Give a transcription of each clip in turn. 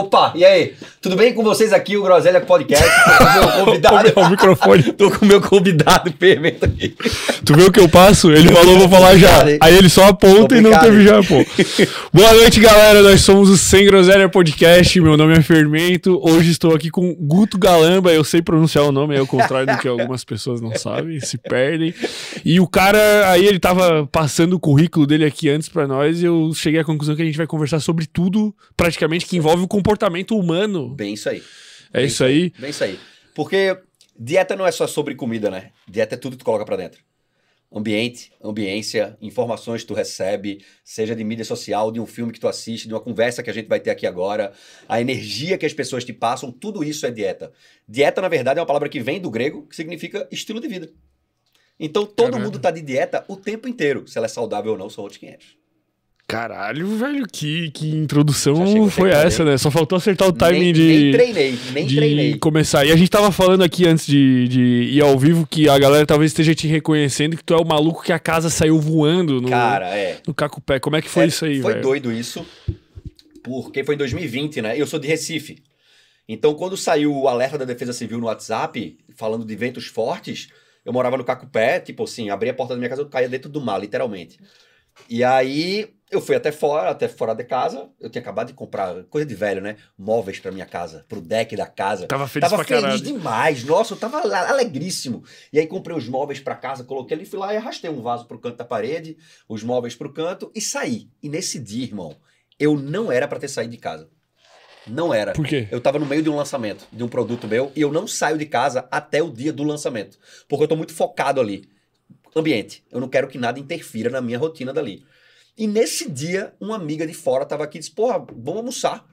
Opa, e aí? Tudo bem com vocês aqui, o Groselha Podcast? Tô com o meu convidado. O microfone. Tô com o meu convidado fermento aqui. Tu viu o que eu passo? Ele falou, vou falar já. Aí ele só aponta e não teve já, pô. Boa noite, galera. Nós somos o Sem Groselha Podcast. Meu nome é Fermento. Hoje estou aqui com Guto Galamba. Eu sei pronunciar o nome, é o contrário do que algumas pessoas não sabem, se perdem. E o cara, aí ele tava passando o currículo dele aqui antes pra nós e eu cheguei à conclusão que a gente vai conversar sobre tudo, praticamente, que envolve o comportamento humano. Bem isso aí. É isso aí. Bem isso aí. Porque dieta não é só sobre comida, né? Dieta é tudo que tu coloca pra dentro. Ambiente, ambiência, informações que tu recebe, seja de mídia social, de um filme que tu assiste, de uma conversa que a gente vai ter aqui agora, a energia que as pessoas te passam, tudo isso é dieta. Dieta, na verdade, é uma palavra que vem do grego, que significa estilo de vida. Então todo mundo tá de dieta o tempo inteiro. Se ela é saudável ou não, são outros 500. Caralho, velho, que introdução foi essa, né? Só faltou acertar o timing nem treinei. Começar. E a gente tava falando aqui antes de ir ao vivo que a galera talvez esteja te reconhecendo que tu é o maluco que a casa saiu voando no Cacupé. Como é que foi isso aí, velho? Foi doido isso, porque foi em 2020, né? Eu sou de Recife. Então, quando saiu o alerta da Defesa Civil no WhatsApp, falando de ventos fortes, eu morava no Cacupé, tipo assim, abria a porta da minha casa, eu caía dentro do mar, literalmente. E aí eu fui até fora de casa. Eu tinha acabado de comprar, coisa de velho, né? Móveis pra minha casa, pro deck da casa. Tava feliz pra caralho. Demais. Nossa, eu tava alegríssimo. E aí comprei os móveis pra casa, coloquei ali, fui lá e arrastei um vaso pro canto da parede, os móveis pro canto e saí. E nesse dia, irmão, eu não era pra ter saído de casa. Não era. Por quê? Eu tava no meio de um lançamento de um produto meu e eu não saio de casa até o dia do lançamento. Porque eu tô muito focado ali. Ambiente. Eu não quero que nada interfira na minha rotina dali. E nesse dia, uma amiga de fora tava aqui e disse, porra, vamos almoçar.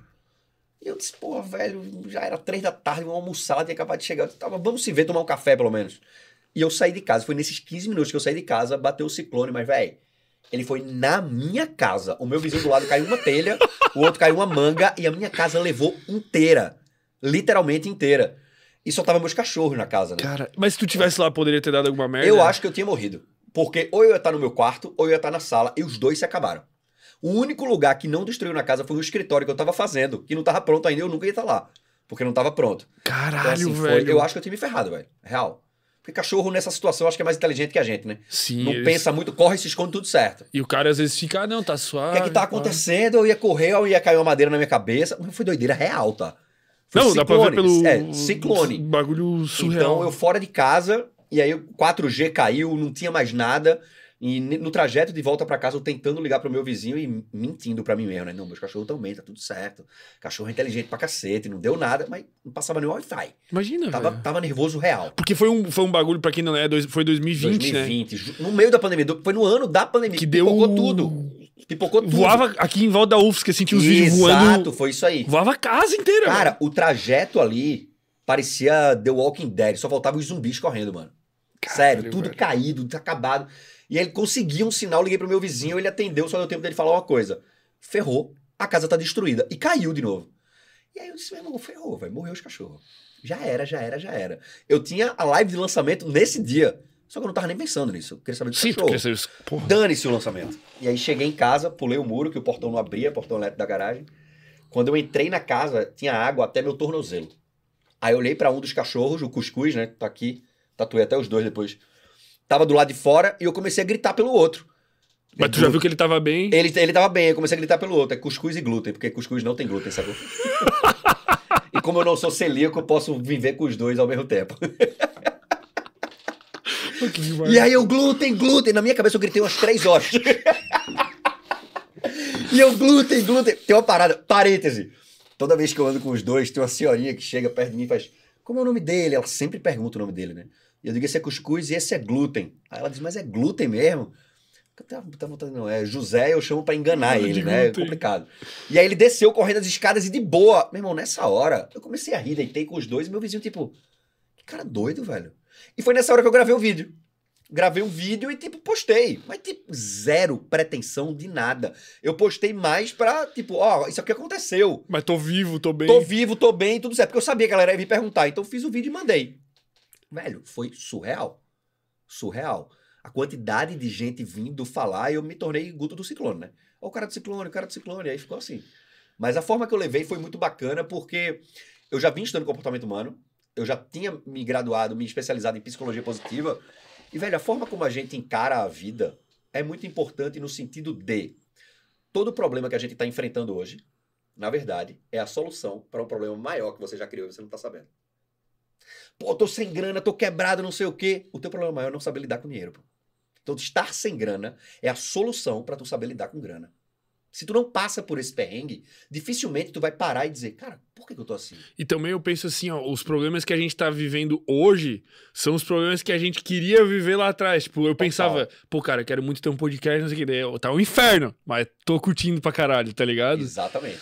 E eu disse, porra, velho, já era 3 da tarde, vamos almoçar, ela tinha acabado de chegar. Eu disse, vamos se ver, tomar um café pelo menos. E eu saí de casa, foi nesses 15 minutos que eu saí de casa, bateu o ciclone, mas, velho, ele foi na minha casa. O meu vizinho do lado caiu uma telha, o outro caiu uma manga e a minha casa levou inteira. Literalmente inteira. E só tava meus cachorros na casa, né? Cara, mas se tu tivesse lá, poderia ter dado alguma merda? Eu acho que eu tinha morrido. Porque ou eu ia estar no meu quarto, ou eu ia estar na sala, e os dois se acabaram. O único lugar que não destruiu na casa foi o escritório que eu tava fazendo, que não tava pronto ainda, eu nunca ia estar lá. Porque não tava pronto. Caralho, então, assim, velho. Eu acho que eu tinha me ferrado, velho. Real. Porque cachorro nessa situação eu acho que é mais inteligente que a gente, né? Sim. Não pensa muito, corre e se esconde tudo certo. E o cara às vezes fica, não, tá suave. O que é que tá acontecendo? Eu ia correr, eu ia cair uma madeira na minha cabeça. Mas foi doideira real, tá? Foi não, ciclone. Dá pra ver pelo... ciclone. Bagulho surreal. Então eu fora de casa, e aí o 4G caiu, não tinha mais nada. E no trajeto de volta pra casa, eu tentando ligar pro meu vizinho e mentindo pra mim mesmo, né? Não, meus cachorros também, tá tudo certo. Cachorro é inteligente pra cacete, não deu nada, mas não passava nem Wi-Fi. Imagina, velho. Tava nervoso real. Porque foi um bagulho, pra quem não é, foi 2020, né? No meio da pandemia, foi no ano da pandemia. Que pipocou tudo. Pipocou tudo. Voava aqui em volta da UFSC, assim, tinha os vídeos voando. Exato, foi isso aí. Voava a casa inteira, cara, mano. O trajeto ali parecia The Walking Dead, só faltavam os zumbis correndo, mano. Caralho, sério, tudo velho. Caído, acabado. E aí ele conseguiu um sinal, liguei pro meu vizinho, ele atendeu, só deu tempo dele falar uma coisa. Ferrou, a casa tá destruída. E caiu de novo. E aí eu disse, meu irmão, ferrou, velho, morreu os cachorros. Já era. Eu tinha a live de lançamento nesse dia, só que eu não tava nem pensando nisso. Eu queria saber do cachorro. Dane-se o lançamento. E aí cheguei em casa, pulei o muro, que o portão não abria, portão elétrico da garagem. Quando eu entrei na casa, tinha água até meu tornozelo. Aí eu olhei pra um dos cachorros, o Cuscuz, né, tá aqui, tatuei até os dois depois. Tava do lado de fora e eu comecei a gritar pelo outro. Mas tu já viu que ele tava bem? Ele tava bem, eu comecei a gritar pelo outro. É cuscuz e glúten, porque cuscuz não tem glúten, sabe? E como eu não sou celíaco, eu posso viver com os dois ao mesmo tempo. E aí eu glúten. Na minha cabeça eu gritei umas 3 horas. E eu glúten. Tem uma parada, parêntese. Toda vez que eu ando com os dois, tem uma senhorinha que chega perto de mim e faz, como é o nome dele? Ela sempre pergunta o nome dele, né? E eu digo, esse é cuscuz e esse é glúten. Aí ela diz, mas é glúten mesmo? Não, é José, eu chamo pra enganar ele, né? É complicado. E aí ele desceu correndo as escadas e de boa. Meu irmão, nessa hora, eu comecei a rir, deitei com os dois e meu vizinho, tipo, que cara doido, velho. E foi nessa hora que eu gravei o vídeo. Gravei um vídeo e, tipo, postei. Mas, tipo, zero pretensão de nada. Eu postei mais pra, tipo, ó, isso aqui aconteceu. Mas tô vivo, tô bem. Tô bem, tudo certo. Porque eu sabia que a galera ia me perguntar. Então eu fiz o vídeo e mandei. Velho, foi surreal. A quantidade de gente vindo falar, eu me tornei Guto do Ciclone, né? Ó, o cara do Ciclone, Aí ficou assim. Mas a forma que eu levei foi muito bacana, porque eu já vim estudando comportamento humano, eu já tinha me graduado, me especializado em psicologia positiva, e, velho, a forma como a gente encara a vida é muito importante no sentido de todo problema que a gente está enfrentando hoje, na verdade, é a solução para um problema maior que você já criou e você não está sabendo. Pô, tô sem grana, tô quebrado, não sei o quê. O teu problema maior é não saber lidar com dinheiro, pô. Então, estar sem grana é a solução para tu saber lidar com grana. Se tu não passa por esse perrengue, dificilmente tu vai parar e dizer, cara, por que eu tô assim? E também eu penso assim, ó, os problemas que a gente tá vivendo hoje são os problemas que a gente queria viver lá atrás. Tipo, eu pensava, pô, cara, eu quero muito ter um podcast, não sei o que, tá um inferno, mas tô curtindo pra caralho, tá ligado? Exatamente.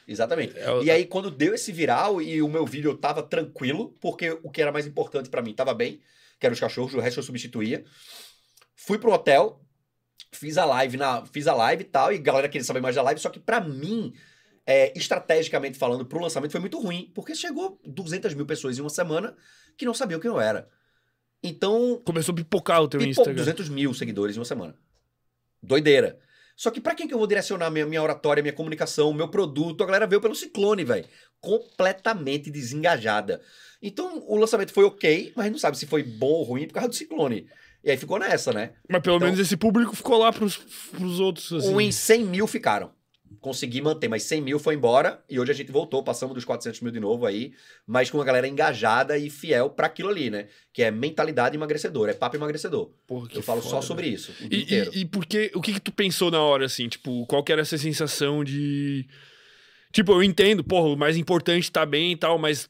E aí, quando deu esse viral e o meu vídeo eu tava tranquilo, porque o que era mais importante pra mim tava bem, que eram os cachorros, o resto eu substituía. Fui pro hotel, fiz a live e tal, e a galera queria saber mais da live, só que pra mim, estrategicamente falando, pro lançamento foi muito ruim, porque chegou 200 mil pessoas em uma semana que não sabiam quem eu era. Então... Começou a pipocar o teu Instagram. 200 mil seguidores em uma semana. Doideira. Só que pra quem que eu vou direcionar minha oratória, minha comunicação, meu produto? A galera veio pelo Ciclone, velho. Completamente desengajada. Então, o lançamento foi ok, mas a gente não sabe se foi bom ou ruim por causa do Ciclone. E aí ficou nessa, né? Mas pelo menos esse público ficou lá pros outros, assim. Uns 100 mil ficaram. Consegui manter, mas 100 mil foi embora e hoje a gente voltou, passamos dos 400 mil de novo aí, mas com uma galera engajada e fiel pra aquilo ali, né? Que é mentalidade emagrecedora, é papo emagrecedor. Porra, eu falo foda, só sobre isso o dia E inteiro. o que tu pensou na hora, assim? Tipo, qual que era essa sensação de... Tipo, eu entendo, porra, o mais importante tá bem e tal, mas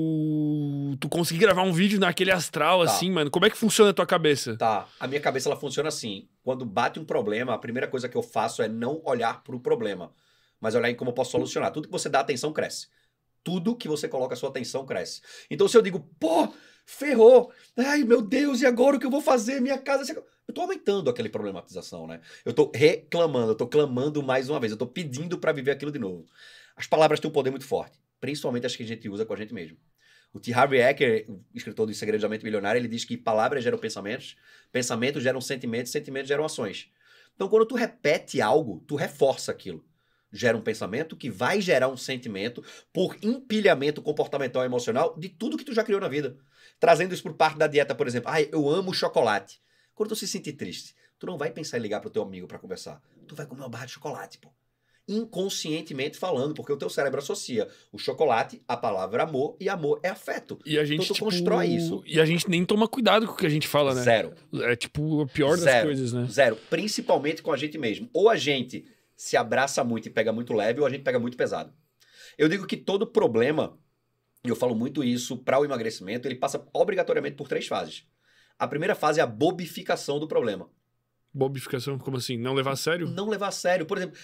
tu conseguir gravar um vídeo naquele astral, assim, mano, como é que funciona a tua cabeça? Tá, a minha cabeça, ela funciona assim. Quando bate um problema, a primeira coisa que eu faço é não olhar pro problema, mas olhar em como eu posso solucionar. Tudo que você dá atenção, cresce. Tudo que você coloca a sua atenção, cresce. Então, se eu digo, pô, ferrou, ai, meu Deus, e agora o que eu vou fazer? Minha casa... Eu tô aumentando aquela problematização, né? Eu tô reclamando, eu tô clamando mais uma vez, eu tô pedindo pra viver aquilo de novo. As palavras têm um poder muito forte, principalmente as que a gente usa com a gente mesmo. O T. Harv Eker, escritor do Segredo da Mente Milionária, ele diz que palavras geram pensamentos, pensamentos geram sentimentos, sentimentos geram ações. Então, quando tu repete algo, tu reforça aquilo. Gera um pensamento que vai gerar um sentimento por empilhamento comportamental e emocional de tudo que tu já criou na vida. Trazendo isso por parte da dieta, por exemplo. Ai, eu amo chocolate. Quando tu se sentir triste, tu não vai pensar em ligar pro teu amigo pra conversar. Tu vai comer uma barra de chocolate, pô. Inconscientemente falando, porque o teu cérebro associa o chocolate à palavra amor, e amor é afeto. E a gente, então tu constrói isso. E a gente nem toma cuidado com o que a gente fala, né? Zero. É tipo a pior das coisas, né? Zero. Principalmente com a gente mesmo. Ou a gente se abraça muito e pega muito leve, ou a gente pega muito pesado. Eu digo que todo problema, e eu falo muito isso para o emagrecimento, ele passa obrigatoriamente por 3 fases. A primeira fase é a bobificação do problema. Bobificação? Como assim? Não levar a sério? Não levar a sério. Por exemplo,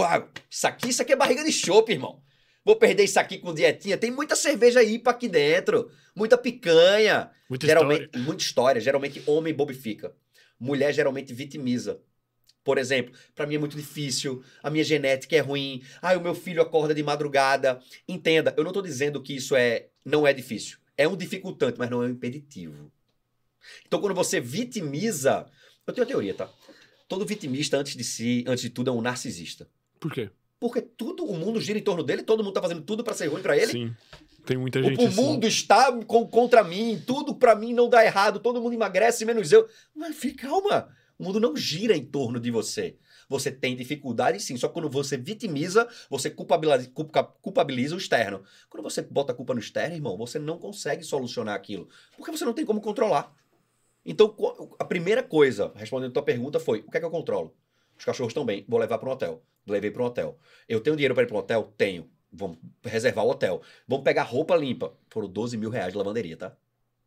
isso aqui é barriga de chope, irmão. Vou perder isso aqui com dietinha. Tem muita cerveja IPA aqui dentro. Muita picanha. Muita história. Geralmente, homem bobifica. Mulher geralmente vitimiza. Por exemplo, pra mim é muito difícil. A minha genética é ruim. O meu filho acorda de madrugada. Entenda, eu não tô dizendo que isso não é difícil. É um dificultante, mas não é um impeditivo. Então, quando você vitimiza... Eu tenho uma teoria, tá? Todo vitimista, antes de tudo, é um narcisista. Por quê? Porque o mundo gira em torno dele, todo mundo tá fazendo tudo pra ser ruim pra ele. Sim, tem muita gente assim. O mundo está contra mim, tudo pra mim não dá errado, todo mundo emagrece, menos eu. Mas calma, o mundo não gira em torno de você. Você tem dificuldade sim, só que quando você vitimiza, você culpabiliza o externo. Quando você bota a culpa no externo, irmão, você não consegue solucionar aquilo, porque você não tem como controlar. Então, a primeira coisa, respondendo a tua pergunta, foi: o que é que eu controlo? Os cachorros estão bem, vou levar para um hotel. Levei para um hotel. Eu tenho dinheiro para ir para um hotel? Tenho. Vamos reservar o hotel. Vamos pegar roupa limpa. Foram 12 mil reais de lavanderia, tá?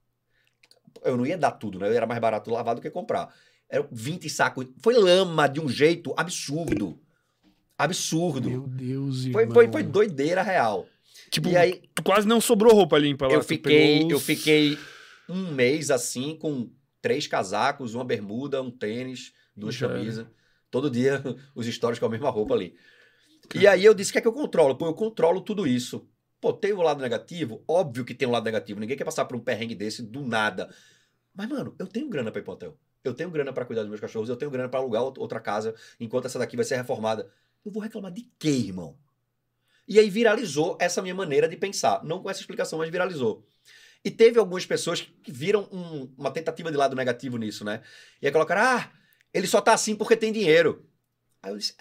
Eu não ia dar tudo, né? Era mais barato lavar do que comprar. Eram 20 sacos. Foi lama de um jeito absurdo. Absurdo. Meu Deus, irmão. Foi doideira real. Tipo, e aí, tu quase não sobrou roupa limpa lá. Eu fiquei um mês assim com 3 casacos, uma bermuda, um tênis, 2 camisas. Todo dia os stories com a mesma roupa ali. E aí eu disse: o que é que eu controlo? Pô, eu controlo tudo isso. Pô, tem o lado negativo? Óbvio que tem um lado negativo. Ninguém quer passar por um perrengue desse do nada. Mas, mano, eu tenho grana pra ir pro hotel. Eu tenho grana pra cuidar dos meus cachorros. Eu tenho grana pra alugar outra casa enquanto essa daqui vai ser reformada. Eu vou reclamar de quê, irmão? E aí viralizou essa minha maneira de pensar. Não com essa explicação, mas viralizou. E teve algumas pessoas que viram uma tentativa de lado negativo nisso, né? E aí colocaram, ele só tá assim porque tem dinheiro. Aí eu disse,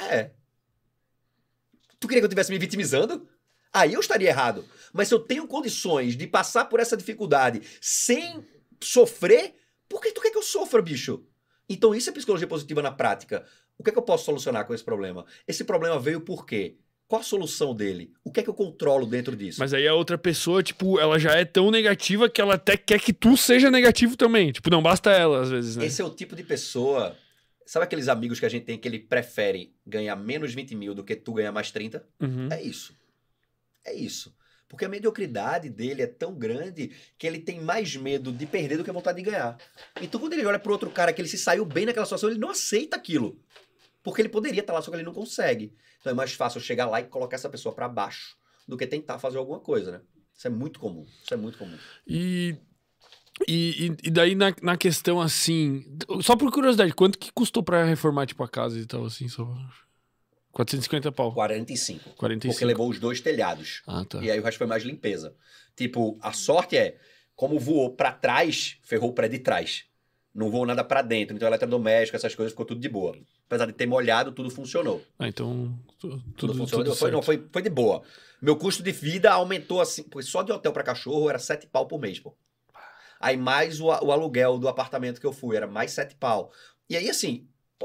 tu queria que eu estivesse me vitimizando? Aí eu estaria errado. Mas se eu tenho condições de passar por essa dificuldade sem sofrer, por que tu quer que eu sofra, bicho? Então isso é psicologia positiva na prática. O que é que eu posso solucionar com esse problema? Esse problema veio por quê? Qual a solução dele? O que é que eu controlo dentro disso? Mas aí a outra pessoa, tipo, ela já é tão negativa que ela até quer que tu seja negativo também. Tipo, não basta ela, às vezes, né? Esse é o tipo de pessoa... Sabe aqueles amigos que a gente tem que ele prefere ganhar menos 20 mil do que tu ganhar mais 30? É isso. É isso. Porque a mediocridade dele é tão grande que ele tem mais medo de perder do que a vontade de ganhar. Então quando ele olha pro outro cara que ele se saiu bem naquela situação, ele não aceita aquilo. Porque ele poderia estar lá, só que ele não consegue. Então é mais fácil eu chegar lá e colocar essa pessoa para baixo do que tentar fazer alguma coisa, né? Isso é muito comum. Isso é muito comum. E daí na questão assim... Só por curiosidade, quanto que custou pra reformar, tipo, a casa e tal, assim? Só... 450 pau. 45. 45. Porque levou os 2 telhados. Tá. E aí o resto foi mais limpeza. Tipo, a sorte é, como voou pra trás, ferrou o prédio de trás. Não voou nada pra dentro. Então eletrodoméstico, essas coisas, ficou tudo de boa. Apesar de ter molhado, tudo funcionou. Então... Tudo funcionou. Foi de boa. Meu custo de vida aumentou assim, porque só de hotel pra cachorro era 7 pau por mês, pô. Aí mais o aluguel do apartamento que eu fui, era mais 7 pau. E aí assim,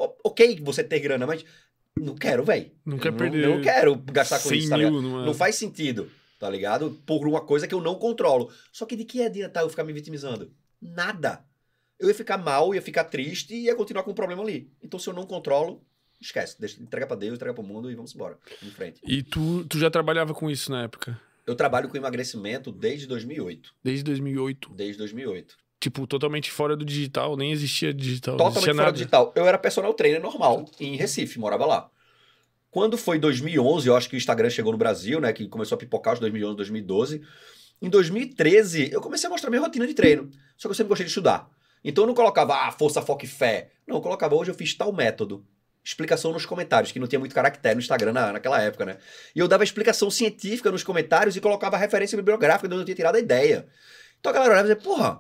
ok você ter grana, mas não quero, velho. Não quer perder. Não quero gastar com isso, tá ligado? Não faz sentido, tá ligado? Por uma coisa que eu não controlo. Só que de que adianta eu ficar me vitimizando? Nada. Eu ia ficar mal, ia ficar triste e ia continuar com o problema ali. Então se eu não controlo, esquece. Entrega pra Deus, entrega pro mundo e vamos embora. Em frente. E tu já trabalhava com isso na época? Eu trabalho com emagrecimento desde 2008. Desde 2008? Desde 2008. Tipo, totalmente fora do digital, nem existia digital. Totalmente existia fora nada. do digital. Eu era personal trainer normal, em Recife, morava lá. Quando foi 2011, eu acho que o Instagram chegou no Brasil, né, que começou a pipocar os 2011, 2012. Em 2013, eu comecei a mostrar minha rotina de treino. Só que eu sempre gostei de estudar. Então eu não colocava, força, foco e fé. Não, eu colocava, hoje eu fiz tal método. Explicação nos comentários, que não tinha muito caractere no Instagram naquela época, né? E eu dava explicação científica nos comentários e colocava referência bibliográfica de onde eu tinha tirado a ideia. Então a galera olhava e dizia, porra,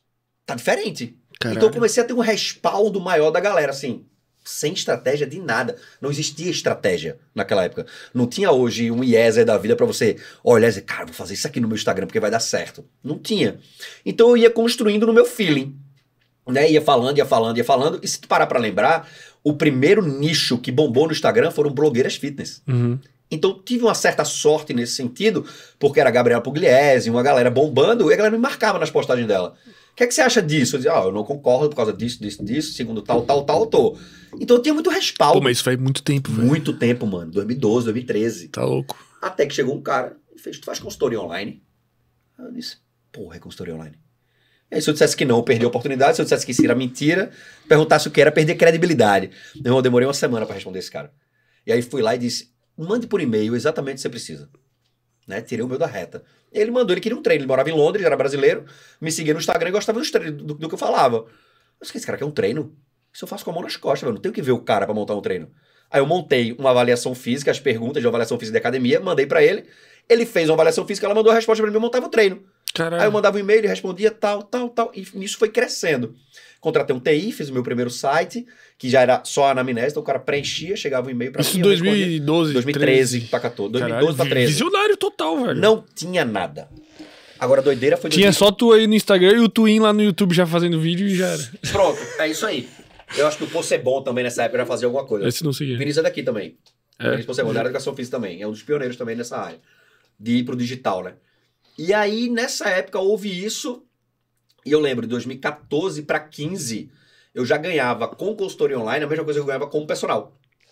tá diferente. Caralho. Então eu comecei a ter um respaldo maior da galera, assim, sem estratégia de nada. Não existia estratégia naquela época. Não tinha hoje um IESA da vida pra você olhar e dizer, cara, vou fazer isso aqui no meu Instagram porque vai dar certo. Não tinha. Então eu ia construindo no meu feeling. Né? Ia falando. E se tu parar pra lembrar, o primeiro nicho que bombou no Instagram foram blogueiras fitness. Então tive uma certa sorte nesse sentido, porque era a Gabriela Pugliese, uma galera bombando, e a galera me marcava nas postagens dela. O que é que você acha disso? Eu dizia, eu não concordo por causa disso, segundo tal, eu tô. Então eu tinha muito respaldo. Pô, mas isso faz muito tempo, velho. Muito tempo, mano. 2012, 2013. Tá louco. Até que chegou um cara e fez, tu faz consultoria online? Eu disse, porra, é consultoria online. E aí, se eu dissesse que não, eu perdi a oportunidade. Se eu dissesse que isso era mentira, perguntasse o que era, perder credibilidade. Eu demorei uma semana pra responder esse cara. E aí fui lá e disse, mande por e-mail exatamente o que você precisa. Né? Tirei o meu da reta. Ele mandou, ele queria um treino. Ele morava em Londres, era brasileiro, me seguia no Instagram e gostava dos treinos, do que eu falava. Mas esse cara quer um treino? Isso eu faço com a mão nas costas, velho. Não tenho que ver o cara pra montar um treino. Aí eu montei uma avaliação física, as perguntas de avaliação física de academia, mandei pra ele. Ele fez uma avaliação física, ela mandou a resposta pra mim e montava o treino. Caralho. Aí eu mandava um e-mail, ele respondia tal. E nisso foi crescendo. Contratei um TI, fiz o meu primeiro site, que já era só a anamnese, então o cara preenchia, chegava um e-mail pra mim. Isso em 2012, 2013 pra 14. 2012 pra 13. Visionário total, velho. Não tinha nada. Agora a doideira foi... Tinha só tu aí no Instagram e o Twin lá no YouTube já fazendo vídeo e já era. Pronto, é isso aí. Eu acho que o Poço é bom também nessa época, já fazia alguma coisa. Esse não seguia. Vinícius é daqui também. Vinícius Poço é bom, da educação física também. É um dos pioneiros também nessa área. De ir pro digital, né? E aí, nessa época, houve isso. E eu lembro, de 2014 para 15, eu já ganhava com consultoria online a mesma coisa que eu ganhava como personal.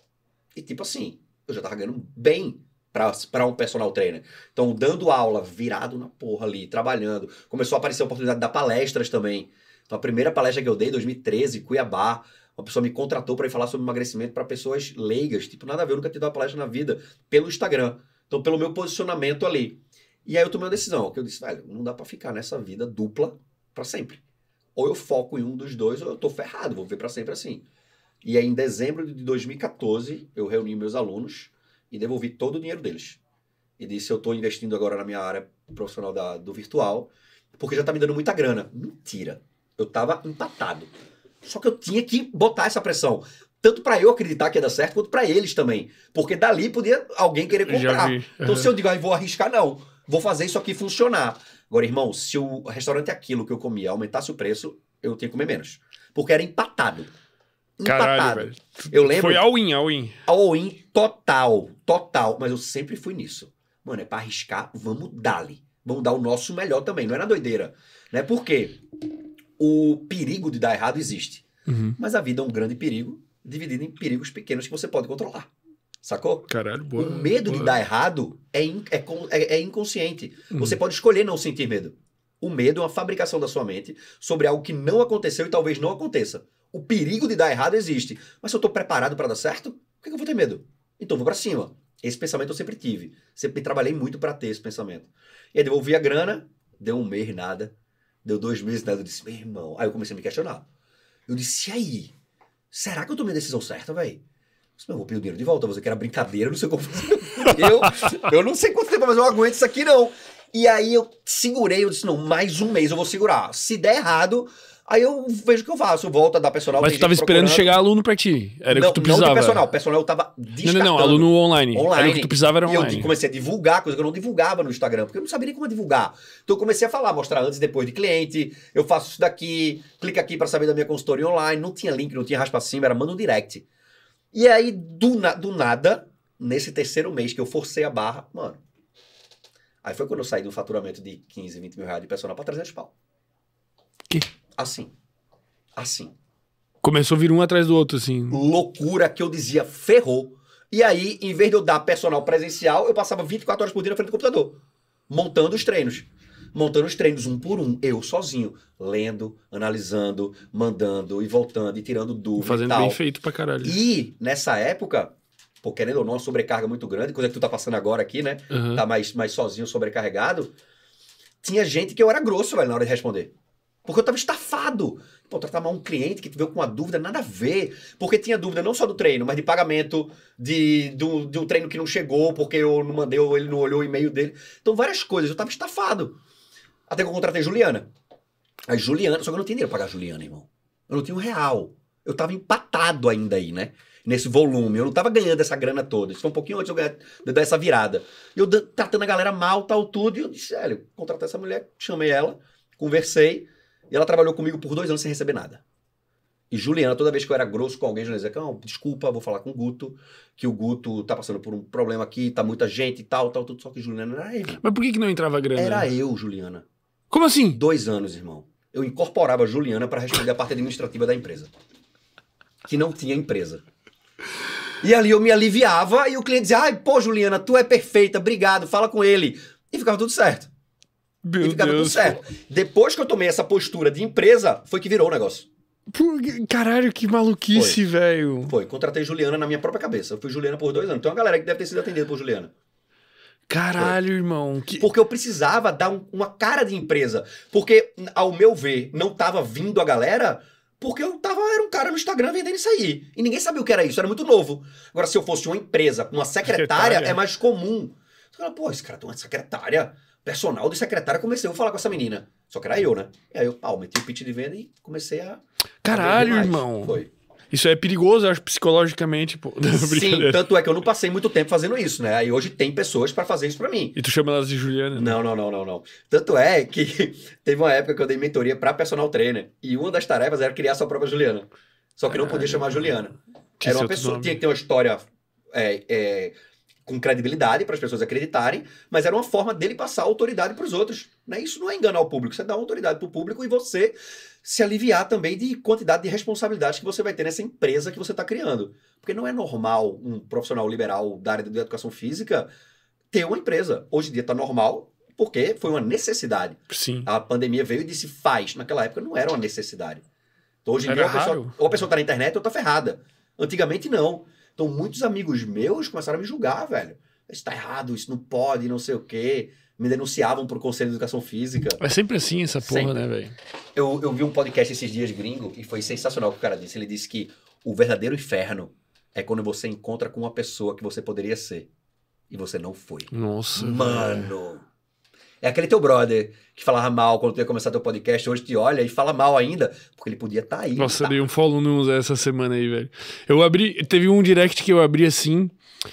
E tipo assim, eu já tava ganhando bem para um personal trainer. Então, dando aula, virado na porra ali, trabalhando. Começou a aparecer a oportunidade de dar palestras também. Então, a primeira palestra que eu dei, em 2013, Cuiabá, uma pessoa me contratou para ir falar sobre emagrecimento para pessoas leigas. Tipo, nada a ver, eu nunca tinha dado uma palestra na vida pelo Instagram. Então, pelo meu posicionamento ali. E aí eu tomei uma decisão, que eu disse, velho, não dá pra ficar nessa vida dupla pra sempre. Ou eu foco em um dos dois, ou eu tô ferrado, vou viver pra sempre assim. E aí em dezembro de 2014, eu reuni meus alunos e devolvi todo o dinheiro deles. e disse, eu tô investindo agora na minha área profissional do virtual, porque já tá me dando muita grana. Mentira. Eu tava empatado. Só que eu tinha que botar essa pressão. Tanto pra eu acreditar que ia dar certo, quanto pra eles também. Porque dali podia alguém querer comprar. Então se eu digo, vou arriscar, não. Vou fazer isso aqui funcionar. Agora, irmão, se o restaurante Aquilo que eu comia aumentasse o preço, eu tinha que comer menos. Porque era empatado. Caralho, velho. Eu lembro. Foi all-in. All-in total. Mas eu sempre fui nisso. Mano, é pra arriscar, vamos dar-lhe. Vamos dar o nosso melhor também. Não era doideira. Né? Por quê? O perigo de dar errado existe. Mas a vida é um grande perigo, dividido em perigos pequenos que você pode controlar. Sacou? Caralho, boa. O medo de dar errado é inconsciente. Você pode escolher não sentir medo. O medo é uma fabricação da sua mente sobre algo que não aconteceu e talvez não aconteça. O perigo de dar errado existe. Mas se eu tô preparado para dar certo, por que eu vou ter medo? Então eu vou pra cima. Esse pensamento eu sempre tive. Sempre trabalhei muito para ter esse pensamento. E aí devolvi a grana, deu 1 mês, nada. Deu 2 meses, nada. Eu disse, meu irmão. Aí eu comecei a me questionar. Eu disse, e aí? Será que eu tomei a decisão certa, velho? Eu vou pedir o dinheiro de volta, eu vou dizer que era brincadeira, não sei como fazer. Eu não sei quanto tempo, mas eu aguento isso aqui, não. E aí eu segurei, eu disse, não, mais 1 mês eu vou segurar. Se der errado, aí eu vejo o que eu faço. Eu volto a dar personal. Mas você tava esperando chegar aluno pra ti. Era o que tu precisava. Não de personal. Personal eu tava descartando. Não, aluno online. Era o que tu precisava, era online. E eu comecei a divulgar, coisa que eu não divulgava no Instagram, porque eu não sabia nem como divulgar. Então eu comecei a falar, mostrar antes e depois de cliente. Eu faço isso daqui, clica aqui pra saber da minha consultoria online. Não tinha link, não tinha raspa cima, era manda um direct. E aí, do nada, nesse 3º mês que eu forcei a barra, mano. Aí foi quando eu saí de um faturamento de 15, 20 mil reais de personal pra 300 pau. Que? Assim. Começou a vir um atrás do outro, assim. Loucura que eu dizia, ferrou. E aí, em vez de eu dar personal presencial, eu passava 24 horas por dia na frente do computador. Montando os treinos. Montando os treinos um por um, eu sozinho, lendo, analisando, mandando e voltando e tirando dúvidas. Fazendo e tal. Bem feito pra caralho. E nessa época, pô, querendo ou não, uma sobrecarga muito grande, coisa que tu tá passando agora aqui, né? Tá mais sozinho, sobrecarregado. Tinha gente que eu era grosso, velho, na hora de responder. Porque eu tava estafado. Pô, tratar mal um cliente que veio com uma dúvida, nada a ver. Porque tinha dúvida não só do treino, mas de pagamento, de um treino que não chegou, porque eu não mandei, ou ele não olhou o e-mail dele. Então, várias coisas. Eu tava estafado. Até que eu contratei Juliana. A Juliana, só que eu não tinha dinheiro pra pagar a Juliana, irmão. Eu não tinha R$1. Eu tava empatado ainda aí, né? Nesse volume. Eu não tava ganhando essa grana toda. Isso foi um pouquinho antes de eu dar essa virada. E eu tratando a galera mal, tal, tudo. E eu disse, sério, contratei essa mulher, chamei ela, conversei. E ela trabalhou comigo por 2 anos sem receber nada. E Juliana, toda vez que eu era grosso com alguém, Juliana dizia, não, desculpa, vou falar com o Guto, que o Guto tá passando por um problema aqui, tá muita gente e tal, tudo. Só que Juliana era ele. Mas por que não entrava grana? Era eu, Juliana. Como assim? 2 anos, irmão. Eu incorporava a Juliana para responder a parte administrativa da empresa. Que não tinha empresa. E ali eu me aliviava e o cliente dizia, ai, pô, Juliana, tu é perfeita, obrigado, fala com ele. E ficava tudo certo. Meu Deus. Depois que eu tomei essa postura de empresa, foi que virou o negócio. Caralho, que maluquice, velho. Foi, contratei Juliana na minha própria cabeça. Eu fui Juliana por 2 anos. Tem uma galera que deve ter sido atendida por Juliana. Caralho, irmão. Porque eu precisava dar uma cara de empresa. Porque, ao meu ver, não tava vindo a galera... Porque era um cara no Instagram vendendo isso aí. E ninguém sabia o que era isso, era muito novo. Agora, se eu fosse uma empresa com uma secretária, é mais comum. Você fala, pô, esse cara tem uma secretária... Personal de secretária, comecei a falar com essa menina. Só que era eu, né? E aí eu meti o pitch de venda e comecei a... Caralho, irmão. Foi. Isso é perigoso, eu acho, psicologicamente, pô. Sim, tanto é que eu não passei muito tempo fazendo isso, né? Aí hoje tem pessoas pra fazer isso pra mim. E tu chama elas de Juliana? Né? Não. Tanto é que teve uma época que eu dei mentoria pra personal trainer. E uma das tarefas era criar sua própria Juliana. Só que não podia chamar Juliana. Era uma pessoa, tinha que ter uma história... com credibilidade para as pessoas acreditarem, mas era uma forma dele passar autoridade para os outros. Né? Isso não é enganar o público, você dá uma autoridade para o público e você se aliviar também de quantidade de responsabilidades que você vai ter nessa empresa que você está criando. Porque não é normal um profissional liberal da área de educação física ter uma empresa. Hoje em dia está normal porque foi uma necessidade. Sim. A pandemia veio e disse faz. Naquela época não era uma necessidade. Então, hoje em dia ou a pessoa está na internet ou está ferrada. Antigamente não. Então, muitos amigos meus começaram a me julgar, velho. Isso tá errado, isso não pode, não sei o quê. Me denunciavam pro Conselho de Educação Física. É sempre assim essa porra, sempre. Né, velho? Eu vi um podcast esses dias gringo e foi sensacional o que o cara disse. Ele disse que o verdadeiro inferno é quando você encontra com uma pessoa que você poderia ser. E você não foi. Nossa, mano. É aquele teu brother que falava mal quando tu ia começar teu podcast, hoje te olha e fala mal ainda, porque ele podia estar aí. Nossa, eu dei um follow no essa semana aí, velho. Teve um direct que eu abri assim,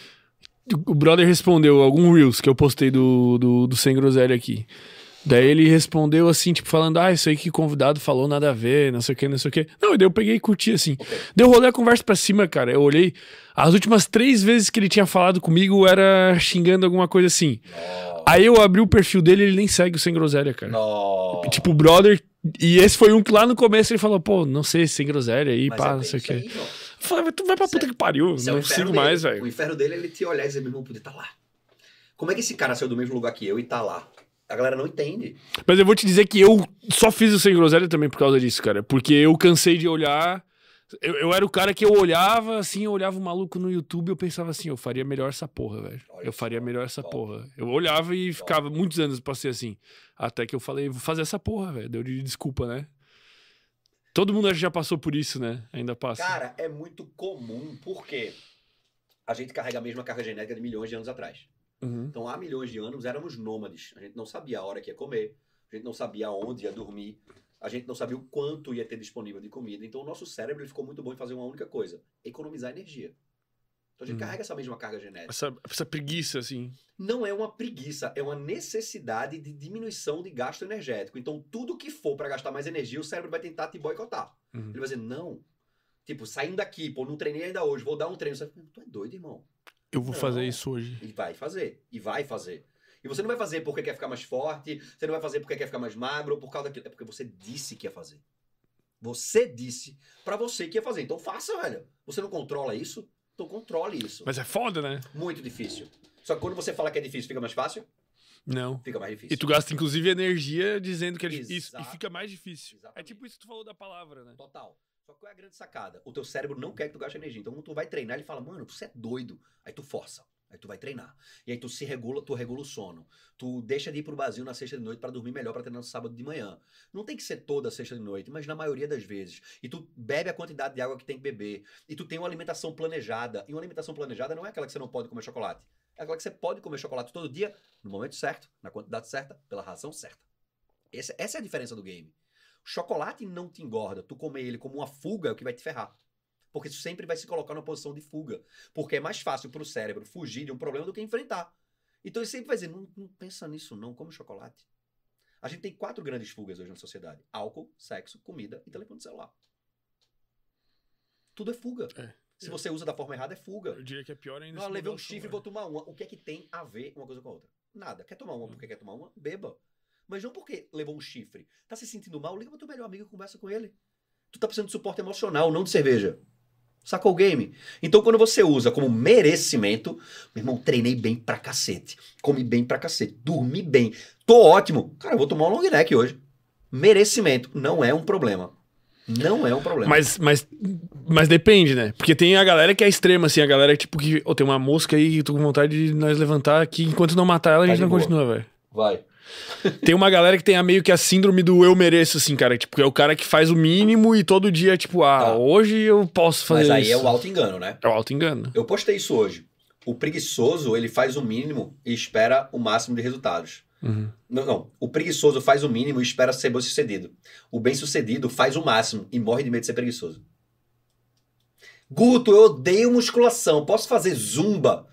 o brother respondeu algum Reels que eu postei do Sem Groselha aqui. Daí ele respondeu assim, tipo, falando, isso aí que o convidado falou nada a ver, não sei o que, não sei o que. Não, e daí eu peguei e curti, assim. Okay. Deu rolê a conversa pra cima, cara. Eu olhei, as últimas 3 vezes que ele tinha falado comigo era xingando alguma coisa assim. Oh. Aí eu abri o perfil dele e ele nem segue o Sem Groselha, cara. Oh. Tipo, o brother... E esse foi um que lá no começo ele falou, pô, não sei, Sem Groselha aí, pá, não sei o que. Eu falei, tu vai pra puta que pariu, não sigo mais, velho. O inferno dele é ele te olhar e dizer, meu irmão, podia estar lá. Como é que esse cara saiu do mesmo lugar que eu e tá lá? A galera não entende. Mas eu vou te dizer que eu só fiz o Sem Groselha também por causa disso, cara. Porque eu cansei de olhar... Eu era o cara que eu olhava, assim, eu olhava o maluco no YouTube e eu pensava assim, eu faria melhor essa porra, velho. Eu faria melhor essa porra. Eu olhava e ficava muitos anos pra ser assim. Até que eu falei, vou fazer essa porra, velho. Deu de desculpa, né? Todo mundo já passou por isso, né? Ainda passa. Cara, é muito comum, porque a gente carrega a mesma carga genética de milhões de anos atrás. Uhum. Então, há milhões de anos, éramos nômades. A gente não sabia a hora que ia comer, a gente não sabia onde ia dormir, a gente não sabia o quanto ia ter disponível de comida. Então, o nosso cérebro ele ficou muito bom em fazer uma única coisa, economizar energia. Então, a gente carrega essa mesma carga genética. Essa preguiça, assim. Não é uma preguiça, é uma necessidade de diminuição de gasto energético. Então, tudo que for para gastar mais energia, o cérebro vai tentar te boicotar. Uhum. Ele vai dizer, não, tipo, saindo daqui, pô, não treinei ainda hoje, vou dar um treino. Você vai, tu é doido, irmão. Eu vou fazer isso hoje. E vai fazer. E você não vai fazer porque quer ficar mais forte, você não vai fazer porque quer ficar mais magro, ou por causa daquilo. É porque você disse que ia fazer. Você disse pra você que ia fazer. Então faça, velho. Você não controla isso? Então controle isso. Mas é foda, né? Muito difícil. Só que quando você fala que é difícil, fica mais fácil? Não. Fica mais difícil. E tu gasta, inclusive, energia dizendo que é difícil. E fica mais difícil. Exatamente. É tipo isso que tu falou da palavra, né? Total. Só que qual é a grande sacada? O teu cérebro não quer que tu gaste energia. Então, quando tu vai treinar, ele fala, mano, você é doido. Aí tu força. Aí tu vai treinar. E aí tu regula o sono. Tu deixa de ir pro Brasil na sexta de noite pra dormir melhor pra treinar no sábado de manhã. Não tem que ser toda sexta de noite, mas na maioria das vezes. E tu bebe a quantidade de água que tem que beber. E tu tem uma alimentação planejada. E uma alimentação planejada não é aquela que você não pode comer chocolate. É aquela que você pode comer chocolate todo dia, no momento certo, na quantidade certa, pela razão certa. Essa é a diferença do game. O chocolate não te engorda. Tu comer ele como uma fuga é o que vai te ferrar. Porque isso sempre vai se colocar numa posição de fuga. Porque é mais fácil pro cérebro fugir de um problema do que enfrentar. Então ele sempre vai dizer, não pensa nisso não, come chocolate. A gente tem 4 grandes fugas hoje na sociedade. Álcool, sexo, comida e telefone celular. Tudo é fuga. Se você usa da forma errada, é fuga. Eu diria que é pior ainda. Não, levei um chifre e vou tomar uma. O que é que tem a ver uma coisa com a outra? Nada. Quer tomar uma porque quer tomar uma? Beba. Mas não porque levou um chifre. Tá se sentindo mal? Liga pro teu melhor amigo e conversa com ele. Tu tá precisando de suporte emocional, não de cerveja. Sacou o game? Então, quando você usa como merecimento, meu irmão, treinei bem pra cacete. Comi bem pra cacete. Dormi bem. Tô ótimo. Cara, eu vou tomar um long neck hoje. Merecimento não é um problema. Não é um problema. Mas depende, né? Porque tem a galera que é extrema, assim. A galera tipo que... tem uma mosca aí que tô com vontade de nós levantar aqui. Enquanto não matar ela, a gente não continua, velho. Vai. Tem uma galera que tem meio que a síndrome do eu mereço, assim, cara. Tipo, é o cara que faz o mínimo e todo dia, tipo, hoje eu posso fazer isso. Mas aí é o auto-engano, né? É o auto-engano. Eu postei isso hoje. O preguiçoso, ele faz o mínimo e espera o máximo de resultados. Uhum. Não. O preguiçoso faz o mínimo e espera ser bem-sucedido. O bem-sucedido faz o máximo e morre de medo de ser preguiçoso. Guto, eu odeio musculação. Posso fazer zumba?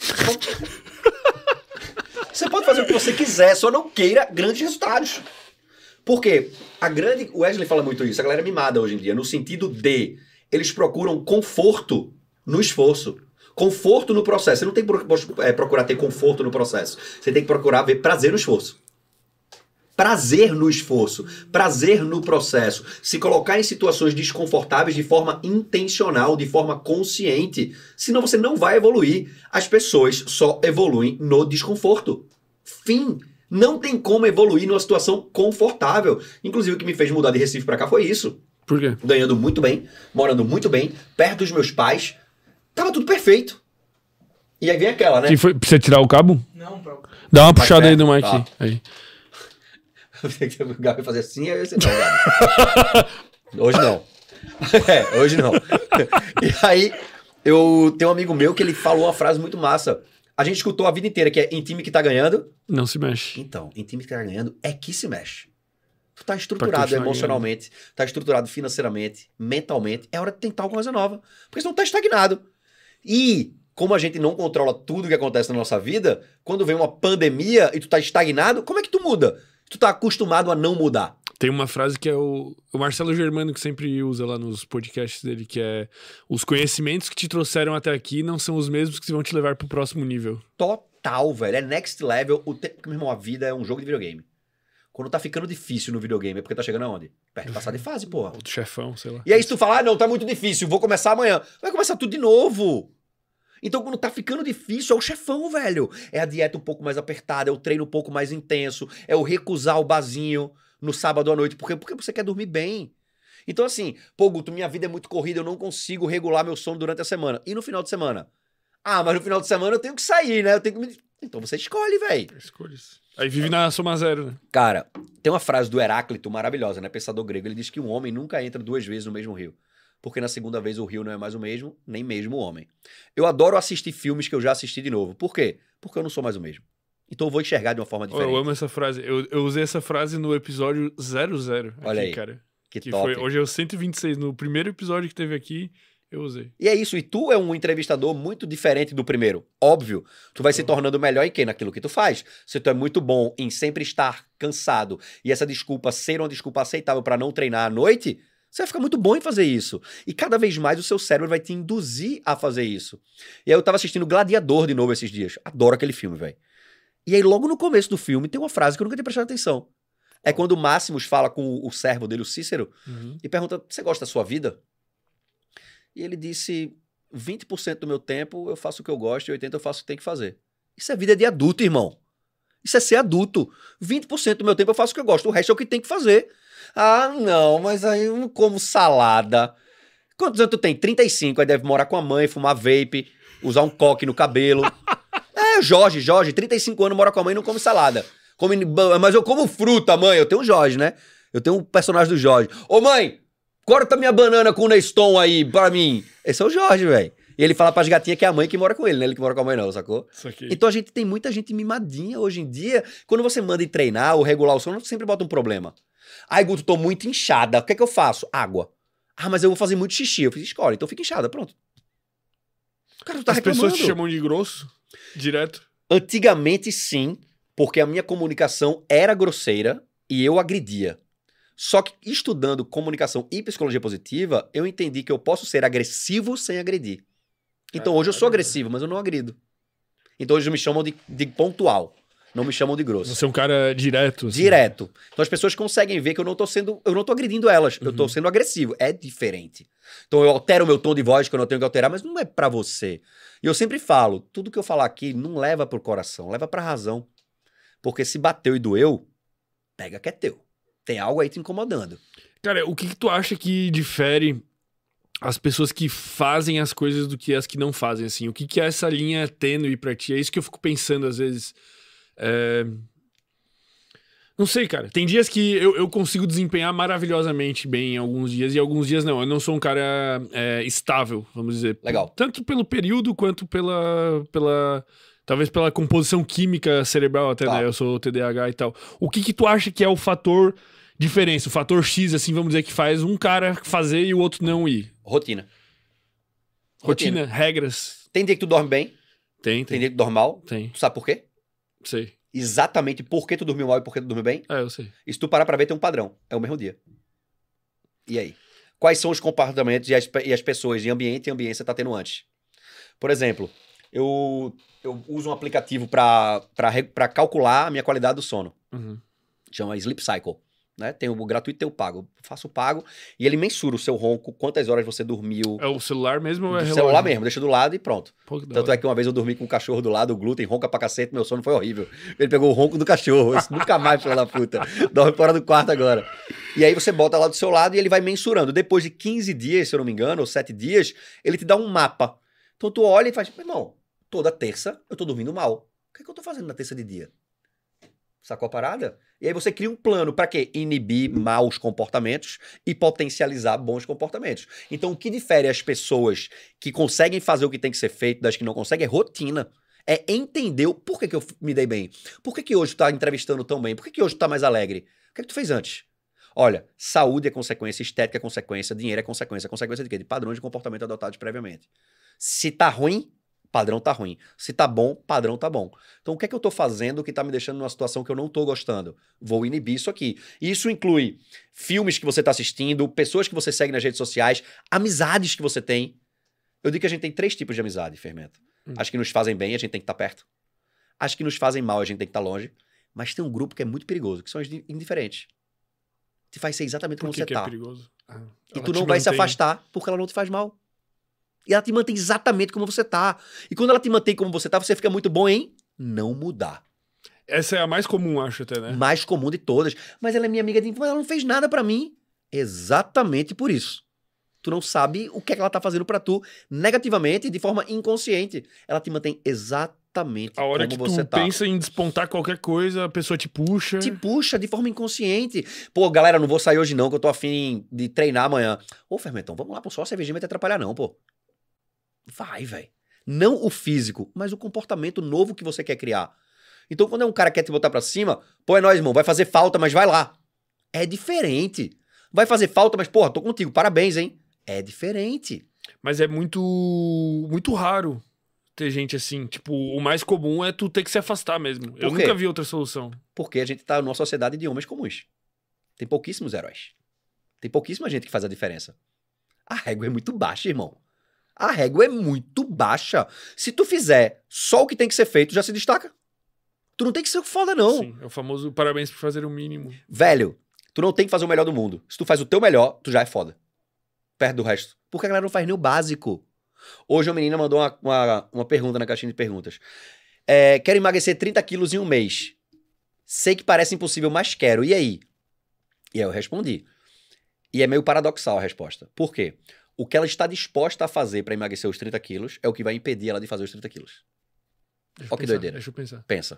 Você pode fazer o que você quiser, só não queira grandes resultados. Por quê? O Wesley fala muito isso, a galera é mimada hoje em dia, no sentido de eles procuram conforto no esforço. Conforto no processo. Você não tem que procurar ter conforto no processo. Você tem que procurar ver prazer no esforço. Prazer no esforço. Prazer no processo. Se colocar em situações desconfortáveis de forma intencional, de forma consciente. Senão você não vai evoluir. As pessoas só evoluem no desconforto. Fim. Não tem como evoluir numa situação confortável. Inclusive o que me fez mudar de Recife pra cá foi isso. Por quê? Ganhando muito bem, morando muito bem, perto dos meus pais. Tava tudo perfeito. E aí vem aquela, né? Que foi? Precisa tirar o cabo? Não, pra... Dá uma puxada aí do mic. Tá. Aí. O Gabi fazer assim, aí você não, Gabi. Hoje não. Hoje não. E aí, eu tenho um amigo meu que ele falou uma frase muito massa. A gente escutou a vida inteira que é em time que tá ganhando. Não se mexe. Então, em time que tá ganhando é que se mexe. Tu tá estruturado emocionalmente, tá estruturado financeiramente, mentalmente. É hora de tentar alguma coisa nova. Porque senão tá estagnado. E, como a gente não controla tudo que acontece na nossa vida, quando vem uma pandemia e tu tá estagnado, como é que tu muda? Tu tá acostumado a não mudar. Tem uma frase que é o Marcelo Germano que sempre usa lá nos podcasts dele, que é: os conhecimentos que te trouxeram até aqui não são os mesmos que vão te levar pro próximo nível. Total, velho. É next level. Porque, meu irmão, a vida é um jogo de videogame. Quando tá ficando difícil no videogame, é porque tá chegando aonde? Perto de passar de fase, porra. Ou do chefão, sei lá. E aí se tu falar, não, tá muito difícil, vou começar amanhã. Vai começar tudo de novo. Então quando tá ficando difícil, é o chefão, velho. É a dieta um pouco mais apertada, é o treino um pouco mais intenso, é o recusar o barzinho no sábado à noite, porque você quer dormir bem. Então assim, pô, Guto, minha vida é muito corrida, eu não consigo regular meu sono durante a semana. E no final de semana? Ah, mas no final de semana eu tenho que sair, né? Eu tenho que me... Então você escolhe, velho. Escolhe-se. Aí vive na soma zero, né? Cara, tem uma frase do Heráclito maravilhosa, né? Pensador grego. Ele diz que um homem nunca entra 2 vezes no mesmo rio. Porque na segunda vez o rio não é mais o mesmo, nem mesmo o homem. Eu adoro assistir filmes que eu já assisti de novo. Por quê? Porque eu não sou mais o mesmo. Então eu vou enxergar de uma forma diferente. Eu amo essa frase. Eu usei essa frase no episódio 00. Olha aqui, aí, cara. que Que top. foi, hoje é o 126. No primeiro episódio que teve aqui, eu usei. E é isso, e tu é um entrevistador muito diferente do primeiro. Óbvio, tu vai se tornando melhor em quê? Naquilo que tu faz. Se tu é muito bom em sempre estar cansado e essa desculpa ser uma desculpa aceitável pra não treinar à noite, você vai ficar muito bom em fazer isso. E cada vez mais o seu cérebro vai te induzir a fazer isso. E aí eu tava assistindo Gladiador de novo esses dias. Adoro aquele filme, velho. E aí logo no começo do filme tem uma frase que eu nunca tinha prestado atenção. É quando o Máximos fala com o servo dele, o Cícero, e pergunta, você gosta da sua vida? E ele disse, 20% do meu tempo eu faço o que eu gosto e 80% eu faço o que tem que fazer. Isso é vida de adulto, irmão. Isso é ser adulto. 20% do meu tempo eu faço o que eu gosto, o resto é o que tem que fazer. Ah, não, mas aí eu não como salada. Quantos anos tu tem? 35, aí deve morar com a mãe, fumar vape, usar um coque no cabelo. É, Jorge, 35 anos, mora com a mãe e não come salada. Mas eu como fruta, mãe. Eu tenho o Jorge, né? Eu tenho um personagem do Jorge. Ô, mãe, corta minha banana com o Neston aí pra mim. Esse é o Jorge, velho. E ele fala pras gatinhas que é a mãe que mora com ele, né? Ele que mora com a mãe não, sacou? Então a gente tem muita gente mimadinha hoje em dia. Quando você manda ir treinar ou regular o sono, sempre bota um problema. Ai, Guto, tô muito inchada. O que é que eu faço? Água. Ah, mas eu vou fazer muito xixi. Eu fiz escola, então fica inchada, pronto. Cara, tu tá reclamando. As pessoas te chamam de grosso? Direto? Antigamente, sim, porque a minha comunicação era grosseira e eu agredia. Só que estudando comunicação e psicologia positiva, eu entendi que eu posso ser agressivo sem agredir. Então hoje eu sou agressivo, mas eu não agrido. Então hoje me chamam de pontual, não me chamam de grosso. Você é um cara direto. Assim. Direto. Então as pessoas conseguem ver que eu não tô agredindo elas, eu tô sendo agressivo. É diferente. Então eu altero o meu tom de voz que eu não tenho que alterar, mas não é pra você. E eu sempre falo, tudo que eu falar aqui não leva pro coração, leva pra razão. Porque se bateu e doeu, pega que é teu. Tem algo aí te incomodando. Cara, o que tu acha que difere as pessoas que fazem as coisas do que as que não fazem, assim? O que é essa linha tênue pra ti? É isso que eu fico pensando às vezes. Não sei, cara. Tem dias que eu consigo desempenhar maravilhosamente bem em alguns dias e alguns dias não. Eu não sou um cara estável, vamos dizer. Legal. Tanto pelo período quanto talvez pela composição química cerebral até, né? Eu sou TDAH e tal. O que tu acha que é o fator diferença? O fator X, assim, vamos dizer, que faz um cara fazer e o outro não ir? Rotina. Regras. Tem dia que tu dorme bem? Tem dia que tu dorme mal? Tem. Tu sabe por quê? Sei. Exatamente por que tu dormiu mal e por que tu dormiu bem? Eu sei. E se tu parar pra ver, tem um padrão. É o mesmo dia. E aí? Quais são os comportamentos e as pessoas e ambiente e ambiência tá tendo antes? Por exemplo, eu uso um aplicativo pra calcular a minha qualidade do sono. Chama Sleep Cycle. Né? Tem o gratuito e tem o pago. Eu faço o pago e ele mensura o seu ronco, quantas horas você dormiu. É o celular mesmo ou é relógio? Celular mesmo, deixa do lado e pronto. Pô, tanto é que uma vez eu dormi com um cachorro do lado, o glúten, ronca pra cacete, meu sono foi horrível. Ele pegou o ronco do cachorro, isso nunca mais, filha da puta. Dorme fora do quarto agora. E aí você bota lá do seu lado e ele vai mensurando. Depois de 15 dias, se eu não me engano, ou 7 dias, ele te dá um mapa. Então tu olha e faz, meu irmão, toda terça eu tô dormindo mal. O que é que eu tô fazendo na terça de dia? Sacou a parada? E aí você cria um plano para quê? Inibir maus comportamentos e potencializar bons comportamentos. Então o que difere as pessoas que conseguem fazer o que tem que ser feito das que não conseguem é rotina. É entender por que eu me dei bem. Por que hoje tu tá entrevistando tão bem? Por que hoje tu tá mais alegre? O que tu fez antes? Olha, saúde é consequência, estética é consequência, dinheiro é consequência. Consequência de quê? De padrões de comportamento adotados previamente. Se tá ruim, padrão tá ruim. Se tá bom, padrão tá bom. Então o que é que eu tô fazendo que tá me deixando numa situação que eu não tô gostando? Vou inibir isso aqui. E isso inclui filmes que você tá assistindo, pessoas que você segue nas redes sociais, amizades que você tem. Eu digo que a gente tem 3 tipos de amizade, Fermento. As que nos fazem bem, a gente tem que estar perto. As que nos fazem mal, a gente tem que estar longe. Mas tem um grupo que é muito perigoso, que são os indiferentes. Te faz ser exatamente como você tá. É perigoso? E tu não vai se afastar porque ela não te faz mal. E ela te mantém exatamente como você tá. E quando ela te mantém como você tá, você fica muito bom em não mudar. Essa é a mais comum, acho até, né? Mais comum de todas. Mas ela é minha amiga de infância, ela não fez nada pra mim. Exatamente por isso. Tu não sabe o que é que ela tá fazendo pra tu negativamente, de forma inconsciente. Ela te mantém exatamente a hora como que você tu tá. pensa em despontar qualquer coisa, a pessoa te puxa. Te puxa de forma inconsciente. Pô, galera, não vou sair hoje não, que eu tô afim de treinar amanhã. Ô, Fermentão, vamos lá, pô, só a cervejinha vai te atrapalhar não, pô. Vai, velho. Não o físico, mas o comportamento novo que você quer criar. Então, quando é um cara que quer te botar pra cima, pô, é nóis, irmão, vai fazer falta, mas vai lá. É diferente. Vai fazer falta, mas, porra, tô contigo, parabéns, hein? É diferente. Mas é muito raro ter gente assim. Tipo, o mais comum é tu ter que se afastar mesmo. Eu nunca vi outra solução. Porque a gente tá numa sociedade de homens comuns. Tem pouquíssimos heróis. Tem pouquíssima gente que faz a diferença. A régua é muito baixa, irmão. A régua é muito baixa. Se tu fizer só o que tem que ser feito, já se destaca. Tu não tem que ser foda, não. Sim, é o famoso parabéns por fazer o mínimo. Velho, tu não tem que fazer o melhor do mundo. Se tu faz o teu melhor, tu já é foda. Perto do resto. Porque a galera não faz nem o básico. Hoje uma menina mandou uma pergunta na caixinha de perguntas. Quero emagrecer 30 quilos em um mês. Sei que parece impossível, mas quero. E aí? E aí eu respondi. E é meio paradoxal a resposta. Por quê? O que ela está disposta a fazer para emagrecer os 30 quilos é o que vai impedir ela de fazer os 30 quilos. Olha que doideira. Deixa eu pensar. Pensa.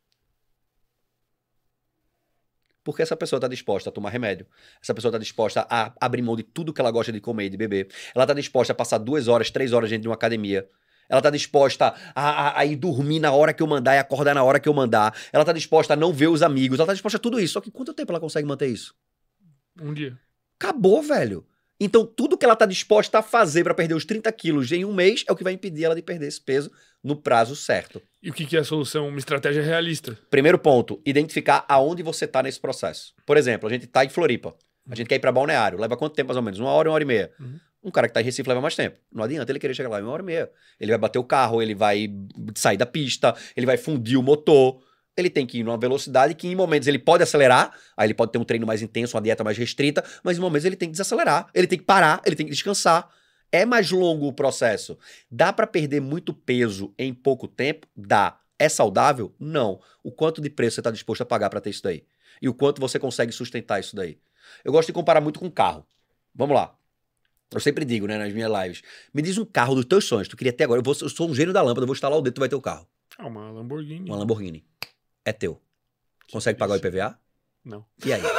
Porque essa pessoa está disposta a tomar remédio. Essa pessoa está disposta a abrir mão de tudo que ela gosta de comer e de beber. Ela está disposta a passar 2 horas, 3 horas dentro de uma academia. Ela está disposta a ir dormir na hora que eu mandar e acordar na hora que eu mandar. Ela está disposta a não ver os amigos. Ela está disposta a tudo isso. Só que quanto tempo ela consegue manter isso? Um dia. Acabou, velho. Então, tudo que ela está disposta a fazer para perder os 30 quilos em um mês é o que vai impedir ela de perder esse peso no prazo certo. E o que é a solução? Uma estratégia realista. Primeiro ponto, identificar aonde você está nesse processo. Por exemplo, a gente está em Floripa. A gente quer ir para Balneário. Leva quanto tempo, mais ou menos? 1 hora, 1 hora e meia. Um cara que está em Recife leva mais tempo. Não adianta ele querer chegar lá em 1 hora e meia. Ele vai bater o carro, ele vai sair da pista, ele vai fundir o motor. Ele tem que ir numa velocidade que em momentos ele pode acelerar, aí ele pode ter um treino mais intenso, uma dieta mais restrita, mas em momentos ele tem que desacelerar, ele tem que parar, ele tem que descansar. É mais longo o processo. Dá para perder muito peso em pouco tempo? Dá. É saudável? Não. O quanto de preço você está disposto a pagar para ter isso daí? E o quanto você consegue sustentar isso daí? Eu gosto de comparar muito com carro. Vamos lá. Eu sempre digo, né, nas minhas lives, me diz um carro dos teus sonhos, tu queria ter agora, eu sou um gênio da lâmpada, eu vou instalar o dedo, tu vai ter o carro. Uma Lamborghini. Uma Lamborghini. É teu. Consegue pagar o IPVA? Não. E aí?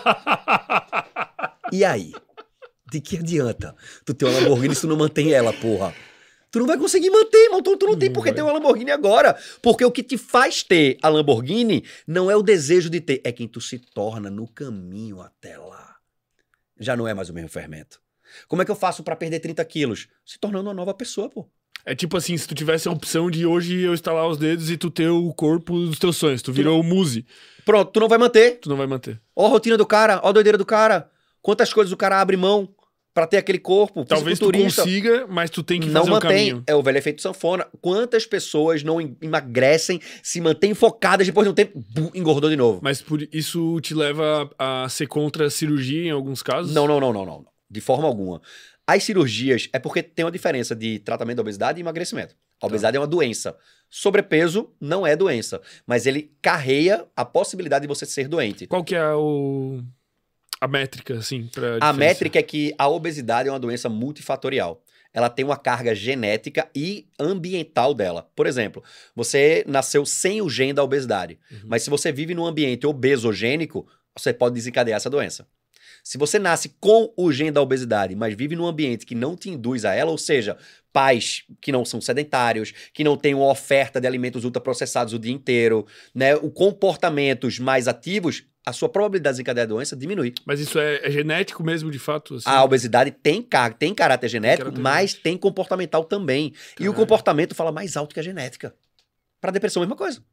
E aí? De que adianta tu ter uma Lamborghini se tu não mantém ela, porra? Tu não vai conseguir manter, irmão. Tu não tem por que ter uma Lamborghini agora. Porque o que te faz ter a Lamborghini não é o desejo de ter, é quem tu se torna no caminho até lá. Já não é mais o mesmo Fermento. Como é que eu faço pra perder 30 quilos? Se tornando uma nova pessoa, pô. É tipo assim, se tu tivesse a opção de hoje eu estalar os dedos e tu ter o corpo dos teus sonhos, tu virou o Muzi. Pronto, tu não vai manter. Tu não vai manter. Ó a rotina do cara, ó a doideira do cara. Quantas coisas o cara abre mão pra ter aquele corpo. Talvez tu consiga, mas tu tem que fazer um caminho. É o velho efeito sanfona. Quantas pessoas não emagrecem, se mantêm focadas, depois de um tempo, engordou de novo. Mas por isso te leva a ser contra a cirurgia em alguns casos? Não. De forma alguma. As cirurgias é porque tem uma diferença de tratamento da obesidade e emagrecimento. A obesidade é uma doença. Sobrepeso não é doença, mas ele carrega a possibilidade de você ser doente. Qual que é a métrica, assim, pra A métrica é que a obesidade é uma doença multifatorial. Ela tem uma carga genética e ambiental dela. Por exemplo, você nasceu sem o gene da obesidade, mas se você vive num ambiente obesogênico, você pode desencadear essa doença. Se você nasce com o gene da obesidade, mas vive num ambiente que não te induz a ela, ou seja, pais que não são sedentários, que não têm uma oferta de alimentos ultraprocessados o dia inteiro, né, comportamentos mais ativos, a sua probabilidade de desencadear a doença diminui. Mas isso é genético mesmo, de fato? Assim? A obesidade tem caráter genético, mas tem comportamental também. Caralho. E o comportamento fala mais alto que a genética. Para depressão, a mesma coisa.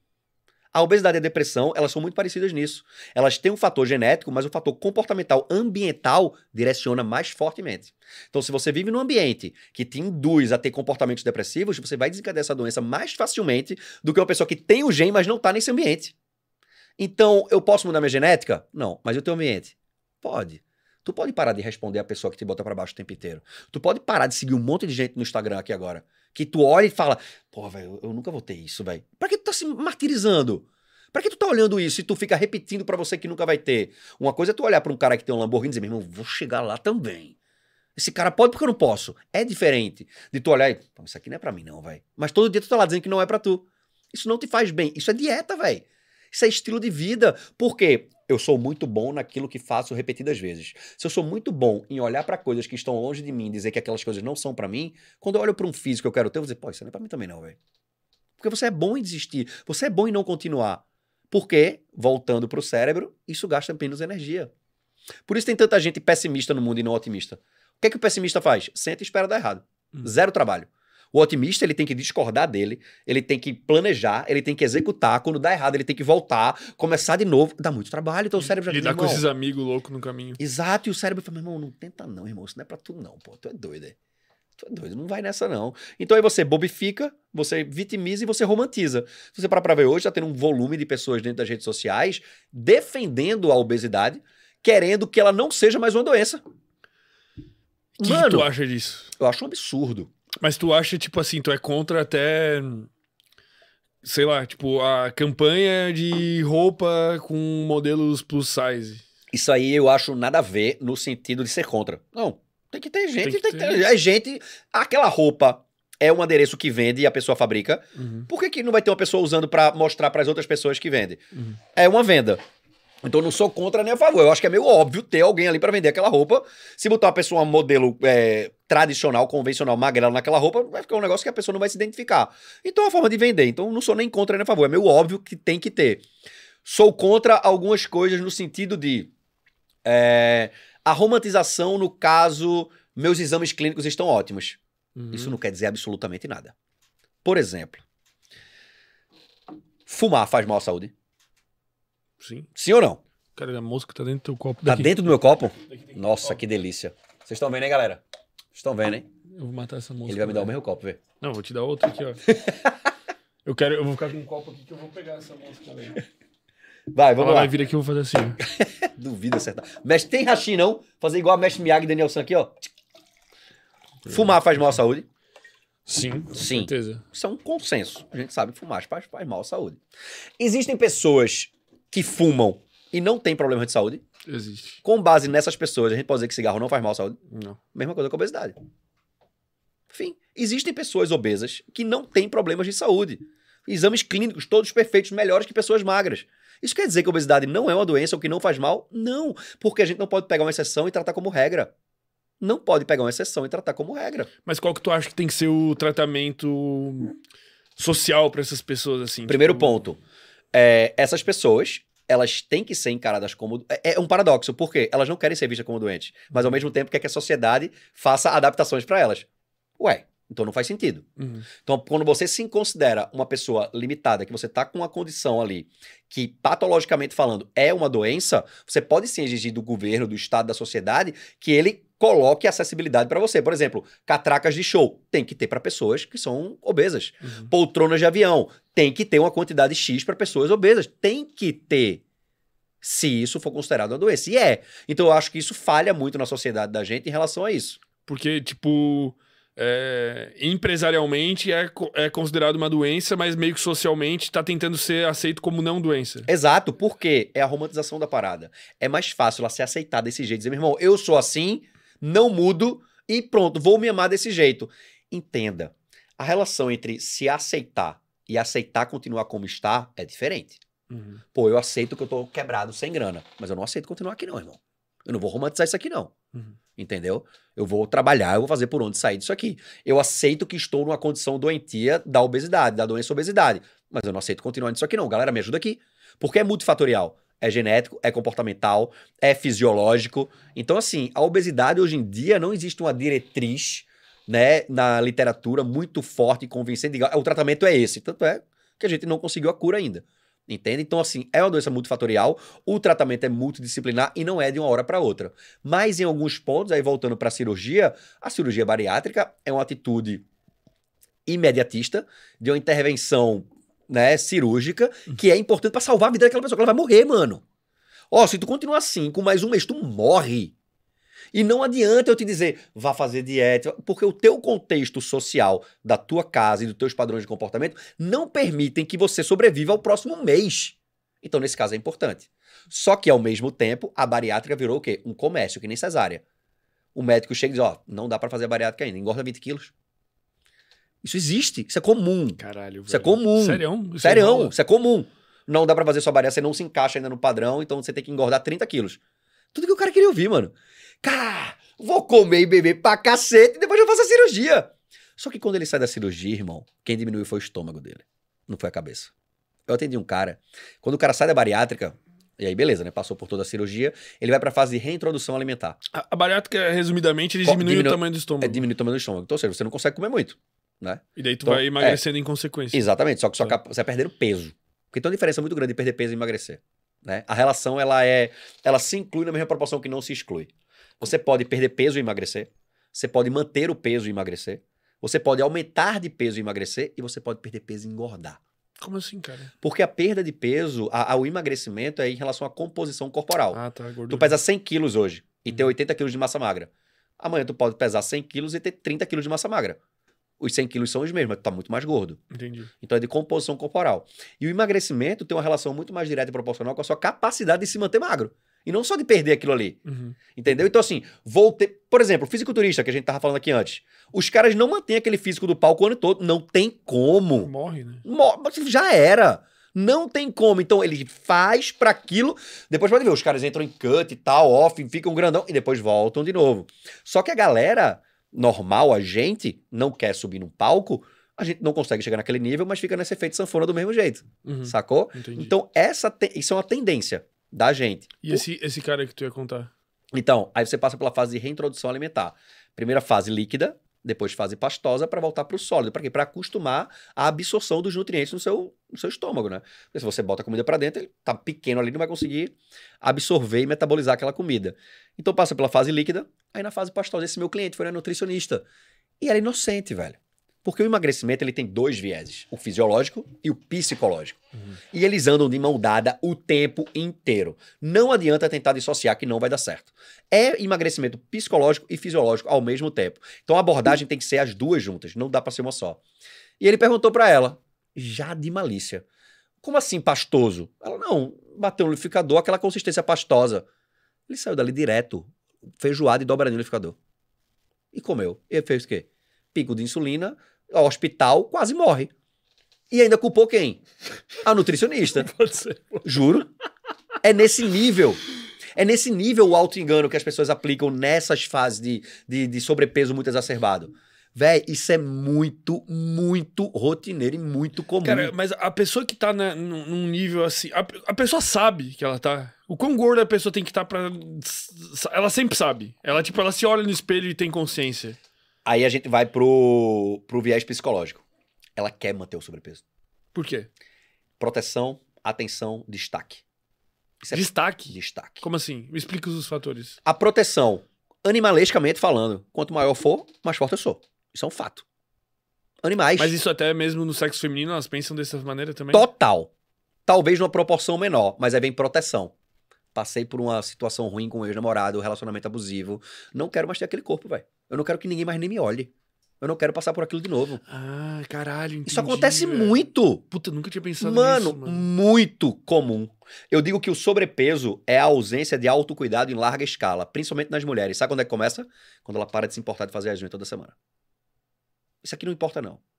A obesidade e a depressão, elas são muito parecidas nisso. Elas têm um fator genético, mas o fator comportamental ambiental direciona mais fortemente. Então, se você vive num ambiente que te induz a ter comportamentos depressivos, você vai desencadear essa doença mais facilmente do que uma pessoa que tem o gene, mas não está nesse ambiente. Então, eu posso mudar minha genética? Não. Mas o teu ambiente? Pode. Tu pode parar de responder a pessoa que te bota pra baixo o tempo inteiro. Tu pode parar de seguir um monte de gente no Instagram aqui agora. Que tu olha e fala, pô, velho, eu nunca vou ter isso, velho. Pra que tu tá se martirizando? Pra que tu tá olhando isso e tu fica repetindo pra você que nunca vai ter? Uma coisa é tu olhar pra um cara que tem um Lamborghini e dizer, meu irmão, vou chegar lá também. Esse cara pode porque eu não posso. É diferente de tu olhar e, pô, isso aqui não é pra mim não, velho. Mas todo dia tu tá lá dizendo que não é pra tu. Isso não te faz bem. Isso é dieta, velho. Isso é estilo de vida. Por quê? Eu sou muito bom naquilo que faço repetidas vezes. Se eu sou muito bom em olhar pra coisas que estão longe de mim e dizer que aquelas coisas não são pra mim, quando eu olho pra um físico que eu quero ter, eu vou dizer, pô, isso não é pra mim também não, velho. Porque você é bom em desistir. Você é bom em não continuar. Porque, voltando pro cérebro, isso gasta menos energia. Por isso tem tanta gente pessimista no mundo e não otimista. O que o pessimista faz? Senta e espera dar errado. Zero trabalho. O otimista, ele tem que discordar dele, ele tem que planejar, ele tem que executar. Quando dá errado, ele tem que voltar, começar de novo. Dá muito trabalho, então o cérebro já diz, lidar com esses amigos loucos no caminho. Exato, e o cérebro fala, meu irmão, não tenta não, irmão, isso não é pra tu não, pô, tu é doido, Tu é doido, não vai nessa não. Então aí você bobifica, você vitimiza e você romantiza. Se você parar pra ver hoje, tá tendo um volume de pessoas dentro das redes sociais defendendo a obesidade, querendo que ela não seja mais uma doença. O que tu acha disso? Eu acho um absurdo. Mas tu acha, tipo assim, tu é contra até, sei lá, tipo, a campanha de roupa com modelos plus size? Isso aí eu acho nada a ver no sentido de ser contra. Não, tem que ter gente, tem que ter. É gente, aquela roupa é um adereço que vende e a pessoa fabrica. Por que não vai ter uma pessoa usando pra mostrar pras outras pessoas que vende? É uma venda. Então eu não sou contra nem a favor. Eu acho que é meio óbvio ter alguém ali pra vender aquela roupa. Se botar uma pessoa, um modelo tradicional, convencional, magrela naquela roupa, vai ficar um negócio que a pessoa não vai se identificar. Então é uma forma de vender. Então eu não sou nem contra nem a favor. É meio óbvio que tem que ter. Sou contra algumas coisas no sentido de a romantização, no caso, meus exames clínicos estão ótimos. Isso não quer dizer absolutamente nada. Por exemplo, fumar faz mal à saúde? Sim. Sim ou não? Cara, a mosca tá dentro do teu copo. Tá dentro do meu copo? Nossa, que delícia. Vocês estão vendo, hein, galera? Vocês estão vendo, hein? Eu vou matar essa mosca. Ele vai me dar o mesmo copo, vê. Não, vou te dar outro aqui, ó. eu vou ficar com um copo aqui que eu vou pegar essa mosca, velho. Vai, vamos lá. Vai vir aqui, eu vou fazer assim, ó. Duvido acertar. Mestre, tem Hashi, não? Fazer igual a Mestre Miyagi e Danielson aqui, ó. Fumar faz mal à saúde? Sim, com Sim. certeza. Isso é um consenso. A gente sabe que fumar faz mal à saúde. Existem pessoas que fumam e não tem problema de saúde? Existe. Com base nessas pessoas, a gente pode dizer que cigarro não faz mal à saúde? Não. Mesma coisa com a obesidade. Enfim, existem pessoas obesas que não têm problemas de saúde. Exames clínicos todos perfeitos, melhores que pessoas magras. Isso quer dizer que a obesidade não é uma doença ou que não faz mal? Não, porque a gente não pode pegar uma exceção e tratar como regra. Não pode pegar uma exceção e tratar como regra. Mas qual que tu acha que tem que ser o tratamento social para essas pessoas, assim? Primeiro ponto, essas pessoas, elas têm que ser encaradas como... É um paradoxo, porque elas não querem ser vistas como doentes, mas ao mesmo tempo quer que a sociedade faça adaptações para elas. Ué, então não faz sentido. Então, quando você se considera uma pessoa limitada, que você tá com uma condição ali que, patologicamente falando, é uma doença, você pode sim exigir do governo, do Estado, da sociedade, que ele coloque acessibilidade para você. Por exemplo, catracas de show tem que ter para pessoas que são obesas. Poltronas de avião tem que ter uma quantidade X para pessoas obesas. Tem que ter, se isso for considerado uma doença. E é. Então eu acho que isso falha muito na sociedade da gente em relação a isso. Porque, tipo, empresarialmente é considerado uma doença, mas meio que socialmente está tentando ser aceito como não doença. Exato, porque é a romantização da parada. É mais fácil ela ser aceitada desse jeito. Dizer, meu irmão, eu sou assim, não mudo e pronto, vou me amar desse jeito. Entenda, a relação entre se aceitar e aceitar continuar como está é diferente. Pô, eu aceito que eu tô quebrado sem grana, mas eu não aceito continuar aqui não, irmão. Eu não vou romantizar isso aqui, não. Entendeu? Eu vou trabalhar, eu vou fazer por onde sair disso aqui. Eu aceito que estou numa condição doentia da obesidade, da doença obesidade. Mas eu não aceito continuar nisso aqui, não. Galera, me ajuda aqui. Porque é multifatorial. É genético, é comportamental, é fisiológico. Então, assim, a obesidade hoje em dia não existe uma diretriz, né, na literatura muito forte e convincente. O tratamento é esse. Tanto é que a gente não conseguiu a cura ainda. Entende? Então, assim, é uma doença multifatorial, o tratamento é multidisciplinar e não é de uma hora para outra. Mas em alguns pontos, aí voltando para a cirurgia bariátrica é uma atitude imediatista de uma intervenção, né, cirúrgica, que é importante para salvar a vida daquela pessoa, que ela vai morrer, mano. Ó, se tu continuar assim, com mais um mês, tu morre. E não adianta eu te dizer, vá fazer dieta, porque o teu contexto social da tua casa e dos teus padrões de comportamento não permitem que você sobreviva ao próximo mês. Então, nesse caso, é importante. Só que, ao mesmo tempo, a bariátrica virou o quê? Um comércio, que nem cesárea. O médico chega e diz, ó, não dá pra fazer a bariátrica ainda, engorda 20 quilos. Isso existe, isso é comum. Caralho, velho. Isso é comum. Sério? Sério, isso é comum. Não dá pra fazer sua bariátrica, você não se encaixa ainda no padrão, então você tem que engordar 30 quilos. Tudo que o cara queria ouvir, mano. Cara, vou comer e beber pra cacete e depois eu faço a cirurgia. Só que quando ele sai da cirurgia, irmão, quem diminuiu foi o estômago dele. Não foi a cabeça. Eu atendi um cara. Quando o cara sai da bariátrica, e aí beleza, né? Passou por toda a cirurgia, ele vai pra fase de reintrodução alimentar. A bariátrica, resumidamente, ele diminui o tamanho do estômago. Diminui o tamanho do estômago. Então, ou seja, você não consegue comer muito, né? E daí tu vai emagrecendo em consequência. Exatamente, só que você vai perder o peso. Porque tem uma diferença muito grande de perder peso e emagrecer. Né? A relação, ela se inclui na mesma proporção que não se exclui. Você pode perder peso e emagrecer. Você pode manter o peso e emagrecer. Você pode aumentar de peso e emagrecer. E você pode perder peso e engordar. Como assim, cara? Porque a perda de peso, o emagrecimento é em relação à composição corporal. Ah, tá, gordura. Tu pesa 100 quilos hoje e tem 80 quilos de massa magra. Amanhã tu pode pesar 100 quilos e ter 30 quilos de massa magra. Os 100 quilos são os mesmos, mas tu tá muito mais gordo. Entendi. Então é de composição corporal. E o emagrecimento tem uma relação muito mais direta e proporcional com a sua capacidade de se manter magro. E não só de perder aquilo ali. Entendeu? Então, assim, por exemplo, fisiculturista, que a gente tava falando aqui antes. Os caras não mantêm aquele físico do palco o ano todo. Não tem como. Morre, né? Já era. Não tem como. Então, ele faz pra aquilo. Depois pode ver, os caras entram em cut e tal, off, ficam grandão e depois voltam de novo. Só que a galera normal, a gente, não quer subir num palco, a gente não consegue chegar naquele nível, mas fica nesse efeito sanfona do mesmo jeito. Sacou? Entendi. Então, isso é uma tendência da gente. E esse cara que tu ia contar? Então, aí você passa pela fase de reintrodução alimentar. Primeira fase líquida, depois fase pastosa, para voltar para o sólido. Para quê? Para acostumar a absorção dos nutrientes no seu estômago, né? Porque se você bota a comida para dentro, ele tá pequeno ali, não vai conseguir absorver e metabolizar aquela comida. Então passa pela fase líquida, aí na fase pastosa. Esse meu cliente foi nutricionista. E era inocente, velho. Porque o emagrecimento ele tem dois vieses, o fisiológico e o psicológico. E eles andam de mão dada o tempo inteiro. Não adianta tentar dissociar que não vai dar certo. É emagrecimento psicológico e fisiológico ao mesmo tempo. Então a abordagem tem que ser as duas juntas, não dá pra ser uma só. E ele perguntou pra ela, já de malícia, como assim pastoso? Ela, não, bateu no liquidificador, aquela consistência pastosa. Ele saiu dali direto, feijoada e dobradinho no liquidificador. E comeu. E ele fez o quê? Pico de insulina, ao hospital, quase morre. E ainda culpou quem? A nutricionista. Pode ser. Juro. É nesse nível. É nesse nível o auto-engano que as pessoas aplicam nessas fases de sobrepeso muito exacerbado. Véi, isso é muito, muito rotineiro e muito comum. Cara, mas a pessoa que tá num nível assim... A pessoa sabe que ela tá... O quão gorda a pessoa tem que estar pra... Ela sempre sabe. Ela se olha no espelho e tem consciência. Aí a gente vai pro viés psicológico. Ela quer manter o sobrepeso. Por quê? Proteção, atenção, destaque. Isso é Destaque? Destaque. Como assim? Me explica os fatores. A proteção, animalescamente falando, quanto maior for, mais forte eu sou. Isso é um fato. Animais. Mas isso até mesmo no sexo feminino, elas pensam dessa maneira também? Total. Talvez numa proporção menor, mas bem proteção. Passei por uma situação ruim com o ex-namorado, relacionamento abusivo. Não quero mais ter aquele corpo, velho. Eu não quero que ninguém mais nem me olhe. Eu não quero passar por aquilo de novo. Ah, caralho, entendi. Isso acontece muito. Puta, nunca tinha pensado nisso, mano. Muito comum. Eu digo que o sobrepeso é a ausência de autocuidado em larga escala, principalmente nas mulheres. Sabe quando é que começa? Quando ela para de se importar de fazer a unha toda semana. Isso aqui não importa, não.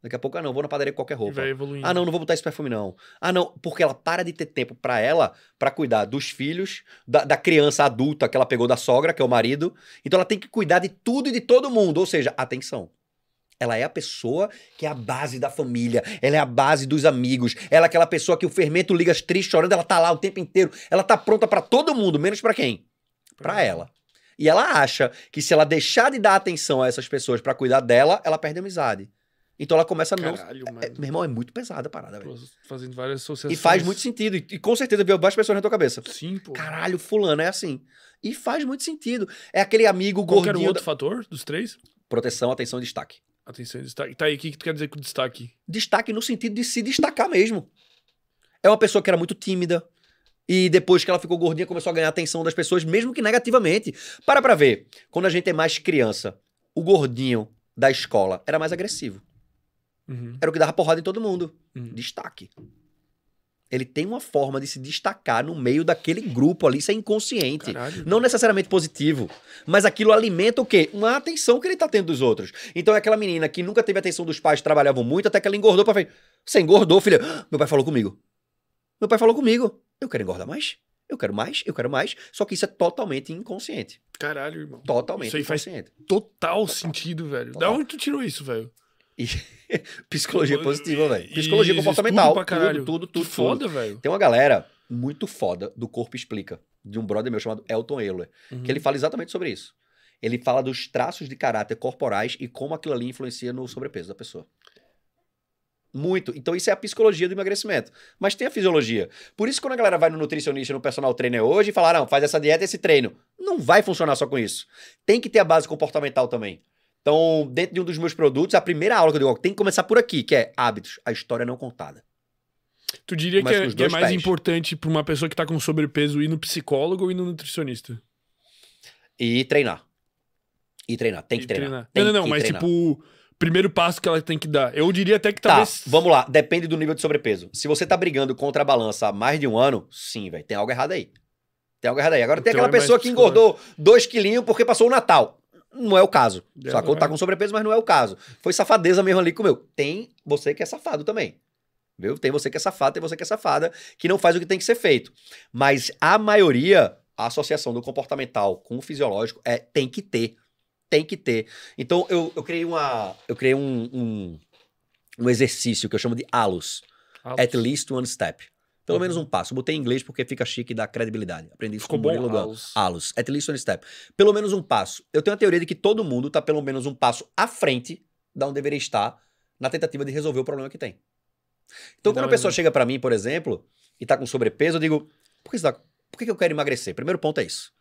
Daqui a pouco, não, vou na padaria com qualquer roupa. Vai evoluindo. Não vou botar esse perfume, não. Não, porque ela para de ter tempo pra ela, pra cuidar dos filhos, da criança adulta que ela pegou da sogra, que é o marido. Então ela tem que cuidar de tudo e de todo mundo. Ou seja, atenção. Ela é a pessoa que é a base da família, ela é a base dos amigos, ela é aquela pessoa que o fermento liga triste, chorando, ela tá lá o tempo inteiro, ela tá pronta pra todo mundo, menos pra quem? Pra ela. E ela acha que se ela deixar de dar atenção a essas pessoas pra cuidar dela, ela perde a amizade. Então ela começa a não... meu irmão, é muito pesada a parada, velho. Fazendo várias associações. E faz muito sentido. E com certeza veio várias pessoas na tua cabeça. Sim, pô. Caralho, fulano é assim. E faz muito sentido. É aquele amigo Qual gordinho... Qual era o outro fator dos 3? Proteção, atenção e destaque. Atenção e destaque. Tá aí, o que tu quer dizer com destaque? Destaque no sentido de se destacar mesmo. É uma pessoa que era muito tímida. E depois que ela ficou gordinha, começou a ganhar a atenção das pessoas, mesmo que negativamente. Para pra ver. Quando a gente é mais criança, o gordinho da escola era mais agressivo. Era o que dava porrada em todo mundo. Destaque. Ele tem uma forma de se destacar no meio daquele grupo ali, isso é inconsciente. Caralho. Não necessariamente positivo, mas aquilo alimenta o quê? Uma atenção que ele tá tendo dos outros. Então é aquela menina que nunca teve atenção dos pais, trabalhavam muito, até que ela engordou pra ver. Você engordou, filha? Meu pai falou comigo. Meu pai falou comigo. Eu quero engordar mais. Eu quero mais, eu quero mais. Só que isso é totalmente inconsciente. Caralho, irmão. Totalmente isso aí inconsciente. Faz total sentido, velho. Total. Da onde tu tirou isso, velho? Psicologia positiva, velho. Psicologia comportamental. Tudo. Que foda, velho. Tem uma galera muito foda do Corpo Explica, de um brother meu chamado Elton Euler, que ele fala exatamente sobre isso. Ele fala dos traços de caráter corporais e como aquilo ali influencia no sobrepeso da pessoa. Muito. Então isso é a psicologia do emagrecimento. Mas tem a fisiologia. Por isso quando a galera vai no nutricionista, no personal trainer hoje e fala, não, faz essa dieta e esse treino. Não vai funcionar só com isso. Tem que ter a base comportamental também. Então, dentro de um dos meus produtos, a primeira aula que eu digo, tem que começar por aqui, que é hábitos, a história não contada. Tu diria que é mais importante para uma pessoa que tá com sobrepeso ir no psicólogo ou ir no nutricionista? E treinar. Tem que treinar. Não, mas treinar. Tipo, primeiro passo que ela tem que dar. Eu diria até que talvez... Tá, vamos lá. Depende do nível de sobrepeso. Se você tá brigando contra a balança há mais de um ano, sim, velho, tem algo errado aí. Agora tem aquela pessoa que engordou 2 quilinhos porque passou o Natal. Não é o caso. Sacou? Tá com sobrepeso, mas não é o caso. Foi safadeza mesmo ali, comeu. Tem você que é safado também. Viu? Tem você que é safado, tem você que é safada, que não faz o que tem que ser feito. Mas a maioria, a associação do comportamental com o fisiológico tem que ter. Tem que ter. Então, eu criei um exercício que eu chamo de ALUS. At least one step. Pelo menos um passo. Botei em inglês porque fica chique e dá credibilidade. Aprendi isso com o Murilo Gun. ALUS. At least one step. Pelo menos um passo. Eu tenho a teoria de que todo mundo tá pelo menos um passo à frente da onde deveria estar na tentativa de resolver o problema que tem. Então, quando a pessoa chega pra mim, por exemplo, e tá com sobrepeso, eu digo, por que eu quero emagrecer? Primeiro ponto é isso.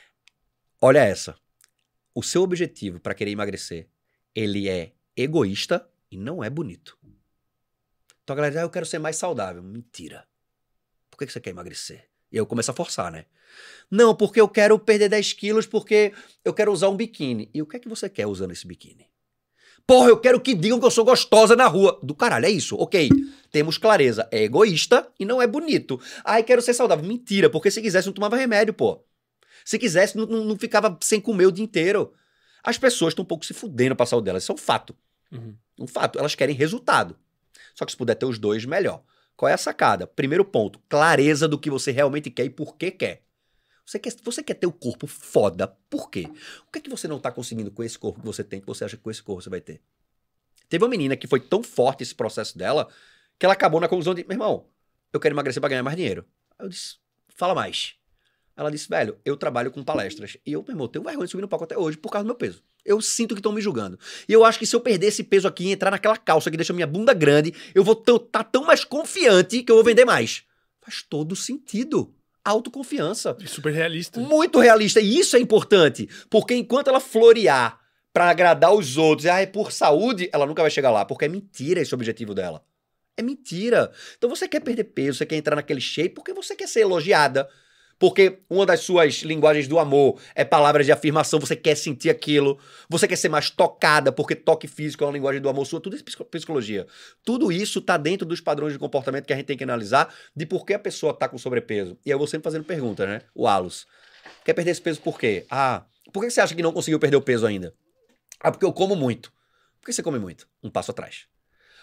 Olha essa. O seu objetivo pra querer emagrecer, ele é egoísta e não é bonito. Então a galera diz, eu quero ser mais saudável. Mentira. Por que você quer emagrecer? E eu começo a forçar, né? Não, porque eu quero perder 10 quilos porque eu quero usar um biquíni. E o que é que você quer usando esse biquíni? Porra, eu quero que digam que eu sou gostosa na rua. Do caralho, é isso. Ok, temos clareza. É egoísta e não é bonito. Ai, quero ser saudável. Mentira, porque se quisesse não tomava remédio, pô. Se quisesse não ficava sem comer o dia inteiro. As pessoas estão um pouco se fudendo pra saúde delas. Isso é um fato. Um fato. Elas querem resultado. Só que se puder ter os dois, melhor. Qual é a sacada? Primeiro ponto, clareza do que você realmente quer e por que quer. Você quer ter o corpo foda, por quê? O que é que você não tá conseguindo com esse corpo que você tem, que você acha que com esse corpo você vai ter? Teve uma menina que foi tão forte esse processo dela, que ela acabou na conclusão de, meu irmão, eu quero emagrecer pra ganhar mais dinheiro. Aí eu disse, fala mais. Ela disse, velho, eu trabalho com palestras. E eu, meu irmão, tenho vergonha de subir no palco até hoje por causa do meu peso. Eu sinto que estão me julgando. E eu acho que se eu perder esse peso aqui e entrar naquela calça que deixa minha bunda grande, eu vou estar tão mais confiante que eu vou vender mais. Faz todo sentido. Autoconfiança. E super realista. Muito realista. E isso é importante. Porque enquanto ela florear pra agradar os outros, é por saúde, ela nunca vai chegar lá. Porque é mentira esse objetivo dela. É mentira. Então você quer perder peso, você quer entrar naquele shape porque você quer ser elogiada. Porque uma das suas linguagens do amor é palavras de afirmação, você quer sentir aquilo, você quer ser mais tocada, porque toque físico é uma linguagem do amor sua, tudo isso é psicologia. Tudo isso tá dentro dos padrões de comportamento que a gente tem que analisar de por que a pessoa tá com sobrepeso. E aí eu vou sempre fazendo perguntas, né? O ALUS. Quer perder esse peso por quê? Por que você acha que não conseguiu perder o peso ainda? Porque eu como muito. Por que você come muito? Um passo atrás.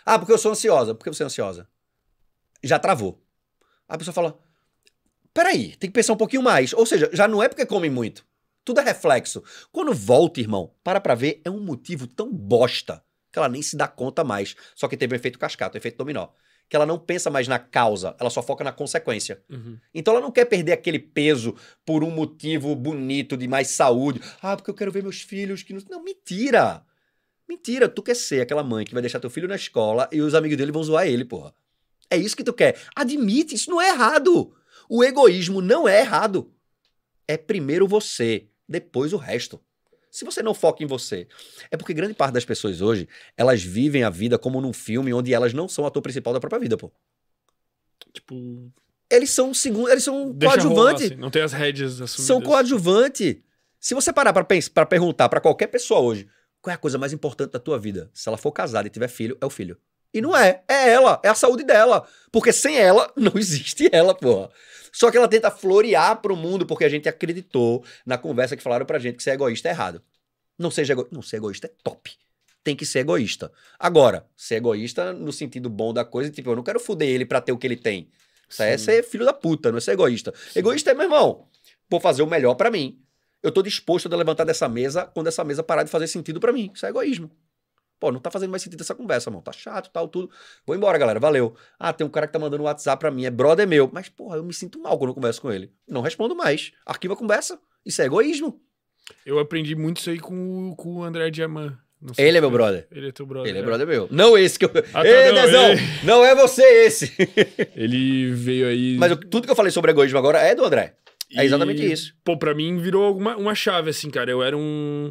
Ah, porque eu sou ansiosa. Por que você é ansiosa? Já travou. A pessoa fala, peraí, tem que pensar um pouquinho mais. Ou seja, já não é porque come muito. Tudo é reflexo. Quando volta, irmão, para ver, é um motivo tão bosta que ela nem se dá conta mais. Só que teve um efeito cascata, um efeito dominó. Que ela não pensa mais na causa, ela só foca na consequência. Então ela não quer perder aquele peso por um motivo bonito de mais saúde. Ah, porque eu quero ver meus filhos que não... Não, mentira! Mentira, tu quer ser aquela mãe que vai deixar teu filho na escola e os amigos dele vão zoar ele, porra. É isso que tu quer. Admite, isso não é errado. O egoísmo não é errado. É primeiro você, depois o resto. Se você não foca em você. É porque grande parte das pessoas hoje, elas vivem a vida como num filme onde elas não são o ator principal da própria vida, pô. Tipo... Eles são coadjuvante. Assim, não tem as rédeas assumidas. São coadjuvante. Se você parar pra perguntar pra qualquer pessoa hoje, qual é a coisa mais importante da tua vida? Se ela for casada e tiver filho, é o filho. E não é. É ela. É a saúde dela. Porque sem ela, não existe ela, porra. Só que ela tenta florear pro mundo porque a gente acreditou na conversa que falaram pra gente que ser egoísta é errado. Não seja egoísta. Não, ser egoísta é top. Tem que ser egoísta. Agora, ser egoísta no sentido bom da coisa, tipo, eu não quero foder ele pra ter o que ele tem. Isso é ser filho da puta, não é ser egoísta. Sim. Egoísta é, meu irmão, vou fazer o melhor pra mim. Eu tô disposto a levantar dessa mesa quando essa mesa parar de fazer sentido pra mim. Isso é egoísmo. Pô, não tá fazendo mais sentido essa conversa, mano. Tá chato, tal, tudo. Vou embora, galera. Valeu. Ah, tem um cara que tá mandando um WhatsApp pra mim. É brother meu. Mas, porra, eu me sinto mal quando eu converso com ele. Não respondo mais. Arquiva a conversa. Isso é egoísmo. Eu aprendi muito isso aí com o André Diamant. Ele é meu brother. Ele é teu brother. Ele é brother meu. Não esse que eu... Ah, tá, Ei, não, Dezão! Não é você esse. Ele veio aí... Mas tudo que eu falei sobre egoísmo agora é do André. É exatamente isso. Pô, pra mim virou uma chave, assim, cara. Eu era um...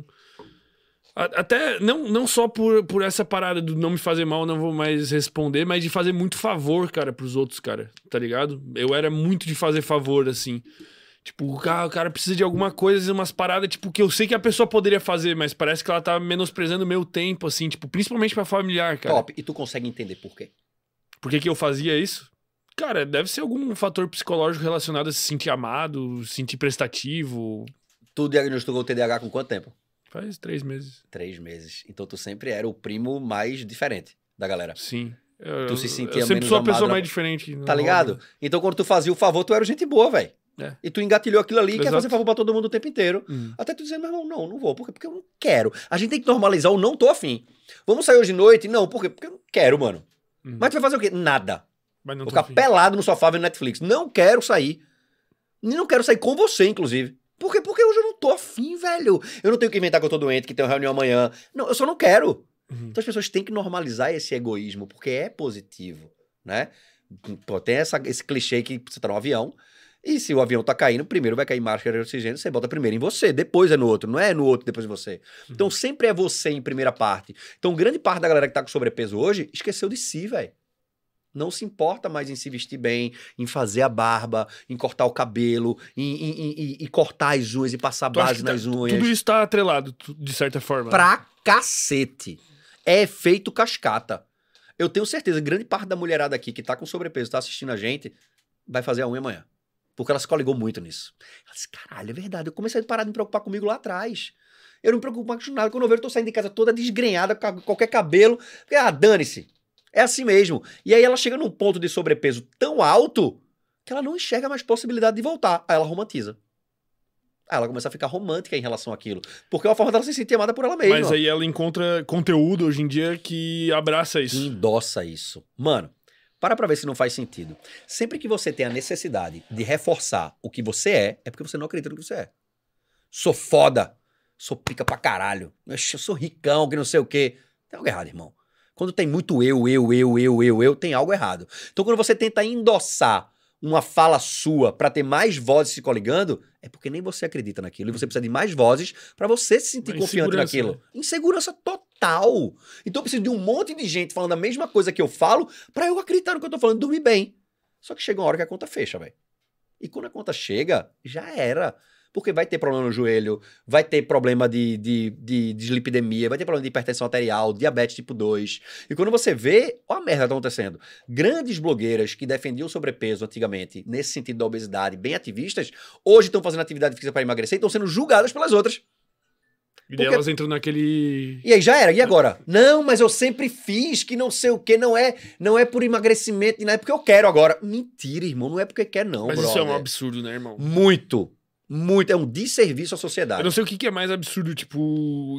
Até, não só por essa parada do não me fazer mal, não vou mais responder, mas de fazer muito favor, cara, pros outros, cara, tá ligado? Eu era muito de fazer favor, assim. Tipo, o cara precisa de alguma coisa, umas paradas, tipo, que eu sei que a pessoa poderia fazer, mas parece que ela tá menosprezando o meu tempo, assim, tipo, principalmente pra familiar, cara. Top. E tu consegue entender por quê? Por que eu fazia isso? Cara, deve ser algum fator psicológico relacionado a se sentir amado, se sentir prestativo. Tu diagnosticou o TDAH com quanto tempo? Faz 3 meses. 3 meses. Então tu sempre era o primo mais diferente da galera. Sim. Tu se sentia eu sempre menos sou a pessoa amado, mais diferente. Tá ligado? Roda. Então quando tu fazia o favor, tu era gente boa, velho. É. E tu engatilhou aquilo ali e Exato. quer fazer favor pra todo mundo o tempo inteiro. Até tu dizer, meu irmão, não vou. Por quê? Porque eu não quero. A gente tem que normalizar o não tô afim. Vamos sair hoje de noite? Não, por quê? Porque eu não quero, mano. Mas tu vai fazer o quê? Nada. Mas não vou ficar pelado no sofá vendo Netflix. Não quero sair. E não quero sair com você, inclusive. Por quê? Porque hoje eu não tô afim, velho. Eu não tenho que inventar que eu tô doente, que tem uma reunião amanhã. Não, eu só não quero. Então as pessoas têm que normalizar esse egoísmo, porque é positivo, né? Pô, tem esse clichê que você tá no avião, e se o avião tá caindo, primeiro vai cair máscara de oxigênio, você bota primeiro em você, depois é no outro, não é no outro, depois em você. Então sempre é você em primeira parte. Então grande parte da galera que tá com sobrepeso hoje, esqueceu de si, velho. Não se importa mais em se vestir bem, em fazer a barba, em cortar o cabelo, em cortar as unhas e passar base nas unhas. Tudo isso tá atrelado, de certa forma. Pra cacete. É efeito cascata. Eu tenho certeza, grande parte da mulherada aqui que tá com sobrepeso, tá assistindo a gente, vai fazer a unha amanhã. Porque ela se coligou muito nisso. Ela disse, caralho, é verdade. Eu comecei a parar de me preocupar comigo lá atrás. Eu não me preocupo mais com nada. Quando eu vejo, eu tô saindo de casa toda desgrenhada, com qualquer cabelo. Porque, dane-se. É assim mesmo. E aí ela chega num ponto de sobrepeso tão alto que ela não enxerga mais possibilidade de voltar. Aí ela romantiza. Aí ela começa a ficar romântica em relação àquilo. Porque é uma forma dela se sentir amada por ela mesma. Mas aí ela encontra conteúdo hoje em dia que abraça isso. Que endossa isso. Mano, pra ver se não faz sentido. Sempre que você tem a necessidade de reforçar o que você é porque você não acredita no que você é. Sou foda. Sou pica pra caralho. Eu sou ricão, que não sei o quê. Tem algo errado, irmão. Quando tem muito eu, tem algo errado. Então, quando você tenta endossar uma fala sua pra ter mais vozes se coligando, é porque nem você acredita naquilo. E você precisa de mais vozes pra você se sentir confiante naquilo. Né? Insegurança total. Então, eu preciso de um monte de gente falando a mesma coisa que eu falo pra eu acreditar no que eu tô falando e dormir bem. Só que chega uma hora que a conta fecha, velho. E quando a conta chega, já era. Porque vai ter problema no joelho, vai ter problema de dislipidemia, vai ter problema de hipertensão arterial, diabetes tipo 2. E quando você vê, olha a merda que tá acontecendo. Grandes blogueiras que defendiam sobrepeso antigamente, nesse sentido da obesidade, bem ativistas, hoje estão fazendo atividade física para emagrecer e estão sendo julgadas pelas outras. E daí elas entram naquele... E aí já era, e agora? Não, mas eu sempre fiz que não sei o que, não é por emagrecimento, não é porque eu quero agora. Mentira, irmão, não é porque quer não, Mas brother. isso é um absurdo, né, irmão? Muito, é um desserviço à sociedade. Eu não sei o que é mais absurdo, tipo...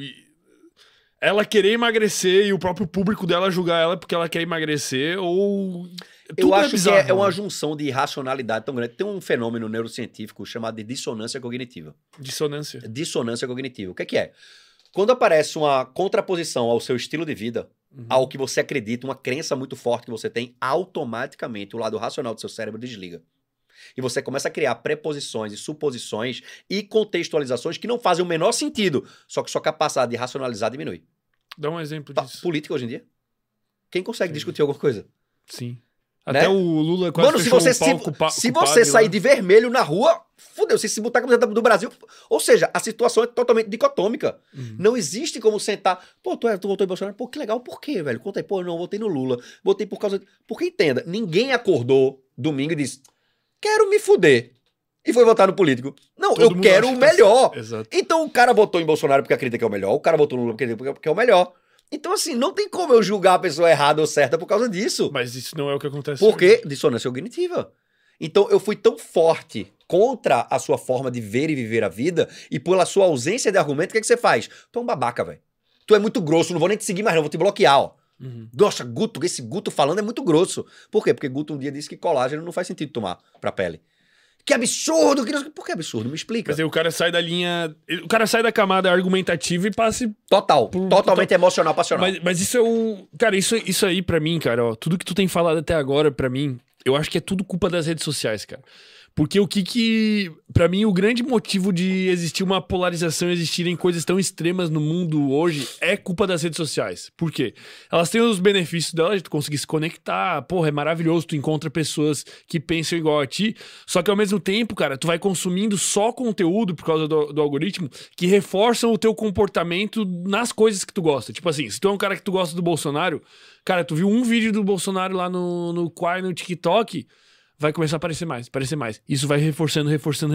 Ela querer emagrecer e o próprio público dela julgar ela porque ela quer emagrecer, ou... Eu acho bizarro, que é uma junção de irracionalidade tão grande. Tem um fenômeno neurocientífico chamado de dissonância cognitiva. Dissonância cognitiva. O que é? Quando aparece uma contraposição ao seu estilo de vida, ao que você acredita, uma crença muito forte que você tem, automaticamente o lado racional do seu cérebro desliga. E você começa a criar preposições e suposições e contextualizações que não fazem o menor sentido, só que sua capacidade de racionalizar diminui. Dá um exemplo disso. Política hoje em dia? Quem consegue discutir alguma coisa? Sim. Até né? O Lula quase Mano, fechou se você sair de vermelho na rua, fudeu, se botar a camiseta do Brasil... Ou seja, a situação é totalmente dicotômica. Não existe como sentar... Pô, tu votou em Bolsonaro? Pô, que legal. Por quê, velho? Conta aí. Pô, não, votei no Lula. Votei por causa... Porque entenda, ninguém acordou domingo e disse... Quero me fuder. E foi votar no político. Não, eu quero o melhor. Então o cara votou em Bolsonaro porque acredita que é o melhor. O cara votou no Lula porque é o melhor. Então, assim, não tem como eu julgar a pessoa errada ou certa por causa disso. Mas isso não é o que acontece. Por quê? Dissonância cognitiva. Então, eu fui tão forte contra a sua forma de ver e viver a vida, e pela sua ausência de argumento, o que você faz? Tu é um babaca, velho. Tu é muito grosso, não vou nem te seguir mais não, vou te bloquear, ó. Nossa, Guto, esse Guto falando é muito grosso. Por quê? Porque Guto um dia disse que colágeno não faz sentido tomar pra pele. Que absurdo! Por que absurdo? Me explica. Mas aí o cara sai da linha... O cara sai da camada argumentativa e passa... Totalmente emocional, passional. Mas isso é o... Cara, isso aí pra mim, cara, ó, tudo que tu tem falado até agora pra mim, eu acho que é tudo culpa das redes sociais, cara. Porque o que pra mim, o grande motivo de existir uma polarização, existirem coisas tão extremas no mundo hoje, é culpa das redes sociais. Por quê? Elas têm os benefícios delas, de tu conseguir se conectar, porra, é maravilhoso, tu encontra pessoas que pensam igual a ti, só que ao mesmo tempo, cara, tu vai consumindo só conteúdo por causa do algoritmo que reforçam o teu comportamento nas coisas que tu gosta. Tipo assim, se tu é um cara que tu gosta do Bolsonaro, cara, tu viu um vídeo do Bolsonaro lá no Quai, no TikTok... vai começar a aparecer mais. Isso vai reforçando,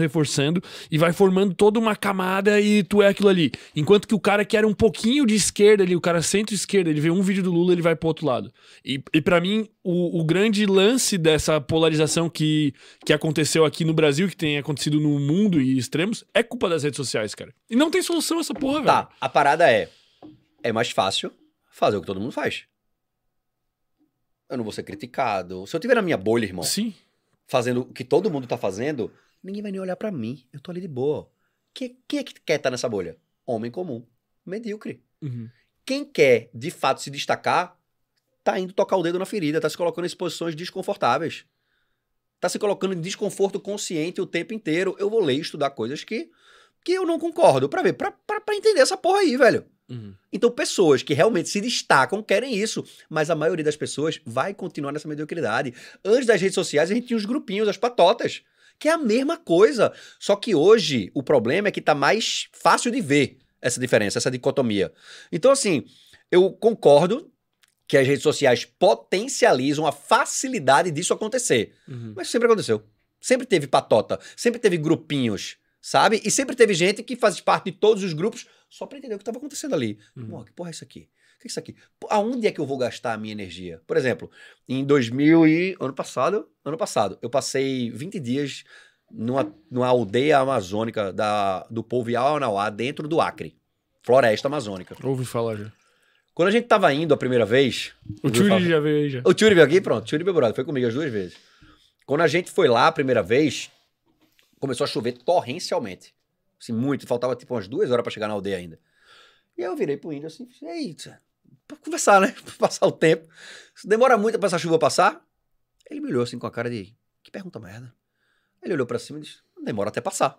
e vai formando toda uma camada e tu é aquilo ali. Enquanto que o cara que era um pouquinho de esquerda ali, o cara centro-esquerda, ele vê um vídeo do Lula, ele vai pro outro lado. E pra mim, o grande lance dessa polarização que aconteceu aqui no Brasil, que tem acontecido no mundo e extremos, é culpa das redes sociais, cara. E não tem solução essa porra, velho. Tá, a parada é mais fácil fazer o que todo mundo faz. Eu não vou ser criticado. Se eu tiver na minha bolha, irmão... Sim. Fazendo o que todo mundo tá fazendo, ninguém vai nem olhar pra mim. Eu tô ali de boa. Quem é que quer estar nessa bolha? Homem comum. Medíocre. Quem quer, de fato, se destacar, tá indo tocar o dedo na ferida, tá se colocando em posições desconfortáveis. Tá se colocando em desconforto consciente o tempo inteiro. Eu vou ler e estudar coisas que eu não concordo, pra ver, pra entender essa porra aí, velho. Então, pessoas que realmente se destacam querem isso, mas a maioria das pessoas vai continuar nessa mediocridade. Antes das redes sociais, a gente tinha os grupinhos, as patotas, que é a mesma coisa. Só que hoje, o problema é que tá mais fácil de ver essa diferença, essa dicotomia. Então, assim, eu concordo que as redes sociais potencializam a facilidade disso acontecer. Mas sempre aconteceu. Sempre teve patota, sempre teve grupinhos, sabe? E sempre teve gente que faz parte de todos os grupos só pra entender o que tava acontecendo ali. Que porra é isso aqui? O que é isso aqui? Aonde é que eu vou gastar a minha energia? Por exemplo, em ano passado, eu passei 20 dias numa aldeia amazônica do povo Yawanawá, dentro do Acre. Floresta amazônica. Ouvi falar já. Quando a gente tava indo a primeira vez... O Tchuri já veio aí já. O Tchuri veio aqui? Pronto. O Tchuri veio brother. Foi comigo as 2 vezes. Quando a gente foi lá a primeira vez, começou a chover torrencialmente. Assim, muito. Faltava tipo umas 2 horas pra chegar na aldeia ainda. E aí eu virei pro índio assim, eita, pra conversar, né? Pra passar o tempo. Se demora muito pra essa chuva passar, ele me olhou assim com a cara de, que pergunta merda. Ele olhou pra cima e disse, demora até passar.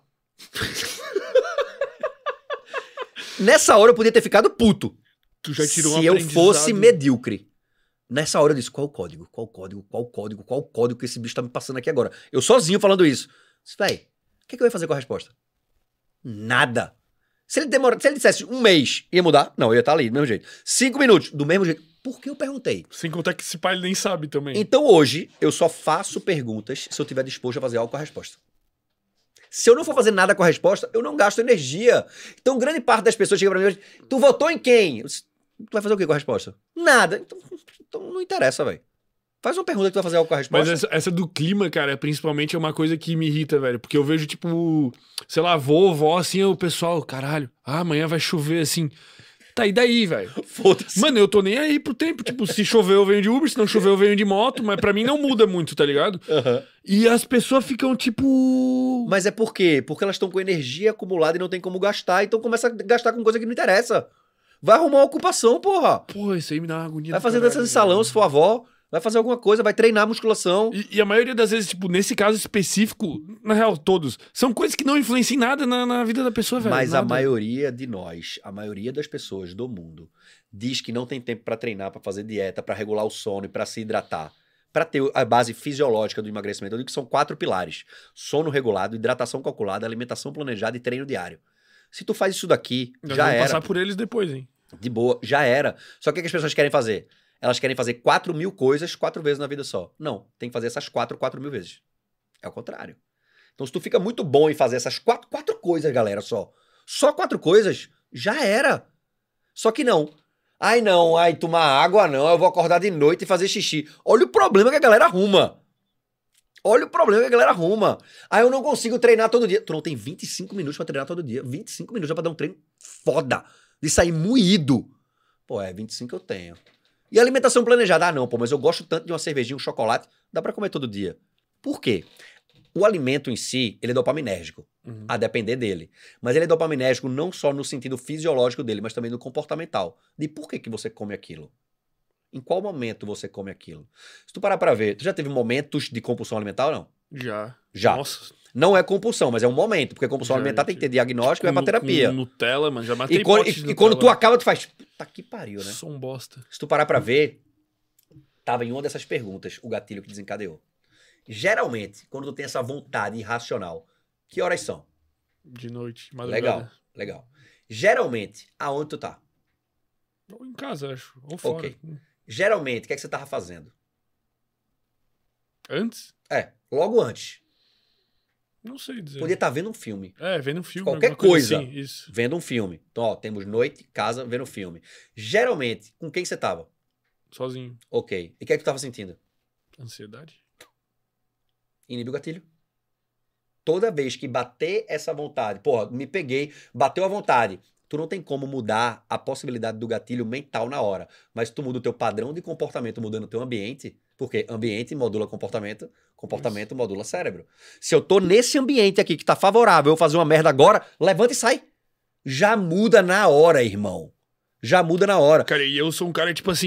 Nessa hora eu podia ter ficado puto. Tu já tirou se eu fosse medíocre. Nessa hora eu disse, qual o código? Qual o código que esse bicho tá me passando aqui agora? Eu sozinho falando isso. Disse, véi, o que eu ia fazer com a resposta? Nada. Se ele dissesse 1 mês, ia mudar? Não, eu ia estar ali, do mesmo jeito. 5 minutos, do mesmo jeito. Por que eu perguntei? Sem contar que esse pai nem sabe também. Então hoje, eu só faço perguntas se eu estiver disposto a fazer algo com a resposta. Se eu não for fazer nada com a resposta, eu não gasto energia. Então, grande parte das pessoas chega pra mim hoje, tu votou em quem? Tu vai fazer o quê com a resposta? Nada. Então não interessa, velho. Faz uma pergunta que tu vai fazer algo com a resposta. Mas essa do clima, cara, principalmente é uma coisa que me irrita, velho. Porque eu vejo, tipo, sei lá, vó, assim, o pessoal, caralho, amanhã vai chover, assim. Tá, e daí, velho? Foda-se. Mano, eu tô nem aí pro tempo. Tipo, se chover eu venho de Uber, se não chover eu venho de moto. Mas pra mim não muda muito, tá ligado? E as pessoas ficam, tipo... Mas é por quê? Porque elas estão com energia acumulada e não tem como gastar. Então começa a gastar com coisa que não interessa. Vai arrumar uma ocupação, porra. Pô, isso aí me dá uma agonia. Vai fazer dança de salão, se for avó. Vai fazer alguma coisa, vai treinar musculação. E a maioria das vezes, tipo, nesse caso específico, na real, todos, são coisas que não influenciam em nada na vida da pessoa, velho. Mas nada. a maioria de nós, a maioria das pessoas do mundo, diz que não tem tempo pra treinar, pra fazer dieta, pra regular o sono e pra se hidratar. Pra ter a base fisiológica do emagrecimento. Eu digo que são 4 pilares. Sono regulado, hidratação calculada, alimentação planejada e treino diário. Se tu faz isso daqui, já era. Passar por eles depois, hein? De boa, já era. Só que o que as pessoas querem fazer? Elas querem fazer 4.000 coisas 4 vezes na vida só. Não, tem que fazer essas 4.000 vezes. É o contrário. Então, se tu fica muito bom em fazer essas 4 coisas, galera, só 4 coisas, já era. Só que não. Ai, tomar água não, eu vou acordar de noite e fazer xixi. Olha o problema que a galera arruma. Aí eu não consigo treinar todo dia. Tu não tem 25 minutos pra treinar todo dia. 25 minutos é pra dar um treino foda. De sair moído. Pô, 25 eu tenho. E alimentação planejada? Ah, não, pô, mas eu gosto tanto de uma cervejinha, um chocolate, dá pra comer todo dia. Por quê? O alimento em si, ele é dopaminérgico, a depender dele. Mas ele é dopaminérgico não só no sentido fisiológico dele, mas também no comportamental. De por que você come aquilo? Em qual momento você come aquilo? Se tu parar pra ver, tu já teve momentos de compulsão alimentar ou não? Já. Nossa. Não é compulsão, mas é um momento, porque compulsão alimentar tem que ter diagnóstico e vai pra terapia. Com Nutella, mano, já matei E quando tu acaba, tu faz, puta que pariu, né? Sou um bosta. Se tu parar pra ver, tava em uma dessas perguntas, o gatilho que desencadeou. Geralmente, quando tu tem essa vontade irracional, que horas são? De noite, madrugada. Legal. Geralmente, aonde tu tá? Ou em casa, acho. Ou fora. Ok. Geralmente, o que é que você tava fazendo? Antes? Logo antes. Não sei dizer. Podia estar vendo um filme. Vendo um filme. Qualquer coisa. Assim, isso. Vendo um filme. Então, ó, temos noite, casa, vendo filme. Geralmente, com quem você tava? Sozinho. Ok. E o que é que tu tava sentindo? Ansiedade. Inibe o gatilho. Toda vez que bater essa vontade, porra, me peguei, bateu a vontade, tu não tem como mudar a possibilidade do gatilho mental na hora. Mas tu muda o teu padrão de comportamento mudando o teu ambiente, porque ambiente modula comportamento, comportamento isso. Modula cérebro. Se eu tô nesse ambiente aqui que tá favorável, eu fazer uma merda agora, levanta e sai. Já muda na hora, irmão. Já muda na hora. Cara, e eu sou um cara, tipo assim,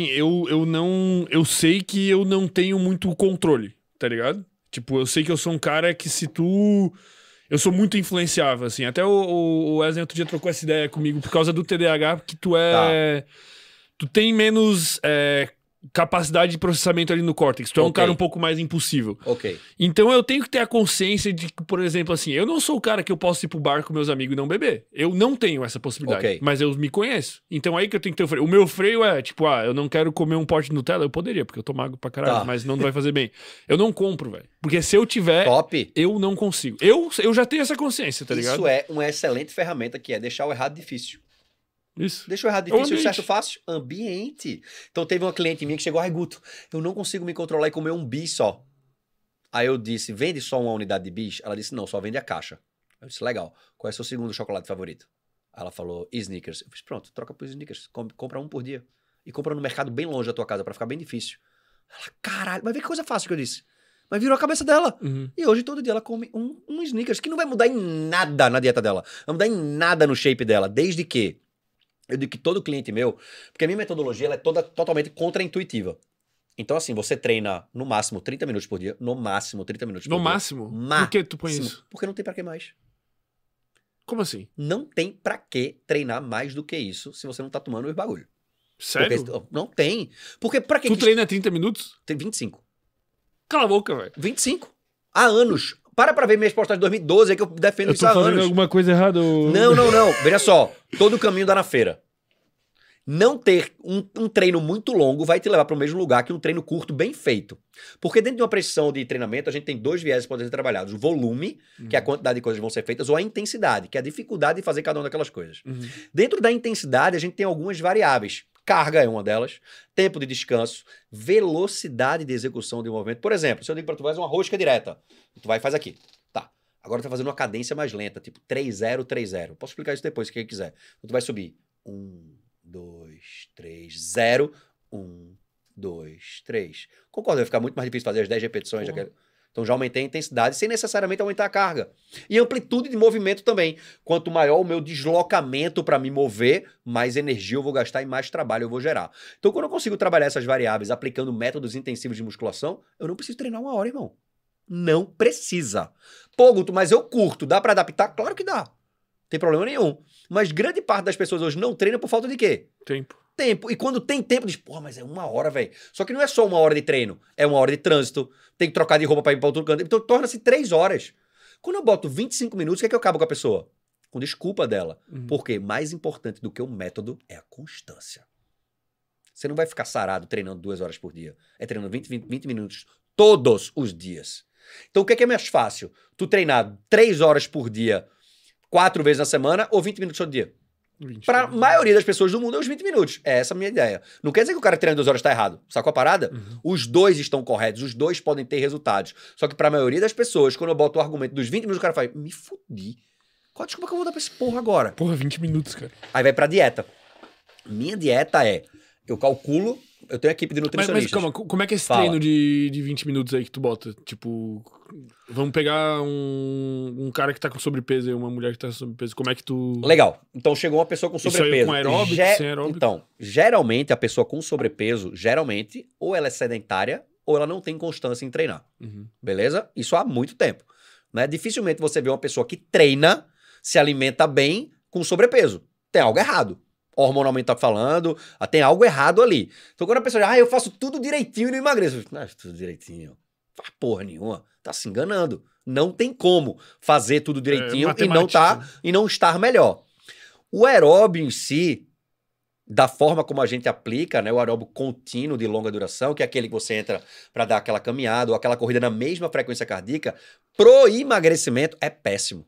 eu sei que eu não tenho muito controle, tá ligado? Tipo, eu sei que eu sou um cara que se tu... Eu sou muito influenciável, assim. Até o Wesley outro dia trocou essa ideia comigo por causa do TDAH, porque tu é... Tá. Tu tem menos capacidade de processamento ali no córtex. Tu é um cara um pouco mais impossível. Ok. Então eu tenho que ter a consciência de que, por exemplo, assim, eu não sou o cara que eu posso ir pro bar com meus amigos e não beber. Eu não tenho essa possibilidade. Mas eu me conheço. Então aí que eu tenho que ter o freio. O meu freio é, tipo, eu não quero comer um pote de Nutella. Eu poderia, porque eu tô magro pra caralho, mas não vai fazer bem. Eu não compro, velho. Porque se eu tiver, eu não consigo. Eu já tenho essa consciência, tá ligado? Isso é uma excelente ferramenta que é deixar o errado difícil. Isso. Deixa o errado difícil e o certo fácil. Ambiente. Então teve uma cliente minha que chegou, Guto, eu não consigo me controlar e comer um bis só. Aí eu disse, vende só uma unidade de bis? Ela disse, não, só vende a caixa. Eu disse, legal. Qual é o seu segundo chocolate favorito? Ela falou, Snickers. Eu disse, pronto, troca por Snickers. Compra um por dia. E compra no mercado bem longe da tua casa pra ficar bem difícil. Ela, caralho, mas vê que coisa fácil que eu disse. Mas virou a cabeça dela. E hoje todo dia ela come um Snickers, que não vai mudar em nada na dieta dela. Não vai mudar em nada no shape dela. Desde que eu digo que todo cliente meu, porque a minha metodologia ela é toda totalmente contra-intuitiva. Então, assim, você treina no máximo 30 minutos por dia. No máximo 30 minutos por dia. No máximo? Por que tu põe isso? Porque não tem pra que mais. Como assim? Não tem pra que treinar mais do que isso se você não tá tomando os bagulho. Sério? Porque, não tem. Porque pra que... Tu treina 30 minutos? Tem 25. Cala a boca, velho. 25. Há anos. Para ver minhas postagens de 2012, é que eu defendo isso há anos. Eu tô fazendo alguma coisa errada ou... Não. Veja só. Todo caminho dá na feira. Não ter um treino muito longo vai te levar para o mesmo lugar que um treino curto bem feito. Porque dentro de uma pressão de treinamento, a gente tem 2 viés que podem ser trabalhados. O volume, que é a quantidade de coisas que vão ser feitas, ou a intensidade, que é a dificuldade de fazer cada uma daquelas coisas. Dentro da intensidade, a gente tem algumas variáveis. Carga é uma delas, tempo de descanso, velocidade de execução de um movimento. Por exemplo, se eu digo para tu, faz uma rosca direta, tu vai e faz aqui. Tá. Agora tu tá fazendo uma cadência mais lenta, tipo 3-0, 3-0. Posso explicar isso depois, se quem quiser. Então tu vai subir 1, 2, 3, 0, 1, 2, 3. Concordo, vai ficar muito mais difícil fazer as 10 repetições. Então já aumentei a intensidade sem necessariamente aumentar a carga. E amplitude de movimento também. Quanto maior o meu deslocamento para me mover, mais energia eu vou gastar e mais trabalho eu vou gerar. Então quando eu consigo trabalhar essas variáveis aplicando métodos intensivos de musculação, eu não preciso treinar 1 hora, irmão. Não precisa. Pô, Guto, mas eu curto. Dá para adaptar? Claro que dá. Não tem problema nenhum. Mas grande parte das pessoas hoje não treina por falta de quê? Tempo. E quando tem tempo, diz, porra, mas é 1 hora, velho. Só que não é só 1 hora de treino. É 1 hora de trânsito. Tem que trocar de roupa pra ir pra outro canto. Então torna-se 3 horas. Quando eu boto 25 minutos, o que é que eu acabo com a pessoa? Com desculpa dela. Porque mais importante do que o método é a constância. Você não vai ficar sarado treinando 2 horas por dia. É treinando 20 minutos todos os dias. Então o que é mais fácil? Tu treinar 3 horas por dia, 4 vezes na semana ou 20 minutos todo dia? Para a maioria das pessoas do mundo é os 20 minutos. É essa a minha ideia. Não quer dizer que o cara treina 2 horas está errado. Sacou a parada? Os dois estão corretos. Os dois podem ter resultados. Só que para a maioria das pessoas, quando eu boto o argumento dos 20 minutos, o cara fala, me fudi. Qual a desculpa que eu vou dar pra esse porra agora? Porra, 20 minutos, cara. Aí vai pra dieta. Minha dieta é, eu calculo, eu tenho equipe de nutricionistas. Mas calma, como é que é esse treino de 20 minutos aí que tu bota? Tipo, vamos pegar um cara que tá com sobrepeso e uma mulher que tá com sobrepeso. Como é que tu... Legal. Então chegou uma pessoa com sobrepeso. Isso aí com aeróbico, sem aeróbico? Então, geralmente a pessoa com sobrepeso, ou ela é sedentária ou ela não tem constância em treinar. Beleza? Isso há muito tempo. Né? Dificilmente você vê uma pessoa que treina, se alimenta bem com sobrepeso. Tem algo errado. Hormonalmente tá falando, tem algo errado ali. Então quando a pessoa diz, eu faço tudo direitinho e não emagreço. Não, tudo direitinho. Faz porra nenhuma. Tá se enganando. Não tem como fazer tudo direitinho e não estar melhor. O aeróbio em si, da forma como a gente aplica, né, o aeróbio contínuo de longa duração, que é aquele que você entra para dar aquela caminhada ou aquela corrida na mesma frequência cardíaca, pro emagrecimento é péssimo.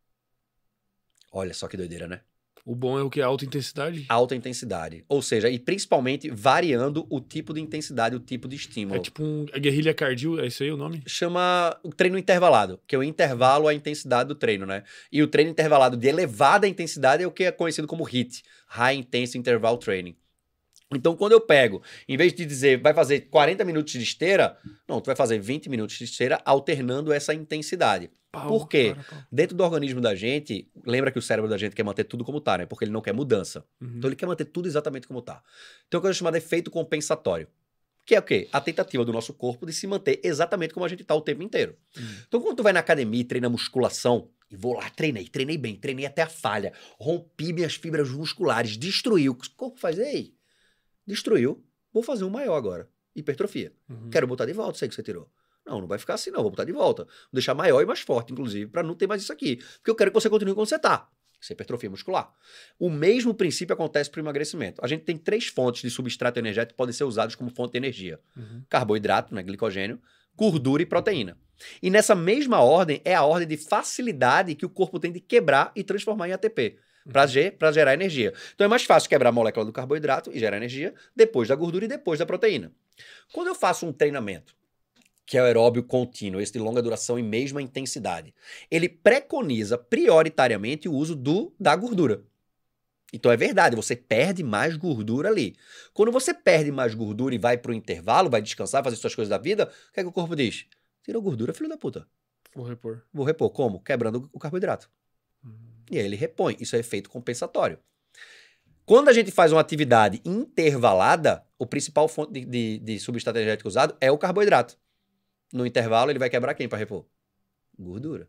Olha só que doideira, né? O bom é o que? Alta intensidade? Alta intensidade. Ou seja, e principalmente variando o tipo de intensidade, o tipo de estímulo. É tipo a guerrilha cardio, é isso aí o nome? Chama o treino intervalado, que é o intervalo à intensidade do treino, né? E o treino intervalado de elevada intensidade é o que é conhecido como HIIT, High Intense Interval Training. Então, quando eu pego, em vez de dizer, vai fazer 40 minutos de esteira, não, tu vai fazer 20 minutos de esteira alternando essa intensidade. Por quê? Dentro do organismo da gente, lembra que o cérebro da gente quer manter tudo como tá, né? Porque ele não quer mudança. Então ele quer manter tudo exatamente como tá. Tem uma coisa chamada efeito compensatório. Que é o quê? A tentativa do nosso corpo de se manter exatamente como a gente tá o tempo inteiro. Então quando tu vai na academia e treina musculação, e vou lá, treinei bem, treinei até a falha, rompi minhas fibras musculares, destruiu. O que o corpo faz? Ei, destruiu, vou fazer um maior agora. Hipertrofia. Quero botar de volta isso aí que você tirou. Não vai ficar assim não, vou botar de volta. Vou deixar maior e mais forte, inclusive, para não ter mais isso aqui. Porque eu quero que você continue como você tá. Isso é hipertrofia muscular. O mesmo princípio acontece para o emagrecimento. A gente tem 3 fontes de substrato energético que podem ser usados como fonte de energia. Carboidrato, né, glicogênio, gordura e proteína. E nessa mesma ordem é a ordem de facilidade que o corpo tem de quebrar e transformar em ATP. Para gerar energia. Então é mais fácil quebrar a molécula do carboidrato e gerar energia depois da gordura e depois da proteína. Quando eu faço um treinamento que é o aeróbio contínuo, esse de longa duração e mesma intensidade, ele preconiza prioritariamente o uso da gordura. Então é verdade, você perde mais gordura ali. Quando você perde mais gordura e vai para o intervalo, vai descansar, fazer suas coisas da vida, o que é que o corpo diz? Tirou gordura, filho da puta. Vou repor. Vou repor. Como? Quebrando o carboidrato. E aí ele repõe. Isso é efeito compensatório. Quando a gente faz uma atividade intervalada, o principal fonte de substrato energético usado é o carboidrato. No intervalo, ele vai quebrar quem para repor? Gordura.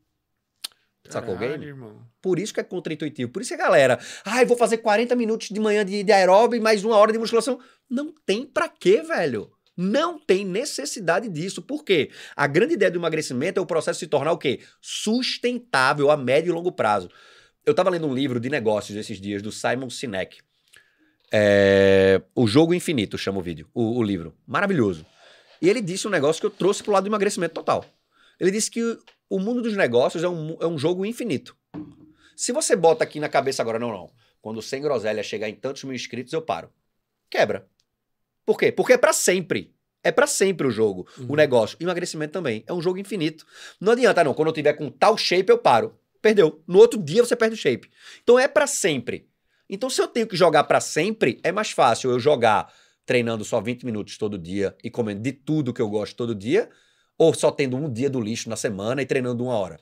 Sacou o game? Irmão. Por isso que é contraintuitivo. Por isso que a galera, eu vou fazer 40 minutos de manhã de aeróbio e mais 1 hora de musculação. Não tem pra quê, velho? Não tem necessidade disso. Por quê? A grande ideia do emagrecimento é o processo se tornar o quê? Sustentável a médio e longo prazo. Eu tava lendo um livro de negócios esses dias, do Simon Sinek. O Jogo Infinito chama o vídeo, o livro. Maravilhoso. E ele disse um negócio que eu trouxe pro lado do emagrecimento total. Ele disse que o mundo dos negócios é um jogo infinito. Se você bota aqui na cabeça agora, não. Quando o Sem Groselha chegar em tantos mil inscritos, eu paro. Quebra. Por quê? Porque é pra sempre. É pra sempre o jogo, o negócio. Emagrecimento também. É um jogo infinito. Não adianta, não. Quando eu tiver com tal shape, eu paro. Perdeu. No outro dia, você perde o shape. Então, é pra sempre. Então, se eu tenho que jogar pra sempre, é mais fácil eu jogar treinando só 20 minutos todo dia e comendo de tudo que eu gosto todo dia, ou só tendo um dia do lixo na semana e treinando 1 hora.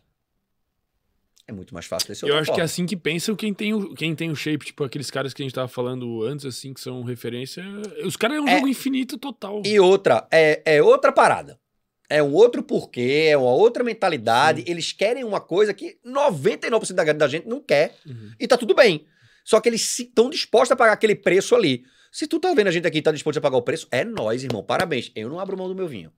É muito mais fácil desse Eu acho que é assim que pensam quem tem o shape, tipo aqueles caras que a gente tava falando antes, assim, que são referência. Os caras é um jogo infinito total. E outra, é outra parada. É um outro porquê, é uma outra mentalidade. Sim. Eles querem uma coisa que 99% da gente não quer. E tá tudo bem. Só que eles estão dispostos a pagar aquele preço ali. Se tu tá vendo a gente aqui e tá disposto a pagar o preço, é nóis, irmão. Parabéns. Eu não abro mão do meu vinho.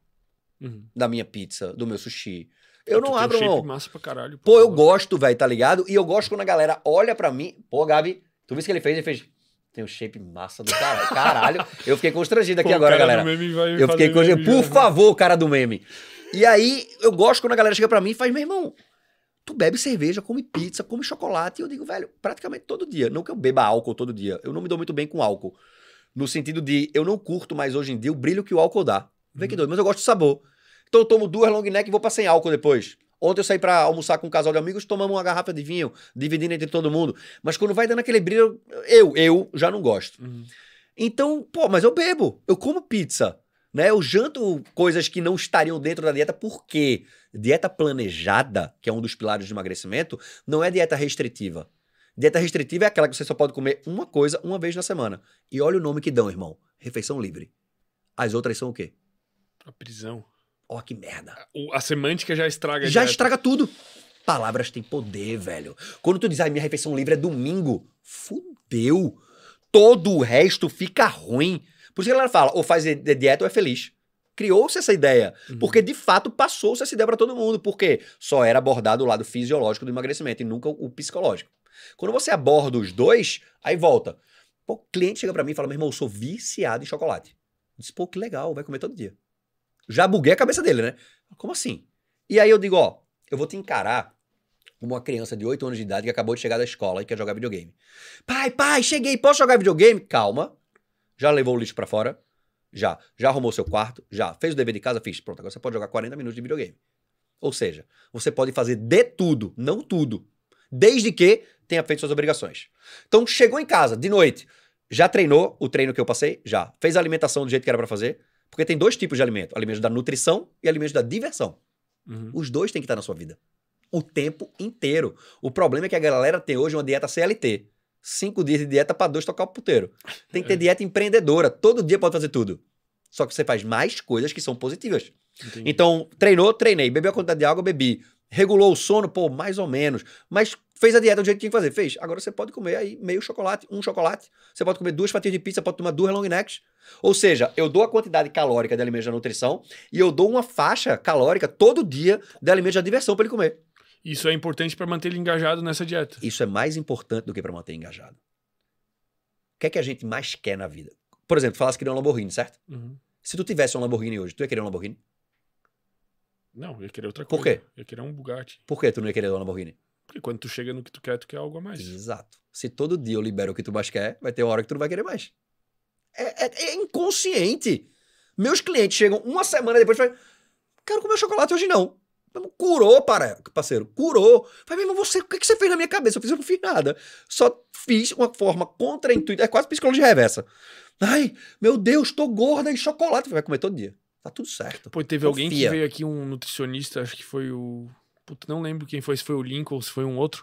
Da minha pizza, do meu sushi. Eu não abro mão. Massa pra caralho. Pô, eu gosto, velho, tá ligado? E eu gosto quando a galera olha pra mim. Pô, Gabi, tu viu o que ele fez? Ele fez... Tem um shape massa do caralho. Caralho. Eu fiquei constrangido aqui agora, galera. Eu fiquei constrangido. Por favor, cara do meme. E aí, eu gosto quando a galera chega pra mim e faz, meu irmão, tu bebe cerveja, come pizza, come chocolate. E eu digo, velho, praticamente todo dia. Não que eu beba álcool todo dia. Eu não me dou muito bem com álcool. No sentido de, eu não curto mais hoje em dia o brilho que o álcool dá. Vê que doido, mas eu gosto do sabor. Então eu tomo 2 long neck e vou pra sem álcool depois. Ontem eu saí pra almoçar com um casal de amigos, tomamos uma garrafa de vinho, dividindo entre todo mundo. Mas quando vai dando aquele brilho, eu já não gosto. Então, pô, mas eu bebo, eu como pizza, né? Eu janto coisas que não estariam dentro da dieta, por quê? Dieta planejada, que é um dos pilares de emagrecimento, não é dieta restritiva. Dieta restritiva é aquela que você só pode comer uma coisa uma vez na semana. E olha o nome que dão, irmão. Refeição livre. As outras são o quê? A prisão. Ó, que merda. A semântica já estraga. Já estraga tudo. Palavras têm poder, velho. Quando tu diz, minha refeição livre é domingo, fudeu. Todo o resto fica ruim. Por isso que a galera fala, ou faz dieta ou é feliz. Criou-se essa ideia. Porque, de fato, passou-se essa ideia pra todo mundo. Porque só era abordado o lado fisiológico do emagrecimento e nunca o psicológico. Quando você aborda os dois, aí volta. Pô, o cliente chega pra mim e fala, meu irmão, eu sou viciado em chocolate. Eu disse, pô, que legal, vai comer todo dia. Já buguei a cabeça dele, né? Como assim? E aí eu digo, ó, eu vou te encarar como uma criança de 8 anos de idade que acabou de chegar da escola e quer jogar videogame. Pai, cheguei, posso jogar videogame? Calma. Já levou o lixo pra fora? Já arrumou seu quarto? Já. Fez o dever de casa? Fiz. Pronto, agora você pode jogar 40 minutos de videogame. Ou seja, você pode fazer de tudo, não tudo. Desde que tenha feito suas obrigações. Então, chegou em casa, de noite, já treinou o treino que eu passei? Já. Fez a alimentação do jeito que era pra fazer? Porque tem 2 tipos de alimento. Alimentos da nutrição e alimentos da diversão. Os 2 têm que estar na sua vida. O tempo inteiro. O problema é que a galera tem hoje uma dieta CLT. 5 dias de dieta para 2 tocar o puteiro. Tem que ter dieta empreendedora. Todo dia pode fazer tudo. Só que você faz mais coisas que são positivas. Entendi. Então, treinou, treinei. Bebeu a quantidade de água, bebi. Regulou o sono, pô, mais ou menos. Mas fez a dieta do jeito que tinha que fazer. Fez. Agora você pode comer aí meio chocolate, um chocolate. Você pode comer 2 fatias de pizza, pode tomar 2 long necks. Ou seja, eu dou a quantidade calórica de alimentos da nutrição e eu dou uma faixa calórica todo dia de alimentos da diversão para ele comer. Isso é importante para manter ele engajado nessa dieta. Isso é mais importante do que para manter engajado. O que é que a gente mais quer na vida? Por exemplo, tu falasse que queria um Lamborghini, certo? Se tu tivesse um Lamborghini hoje, tu ia querer um Lamborghini? Não, eu ia querer outra coisa. Por quê? Eu ia querer um Bugatti. Por que tu não ia querer um Lamborghini? Porque quando tu chega no que tu quer algo a mais. Exato. Se todo dia eu libero o que tu mais quer, vai ter uma hora que tu não vai querer mais. É inconsciente. Meus clientes chegam uma semana depois e falam, quero comer chocolate hoje não. Curou, parceiro. Curou. Falei, meu irmão, o que você fez na minha cabeça? Eu não fiz nada. Só fiz uma forma contra-intuitiva. É quase psicologia reversa. Ai, meu Deus, tô gorda e chocolate. Vai comer todo dia. Tá tudo certo. Pô, teve alguém que veio aqui, um nutricionista, acho que foi o... Puta, não lembro quem foi, se foi o Lincoln ou se foi um outro,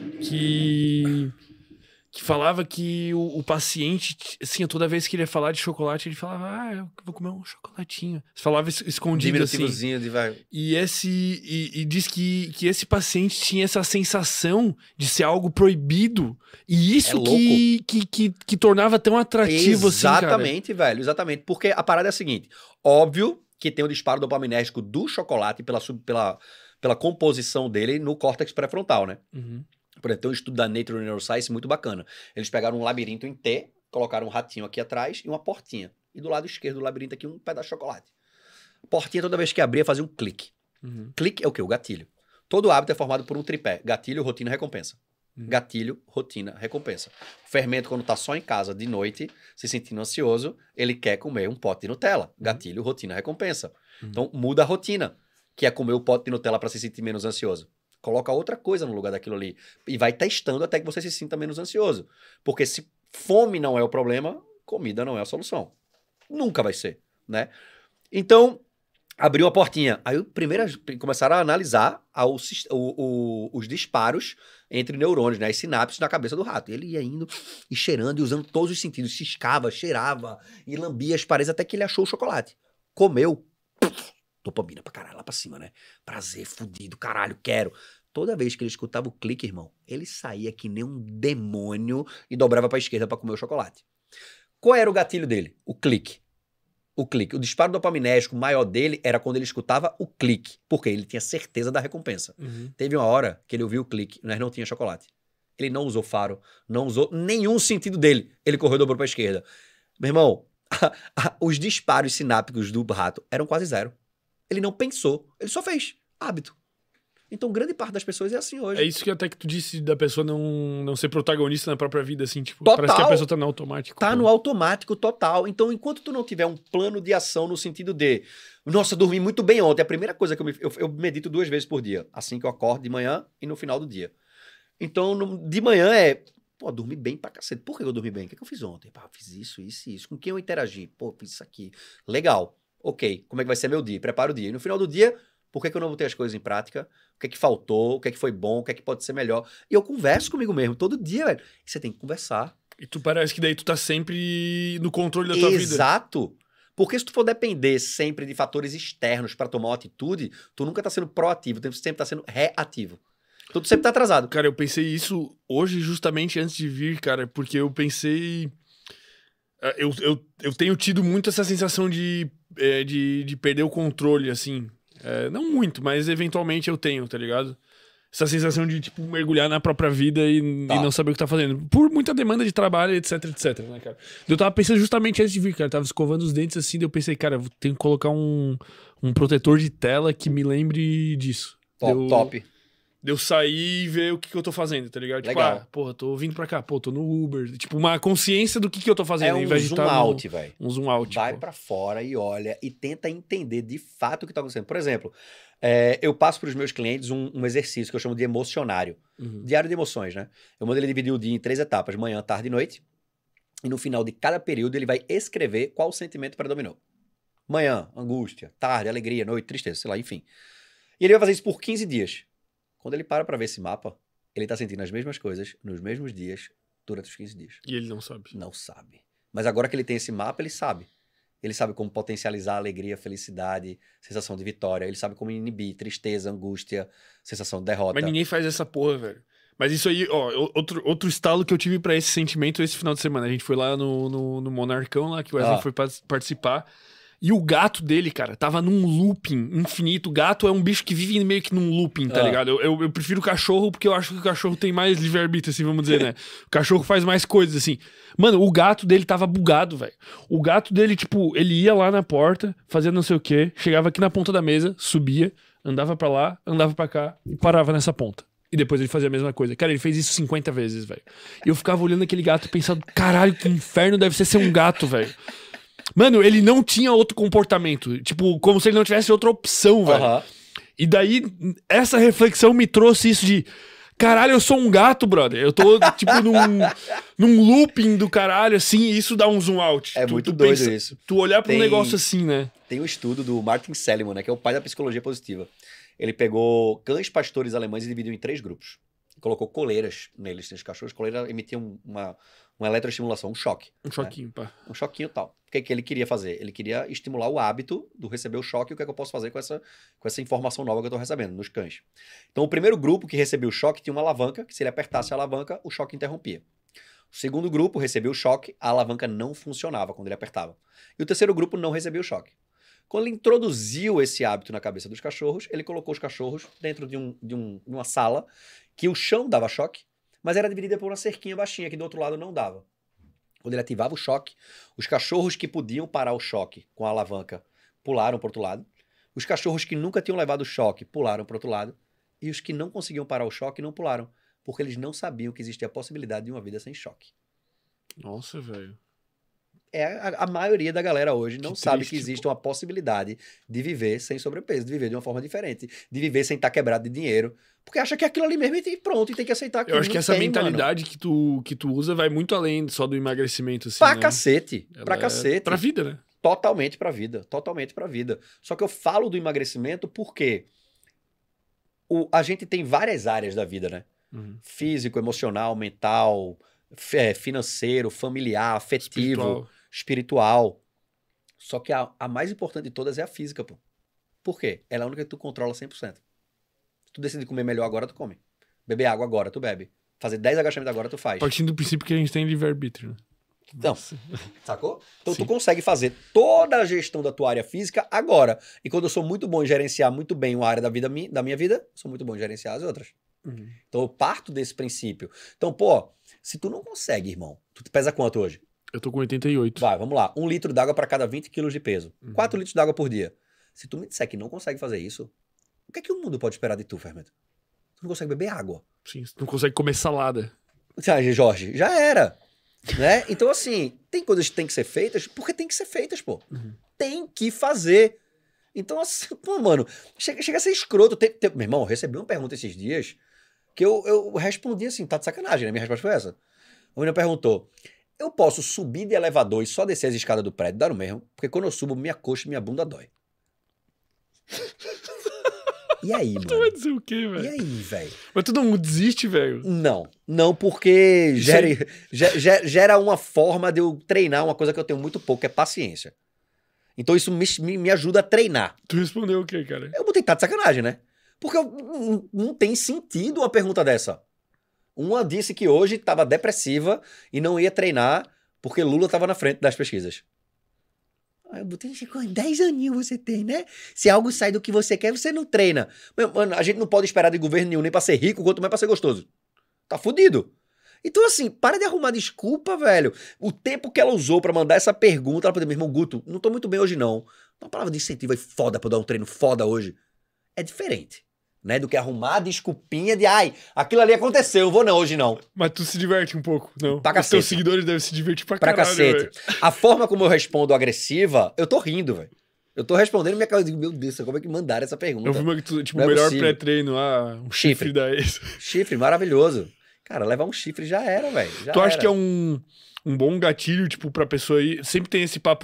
que falava que o paciente, assim, toda vez que ele ia falar de chocolate, ele falava, eu vou comer um chocolatinho. Você falava escondido, assim. De vai. E diz que esse paciente tinha essa sensação de ser algo proibido. E isso que tornava tão atrativo, exatamente, assim, cara. Velho, exatamente. Porque a parada é a seguinte, óbvio que tem o disparo dopaminérgico do chocolate pela composição dele no córtex pré-frontal, né? Por exemplo, tem um estudo da Nature Neuroscience muito bacana. Eles pegaram um labirinto em T, colocaram um ratinho aqui atrás e uma portinha. E do lado esquerdo do labirinto aqui, um pedaço de chocolate. A portinha, toda vez que abria, fazia um clique. Clique é o quê? O gatilho. Todo hábito é formado por um tripé. Gatilho, rotina, recompensa. Gatilho, rotina, recompensa. O fermento, quando tá só em casa de noite, se sentindo ansioso, ele quer comer um pote de Nutella. Gatilho, rotina, recompensa. Então, muda a rotina, que é comer o pote de Nutella para se sentir menos ansioso. Coloca outra coisa no lugar daquilo ali. E vai testando até que você se sinta menos ansioso. Porque se fome não é o problema, comida não é a solução. Nunca vai ser, né? Então, abriu a portinha. Aí começaram a analisar os disparos entre neurônios, né? As sinapses na cabeça do rato. Ele ia indo e cheirando e usando todos os sentidos. Ciscava, cheirava e lambia as paredes até que ele achou o chocolate. Comeu. Dopamina pra caralho, lá pra cima, né? Prazer, fudido, caralho, quero. Toda vez que ele escutava o clique, irmão, ele saía que nem um demônio e dobrava pra esquerda pra comer o chocolate. Qual era o gatilho dele? O clique. O clique. O disparo dopaminérgico maior dele era quando ele escutava o clique, porque ele tinha certeza da recompensa. Teve uma hora que ele ouviu o clique, mas não tinha chocolate. Ele não usou faro, não usou nenhum sentido dele. Ele correu e dobrou pra esquerda. Meu irmão, os disparos sinápticos do rato eram quase zero. Ele não pensou, ele só fez. Hábito. Então, grande parte das pessoas é assim hoje. É isso que até que tu disse da pessoa não ser protagonista na própria vida, assim, tipo, total, parece que a pessoa tá no automático. Tá no automático total. Então, enquanto tu não tiver um plano de ação no sentido de, nossa, dormi muito bem ontem, a primeira coisa que eu medito 2 vezes por dia, assim que eu acordo de manhã e no final do dia. Então, de manhã pô, dormi bem pra cacete. Por que eu dormi bem? O que eu fiz ontem? Pá, fiz isso, isso e isso. Com quem eu interagi? Pô, fiz isso aqui. Legal. Ok, como é que vai ser meu dia? Preparo o dia. E no final do dia, por que eu não botei as coisas em prática? O que é que faltou? O que é que foi bom? O que é que pode ser melhor? E eu converso comigo mesmo todo dia, velho. E você tem que conversar. E tu parece que daí tu tá sempre no controle da tua vida. Exato. Porque se tu for depender sempre de fatores externos pra tomar uma atitude, tu nunca tá sendo proativo, tu sempre tá sendo reativo. Então tu sempre tá atrasado. Cara, eu pensei isso hoje justamente antes de vir, cara, porque eu pensei... Eu tenho tido muito essa sensação de perder o controle, assim. Não muito, mas eventualmente eu tenho, tá ligado? Essa sensação de, tipo, mergulhar na própria vida e não saber o que tá fazendo. Por muita demanda de trabalho, etc, né, cara? Eu tava pensando justamente antes de vir, cara. Eu tava escovando os dentes assim, daí eu pensei, cara, eu tenho que colocar um protetor de tela que me lembre disso. Top. De eu sair e ver o que eu tô fazendo, tá ligado? Tipo, legal. Porra, tô vindo pra cá, tô no Uber. Tipo, uma consciência do que eu tô fazendo. É um zoom out, velho. Um zoom out. Vai pra fora e olha e tenta entender de fato o que tá acontecendo. Por exemplo, eu passo pros meus clientes um exercício que eu chamo de emocionário. Diário de emoções, né? Eu mando ele dividir o dia em 3 etapas. Manhã, tarde e noite. E no final de cada período ele vai escrever qual sentimento predominou. Manhã, angústia. Tarde, alegria. Noite, tristeza, sei lá, enfim. E ele vai fazer isso por 15 dias. Quando ele para ver esse mapa, ele tá sentindo as mesmas coisas nos mesmos dias durante os 15 dias. E ele não sabe. Não sabe. Mas agora que ele tem esse mapa, ele sabe. Ele sabe como potencializar a alegria, felicidade, sensação de vitória. Ele sabe como inibir tristeza, angústia, sensação de derrota. Mas ninguém faz essa porra, velho. Mas isso aí, ó, outro estalo que eu tive pra esse sentimento esse final de semana. A gente foi lá no Monarcão, lá que o Wesley foi participar. E o gato dele, cara, tava num looping infinito. O gato é um bicho que vive meio que num looping, tá ligado? Eu prefiro o cachorro porque eu acho que o cachorro tem mais livre-arbítrio, assim, vamos dizer, né? O cachorro faz mais coisas, assim. Mano, o gato dele tava bugado, velho. O gato dele, tipo, ele ia lá na porta, fazia não sei o quê, chegava aqui na ponta da mesa, subia, andava pra lá, andava pra cá e parava nessa ponta. E depois ele fazia a mesma coisa. Cara, ele fez isso 50 vezes, velho. E eu ficava olhando aquele gato e pensando, caralho, que inferno deve ser um gato, velho. Mano, ele não tinha outro comportamento. Tipo, como se ele não tivesse outra opção, velho. E daí, essa reflexão me trouxe isso de... Caralho, eu sou um gato, brother. Eu tô, tipo, num looping do caralho, assim, e isso dá um zoom out. É muito doido isso. Tu olhar pra um negócio assim, né? Tem um estudo do Martin Seligman, né, que é o pai da psicologia positiva. Ele pegou cães pastores alemães e dividiu em 3 grupos. Colocou coleiras neles. Os cachorros, coleira emitiam uma eletroestimulação, um choque. Um choquinho, né? Pá. Um choquinho e tal. O que ele queria fazer? Ele queria estimular o hábito do receber o choque e o que é que eu posso fazer com essa informação nova que eu tô recebendo nos cães. Então, o primeiro grupo que recebeu o choque tinha uma alavanca, que se ele apertasse a alavanca, o choque interrompia. O segundo grupo recebeu o choque, a alavanca não funcionava quando ele apertava. E o terceiro grupo não recebeu o choque. Quando ele introduziu esse hábito na cabeça dos cachorros, ele colocou os cachorros dentro de uma sala que o chão dava choque, mas era dividida por uma cerquinha baixinha que do outro lado não dava. Quando ele ativava o choque, os cachorros que podiam parar o choque com a alavanca pularam para outro lado. Os cachorros que nunca tinham levado o choque pularam para outro lado. E os que não conseguiam parar o choque não pularam. Porque eles não sabiam que existia a possibilidade de uma vida sem choque. Nossa, velho. A maioria da galera hoje não sabe triste, que existe uma possibilidade de viver sem sobrepeso, de viver de uma forma diferente, de viver sem estar quebrado de dinheiro, porque acha que é aquilo ali mesmo e pronto, e tem que aceitar aquilo. Eu acho que essa mentalidade que tu usa vai muito além só do emagrecimento, assim, pra né? cacete, Ela pra cacete. Pra vida, né? Totalmente pra vida, totalmente pra vida. Só que eu falo do emagrecimento porque a gente tem várias áreas da vida, né? Uhum. Físico, emocional, mental, financeiro, familiar, afetivo, espiritual. Só que a mais importante de todas é a física, pô. Por quê? Ela é a única que tu controla 100%. Se tu decide comer melhor agora, tu come. Beber água agora, tu bebe. Fazer 10 agachamentos agora, tu faz. Partindo do princípio que a gente tem livre-arbítrio, né? Então, sacou? Então tu consegue fazer toda a gestão da tua área física agora. E quando eu sou muito bom em gerenciar muito bem uma área da minha vida, sou muito bom em gerenciar as outras. Uhum. Então eu parto desse princípio. Então, pô, se tu não consegue, irmão, tu pesa quanto hoje? Eu tô com 88. Vai, vamos lá. 1 litro d'água para cada 20 quilos de peso. 4 litros d'água por dia. Se tu me disser que não consegue fazer isso, o que é que o mundo pode esperar de tu, Fermento? Tu não consegue beber água. Sim, tu não consegue comer salada. Jorge, já era. Né? Então, assim, tem coisas que tem que ser feitas porque tem que ser feitas, pô. Tem que fazer. Então, assim, pô, mano, chega a ser escroto. Meu irmão, eu recebi uma pergunta esses dias que eu respondi assim, tá de sacanagem, né? Minha resposta foi essa. A menina perguntou, eu posso subir de elevador e só descer as escadas do prédio? Dá no mesmo, porque quando eu subo, minha coxa e minha bunda dói. E aí, mano? Tu vai dizer o quê, velho? E aí, velho? Mas todo mundo desiste, velho? Não, porque gera uma forma de eu treinar uma coisa que eu tenho muito pouco, que é paciência. Então isso me ajuda a treinar. Tu respondeu o quê, cara? Eu botei tá de sacanagem, né? Porque não tem sentido uma pergunta dessa. Uma disse que hoje estava depressiva e não ia treinar porque Lula estava na frente das pesquisas. Aí eu botei, 10 aninhos você tem, né? Se algo sai do que você quer, você não treina. Mano, a gente não pode esperar de governo nenhum nem pra ser rico, quanto mais pra ser gostoso. Tá fudido. Então, assim, para de arrumar desculpa, velho. O tempo que ela usou pra mandar essa pergunta, ela falou, meu irmão, Guto, não tô muito bem hoje, não. Uma palavra de incentivo aí foda pra eu dar um treino foda hoje. É diferente, né? Do que arrumar desculpinha de, ai, aquilo ali aconteceu, eu vou não, hoje não. Mas tu se diverte um pouco, não? Pra Os cacete. teus seguidores devem se divertir pra caralho, cacete. Véio. A forma como eu respondo agressiva, eu tô rindo, velho. Eu tô respondendo minha cara, eu digo, meu Deus, como é que mandaram essa pergunta? Eu vi uma que tu, tipo, Não o é melhor possível. pré-treino, um chifre da ex. Chifre, maravilhoso. Cara, levar um chifre já era, velho. Tu acha que é um bom gatilho, tipo, pra pessoa aí? Sempre tem esse papo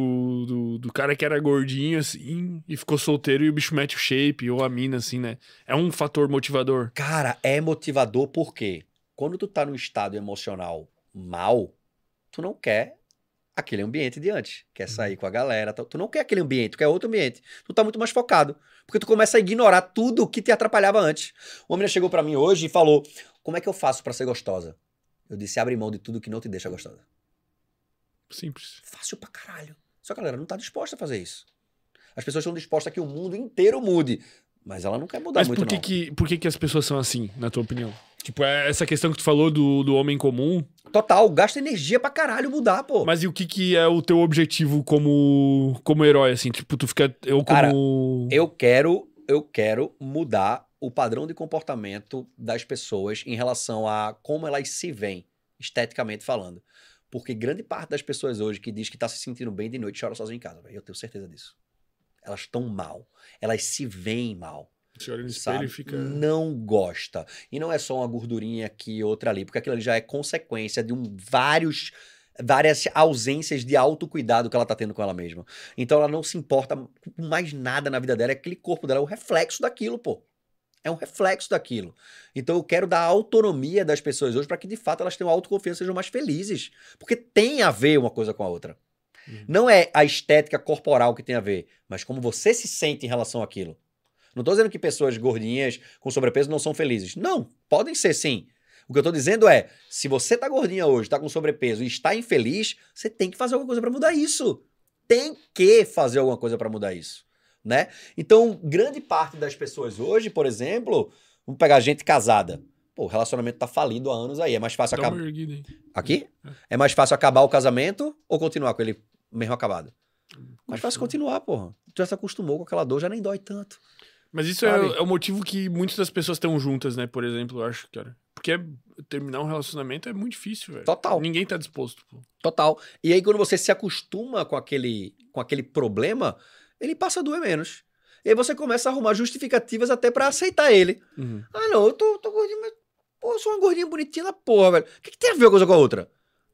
do cara que era gordinho, assim, e ficou solteiro e o bicho mete o shape, ou a mina, assim, né? É um fator motivador. Cara, é motivador porque quando tu tá num estado emocional mal, tu não quer aquele ambiente de antes. Quer sair com a galera. Tu não quer aquele ambiente, tu quer outro ambiente. Tu tá muito mais focado. Porque tu começa a ignorar tudo que te atrapalhava antes. Uma menina chegou pra mim hoje e falou, como é que eu faço pra ser gostosa? Eu disse, abre mão de tudo que não te deixa gostosa. Simples. Fácil pra caralho. Só que a galera não tá disposta a fazer isso. As pessoas estão dispostas a que o mundo inteiro mude. Mas ela não quer mudar muito, não. Mas por que as pessoas são assim, na tua opinião? Tipo, essa questão que tu falou do homem comum. Total, gasta energia pra caralho mudar, pô. Mas e o que é o teu objetivo como herói, assim? Tipo, tu fica... Cara, eu quero mudar o padrão de comportamento das pessoas em relação a como elas se veem, esteticamente falando. Porque grande parte das pessoas hoje que diz que tá se sentindo bem de noite chora sozinho em casa, velho. Eu tenho certeza disso. Elas estão mal. Elas se veem mal. Você olha no espelho e fica... Não gosta. E não é só uma gordurinha aqui e outra ali, porque aquilo ali já é consequência de várias ausências de autocuidado que ela tá tendo com ela mesma. Então ela não se importa com mais nada na vida dela, é aquele corpo dela, é o reflexo daquilo, pô. É um reflexo daquilo. Então eu quero dar autonomia das pessoas hoje para que de fato elas tenham autoconfiança e sejam mais felizes. Porque tem a ver uma coisa com a outra. Não é a estética corporal que tem a ver, mas como você se sente em relação àquilo. Não tô dizendo que pessoas gordinhas com sobrepeso não são felizes. Não, podem ser sim. O que eu tô dizendo é, se você tá gordinha hoje, tá com sobrepeso e está infeliz, você tem que fazer alguma coisa para mudar isso. Tem que fazer alguma coisa para mudar isso, né? Então, grande parte das pessoas hoje, por exemplo, vamos pegar gente casada. Pô, o relacionamento tá falido há anos aí. É mais fácil acabar. Aqui? É. É mais fácil acabar o casamento ou continuar com ele mesmo acabado? Mais fácil continuar, porra. Tu já se acostumou com aquela dor, já nem dói tanto. Mas isso é o motivo que muitas das pessoas estão juntas, né? Por exemplo, eu acho, cara. Porque terminar um relacionamento é muito difícil, velho. Total. Ninguém tá disposto, pô. Total. E aí, quando você se acostuma com aquele problema, ele passa a doer menos. E aí você começa a arrumar justificativas até pra aceitar ele. Uhum. Ah, não, eu tô gordinho, mas... Pô, eu sou uma gordinha bonitinha da porra, velho. O que tem a ver uma coisa com a outra?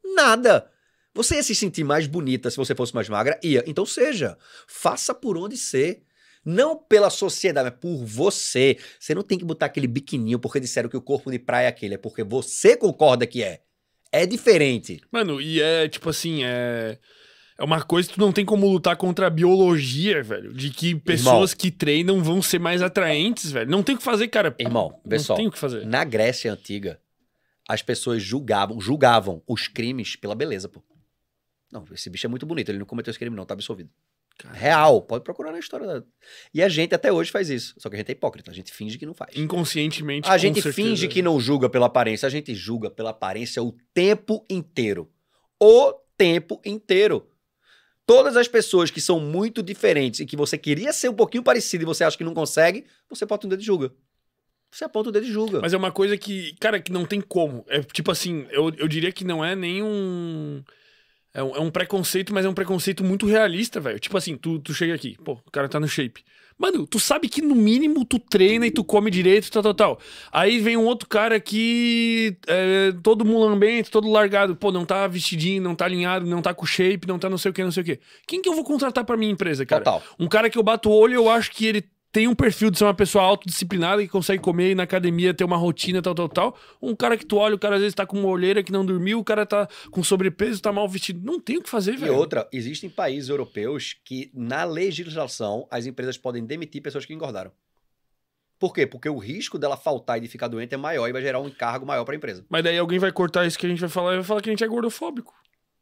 Nada. Você ia se sentir mais bonita se você fosse mais magra? Ia. Então seja. Faça por onde ser. Não pela sociedade, mas por você. Você não tem que botar aquele biquininho porque disseram que o corpo de praia é aquele. É porque você concorda que é. É diferente. Mano, e é tipo assim, é uma coisa que tu não tem como lutar contra a biologia, velho. De que pessoas que treinam vão ser mais atraentes, velho. Não tem o que fazer, cara. Irmão, vê só. Não tem o que fazer. Na Grécia Antiga, as pessoas julgavam os crimes pela beleza, pô. Não, esse bicho é muito bonito, ele não cometeu esse crime não, tá absolvido. Real, pode procurar na história. E a gente até hoje faz isso. Só que a gente é hipócrita, a gente finge que não faz. Inconscientemente, a gente finge que não julga pela aparência, a gente julga pela aparência o tempo inteiro. O tempo inteiro. Todas as pessoas que são muito diferentes e que você queria ser um pouquinho parecido e você acha que não consegue, você aponta o dedo e julga. Você aponta o dedo e julga. Mas é uma coisa que, cara, que não tem como. É tipo assim, eu diria que não é nem um... É um preconceito, mas é um preconceito muito realista, velho. Tipo assim, tu chega aqui, pô, o cara tá no shape. Mano, tu sabe que no mínimo tu treina e tu come direito, tal. Aí vem um outro cara aqui, todo mulambento, todo largado. Pô, não tá vestidinho, não tá alinhado, não tá com shape, não tá não sei o que. Quem que eu vou contratar pra minha empresa, cara? Total. Um cara que eu bato o olho, eu acho que ele tem um perfil de ser uma pessoa autodisciplinada que consegue comer, ir na academia, ter uma rotina, tal. Um cara que tu olha, o cara às vezes tá com uma olheira que não dormiu, o cara tá com sobrepeso, tá mal vestido. Não tem o que fazer, velho. E outra, existem países europeus que, na legislação, as empresas podem demitir pessoas que engordaram. Por quê? Porque o risco dela faltar e de ficar doente é maior e vai gerar um encargo maior pra empresa. Mas daí alguém vai cortar isso que a gente vai falar e vai falar que a gente é gordofóbico.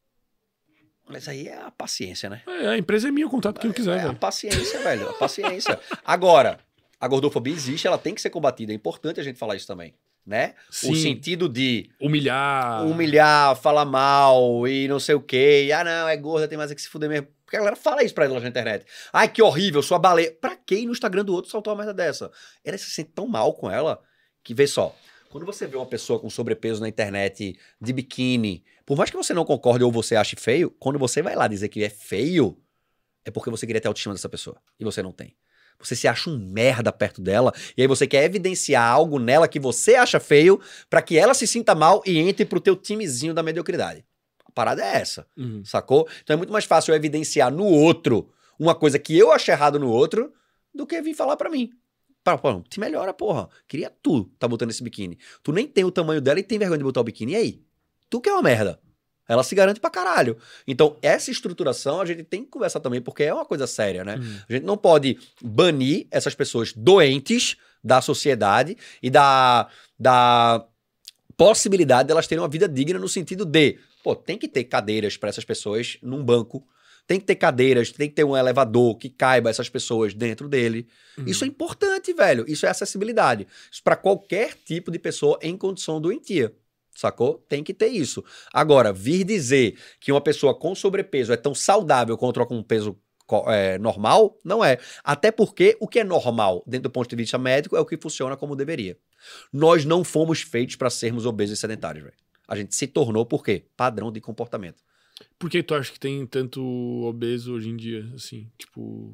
Mas aí é a paciência, né? A empresa é minha, eu contrato quem eu quiser, velho. A paciência, velho. A paciência. Agora, a gordofobia existe, ela tem que ser combatida. É importante a gente falar isso também, né? Sim. O sentido de... Humilhar, falar mal e não sei o quê. E, não, é gorda, tem mais é que se fuder mesmo. Porque a galera fala isso pra ela na internet. Ai, que horrível, sua baleia. Pra quem no Instagram do outro soltou uma merda dessa? Ela se sente tão mal com ela que, vê só... Quando você vê uma pessoa com sobrepeso na internet, de biquíni, por mais que você não concorde ou você ache feio, quando você vai lá dizer que é feio, é porque você queria ter autoestima dessa pessoa. E você não tem. Você se acha um merda perto dela, e aí você quer evidenciar algo nela que você acha feio, pra que ela se sinta mal e entre pro teu timezinho da mediocridade. A parada é essa, sacou? Então é muito mais fácil eu evidenciar no outro uma coisa que eu acho errado no outro, do que vir falar pra mim. Pô, te melhora, porra. Queria tu tá botando esse biquíni. Tu nem tem o tamanho dela e tem vergonha de botar o biquíni. E aí? Tu que é uma merda. Ela se garante pra caralho. Então, essa estruturação a gente tem que conversar também, porque é uma coisa séria, né? A gente não pode banir essas pessoas doentes da sociedade e da possibilidade delas terem uma vida digna no sentido de, pô, tem que ter cadeiras para essas pessoas num banco. Tem que ter cadeiras, tem que ter um elevador que caiba essas pessoas dentro dele. Isso é importante, velho. Isso é acessibilidade. Isso para qualquer tipo de pessoa em condição doentia. Sacou? Tem que ter isso. Agora, vir dizer que uma pessoa com sobrepeso é tão saudável quanto com um peso normal, não é. Até porque o que é normal, dentro do ponto de vista médico, é o que funciona como deveria. Nós não fomos feitos para sermos obesos e sedentários, velho. A gente se tornou por quê? Padrão de comportamento. Por que tu acha que tem tanto obeso hoje em dia, assim, tipo...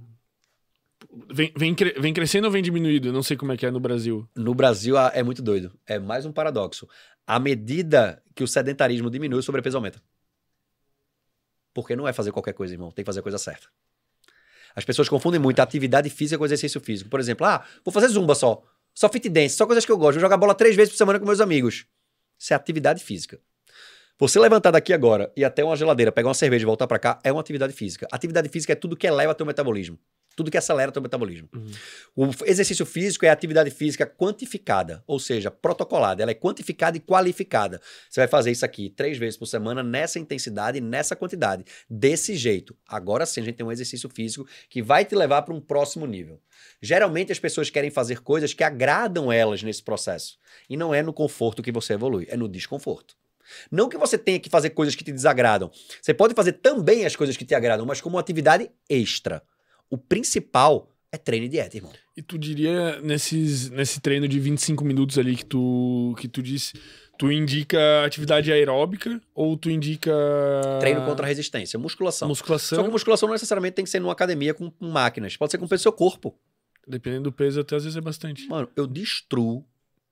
Vem crescendo ou vem diminuindo? Eu não sei como é que é no Brasil. No Brasil é muito doido. É mais um paradoxo. À medida que o sedentarismo diminui, o sobrepeso aumenta. Porque não é fazer qualquer coisa, irmão. Tem que fazer a coisa certa. As pessoas confundem muito atividade física com exercício físico. Por exemplo, vou fazer zumba só. Só fit dance, só coisas que eu gosto. Vou jogar bola 3 vezes por semana com meus amigos. Isso é atividade física. Você levantar daqui agora e até uma geladeira, pegar uma cerveja e voltar pra cá, é uma atividade física. Atividade física é tudo que eleva teu metabolismo. Tudo que acelera o teu metabolismo. O exercício físico é a atividade física quantificada, ou seja, protocolada. Ela é quantificada e qualificada. Você vai fazer isso aqui 3 vezes por semana, nessa intensidade e nessa quantidade. Desse jeito. Agora sim, a gente tem um exercício físico que vai te levar para um próximo nível. Geralmente as pessoas querem fazer coisas que agradam elas nesse processo. E não é no conforto que você evolui, é no desconforto. Não que você tenha que fazer coisas que te desagradam. Você pode fazer também as coisas que te agradam, mas como uma atividade extra. O principal é treino e dieta, irmão. E tu diria, nesse treino de 25 minutos ali que tu disse, tu indica atividade aeróbica ou tu indica... Treino contra resistência, musculação. Musculação. Só que musculação não necessariamente tem que ser numa academia com máquinas. Pode ser com o peso do seu corpo. Dependendo do peso, até às vezes é bastante. Mano, eu destruo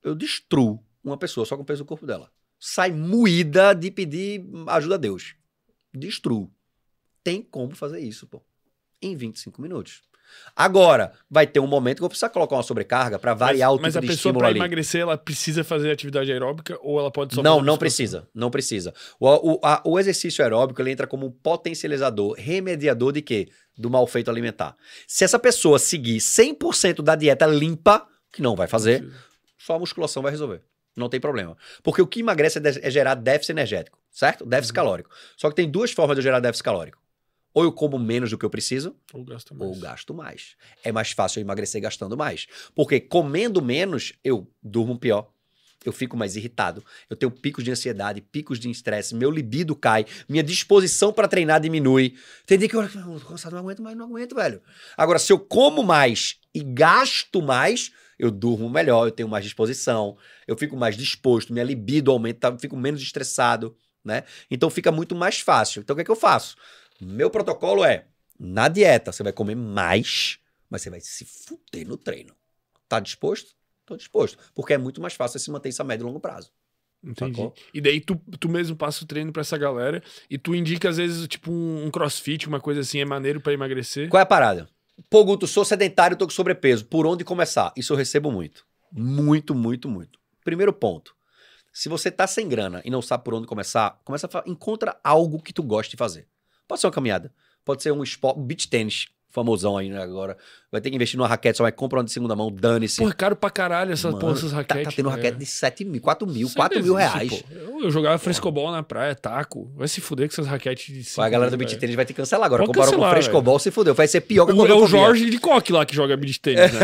uma pessoa só com o peso do corpo dela. Sai moída de pedir ajuda a Deus. Destruo. Tem como fazer isso, pô. Em 25 minutos. Agora, vai ter um momento que eu vou precisar colocar uma sobrecarga para variar o tipo de estímulo ali. Mas a pessoa, para emagrecer, ela precisa fazer atividade aeróbica ou ela pode só... Não precisa. Não precisa. O exercício aeróbico, ele entra como um potencializador, remediador de quê? Do mal feito alimentar. Se essa pessoa seguir 100% da dieta limpa, que não vai fazer, só a musculação vai resolver. Não tem problema. Porque o que emagrece é gerar déficit energético, certo? Déficit calórico. Só que tem 2 formas de eu gerar déficit calórico. Ou eu como menos do que eu preciso, ou gasto mais. É mais fácil eu emagrecer gastando mais. Porque comendo menos, eu durmo pior, eu fico mais irritado, eu tenho picos de ansiedade, picos de estresse, meu libido cai, minha disposição para treinar diminui. Tem dia que eu tô cansado, não aguento mais, não aguento, velho. Agora, se eu como mais e gasto mais, eu durmo melhor, eu tenho mais disposição, eu fico mais disposto, minha libido aumenta, eu fico menos estressado, né? Então fica muito mais fácil. Então o que é que eu faço? Meu protocolo é, na dieta, você vai comer mais, mas você vai se fuder no treino. Tá disposto? Tô disposto. Porque é muito mais fácil você se manter isso a médio e longo prazo. Entendi. Sacou? E daí tu mesmo passa o treino pra essa galera e tu indica, às vezes, tipo um crossfit, uma coisa assim, é maneiro pra emagrecer? Qual é a parada? Pô, Guto, sou sedentário, tô com sobrepeso. Por onde começar? Isso eu recebo muito. Muito, muito, muito. Primeiro ponto. Se você tá sem grana e não sabe por onde começar, encontra algo que tu goste de fazer. Pode ser uma caminhada, pode ser um esporte, um beach tênis, famosão aí, né, agora. Vai ter que investir numa raquete, só vai comprar uma de segunda mão, dane-se. Pô, é caro pra caralho essas raquetes. Tá tendo raquete de 7 mil, 4 mil reais. Eu jogava frescobol na praia, taco. Vai se fuder com essas raquetes de 5 A galera do beach tênis vai ter que cancelar agora. Pode Comparou com o frescobol, se fudeu. Vai ser pior que a É o Jorge de Coque lá que joga beach tênis, né?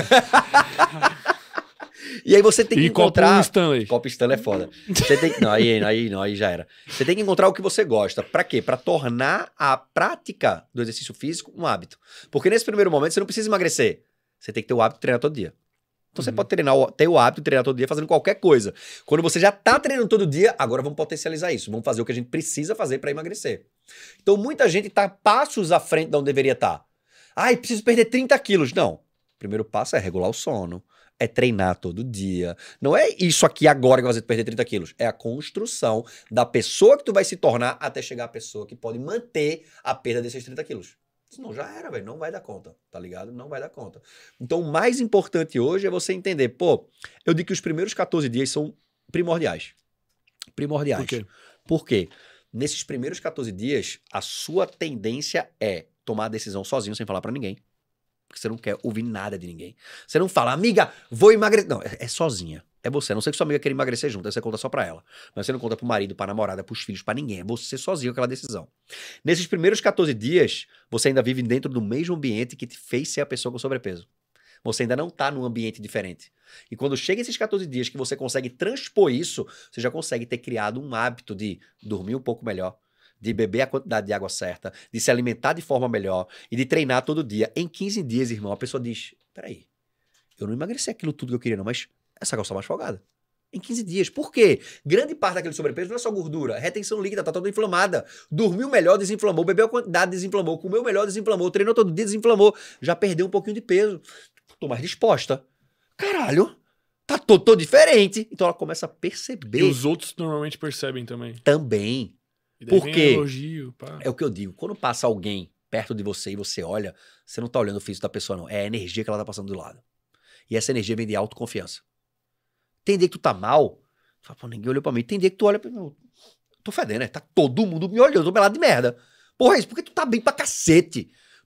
E aí você tem que encontrar... Copo Stanley. Copo Stanley é foda. Você tem que... Não, aí já era. Você tem que encontrar o que você gosta. Pra quê? Pra tornar a prática do exercício físico um hábito. Porque nesse primeiro momento você não precisa emagrecer. Você tem que ter o hábito de treinar todo dia. Então você pode ter o hábito de treinar todo dia fazendo qualquer coisa. Quando você já tá treinando todo dia, agora vamos potencializar isso. Vamos fazer o que a gente precisa fazer pra emagrecer. Então muita gente tá passos à frente de onde deveria estar. Ai, preciso perder 30 quilos. Não. O primeiro passo é regular o sono. É treinar todo dia. Não é isso aqui agora que vai fazer tu perder 30 quilos. É a construção da pessoa que tu vai se tornar até chegar à pessoa que pode manter a perda desses 30 quilos. Senão já era, velho. Não vai dar conta, tá ligado? Não vai dar conta. Então o mais importante hoje é você entender, pô, eu digo que os primeiros 14 dias são primordiais. Primordiais. Por quê? Por quê? Nesses primeiros 14 dias, a sua tendência é tomar a decisão sozinho, sem falar pra ninguém. Porque você não quer ouvir nada de ninguém. Você não fala, amiga, vou emagrecer. Não, é sozinha. É você. A não sei que sua amiga quer emagrecer junto, aí você conta só pra ela. Mas você não conta pro marido, pra namorada, pros filhos, pra ninguém. É você sozinho aquela decisão. Nesses primeiros 14 dias, você ainda vive dentro do mesmo ambiente que te fez ser a pessoa com sobrepeso. Você ainda não tá num ambiente diferente. E quando chega esses 14 dias que você consegue transpor isso, você já consegue ter criado um hábito de dormir um pouco melhor, de beber a quantidade de água certa, de se alimentar de forma melhor e de treinar todo dia. Em 15 dias, irmão, a pessoa diz, peraí, eu não emagreci aquilo tudo que eu queria não, mas essa calça tá mais folgada. Em 15 dias. Por quê? Grande parte daquele sobrepeso não é só gordura, retenção líquida, tá toda inflamada. Dormiu melhor, desinflamou, bebeu a quantidade, desinflamou, comeu melhor, desinflamou, treinou todo dia, desinflamou, já perdeu um pouquinho de peso. Tô mais disposta. Caralho, tá tô diferente. Então ela começa a perceber. E os outros normalmente percebem também. Também. Porque elogio, pá. É o que eu digo, quando passa alguém perto de você e você olha, você não tá olhando o físico da pessoa não, é a energia que ela tá passando do lado. E essa energia vem de autoconfiança. Tem dia que tu tá mal, tu fala, pô, ninguém olhou pra mim. Tem dia que tu olha pra mim, tô fedendo, né? Tá todo mundo me olhando, tô pelado de merda. Porra, é isso, porque tu tá bem pra cacete.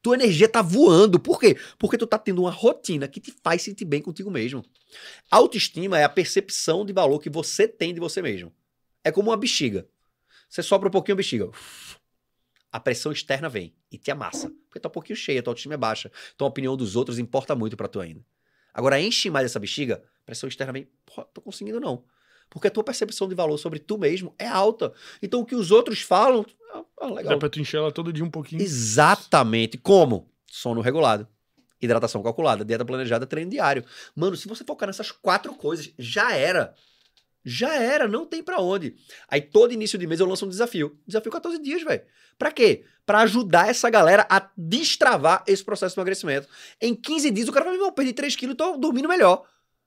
Tua energia tá voando. Por quê? Porque tu tá tendo uma rotina que te faz sentir bem contigo mesmo. Autoestima é a percepção de valor que você tem de você mesmo. É como uma bexiga. Você sopra um pouquinho a bexiga. A pressão externa vem e te amassa. Porque tá um pouquinho cheia, tua autoestima é baixa. Então a opinião dos outros importa muito pra tu ainda. Agora, enche mais essa bexiga, a pressão externa vem, pô, tô conseguindo não. Porque a tua percepção de valor sobre tu mesmo é alta. Então o que os outros falam, legal. Dá pra tu encher ela todo dia um pouquinho. Exatamente. Como? Sono regulado, hidratação calculada, dieta planejada, treino diário. Mano, se você focar nessas 4 coisas, já era. Já era, não tem pra onde. Aí todo início de mês eu lanço um desafio. Desafio 14 dias, velho. Pra quê? Pra ajudar essa galera a destravar esse processo de emagrecimento. Em 15 dias o cara vai, eu perdi 3 quilos e tô dormindo melhor.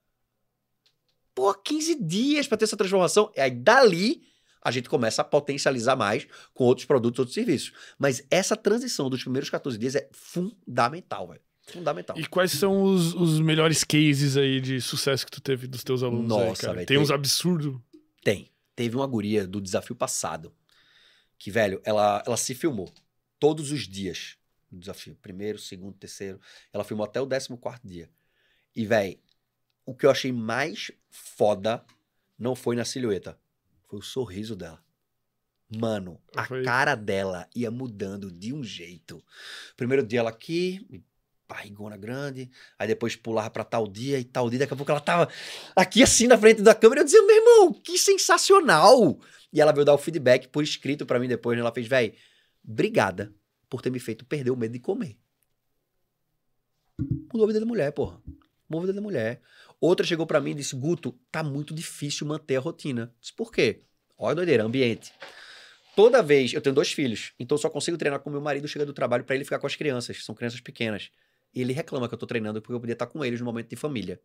Pô, 15 dias pra ter essa transformação. E aí dali a gente começa a potencializar mais com outros produtos, outros serviços. Mas essa transição dos primeiros 14 dias é fundamental, velho. Fundamental. E quais são os melhores cases aí de sucesso que tu teve dos teus alunos? Nossa, aí, velho. Tem uns absurdos? Tem. Teve uma guria do desafio passado que, velho, ela se filmou todos os dias do desafio. 1º, 2º, 3º. Ela filmou até o 14º dia. E, velho, o que eu achei mais foda não foi na silhueta. Foi o sorriso dela. Mano, a cara dela ia mudando de um jeito. Primeiro dia ela aqui, barrigona grande, aí depois pulava pra tal dia e tal dia, daqui a pouco ela tava aqui assim na frente da câmera, eu dizia, meu irmão, que sensacional! E ela veio dar o feedback por escrito pra mim depois, né? Ela fez, véi, obrigada por ter me feito perder o medo de comer. Mudou a vida da mulher, porra. Mudou a vida da mulher. Outra chegou pra mim e disse, Guto, tá muito difícil manter a rotina. Disse, por quê? Olha a doideira, ambiente. Toda vez, eu tenho 2 filhos, então eu só consigo treinar com meu marido, chega do trabalho pra ele ficar com as crianças, são crianças pequenas. E ele reclama que eu tô treinando porque eu podia estar com eles no momento de família.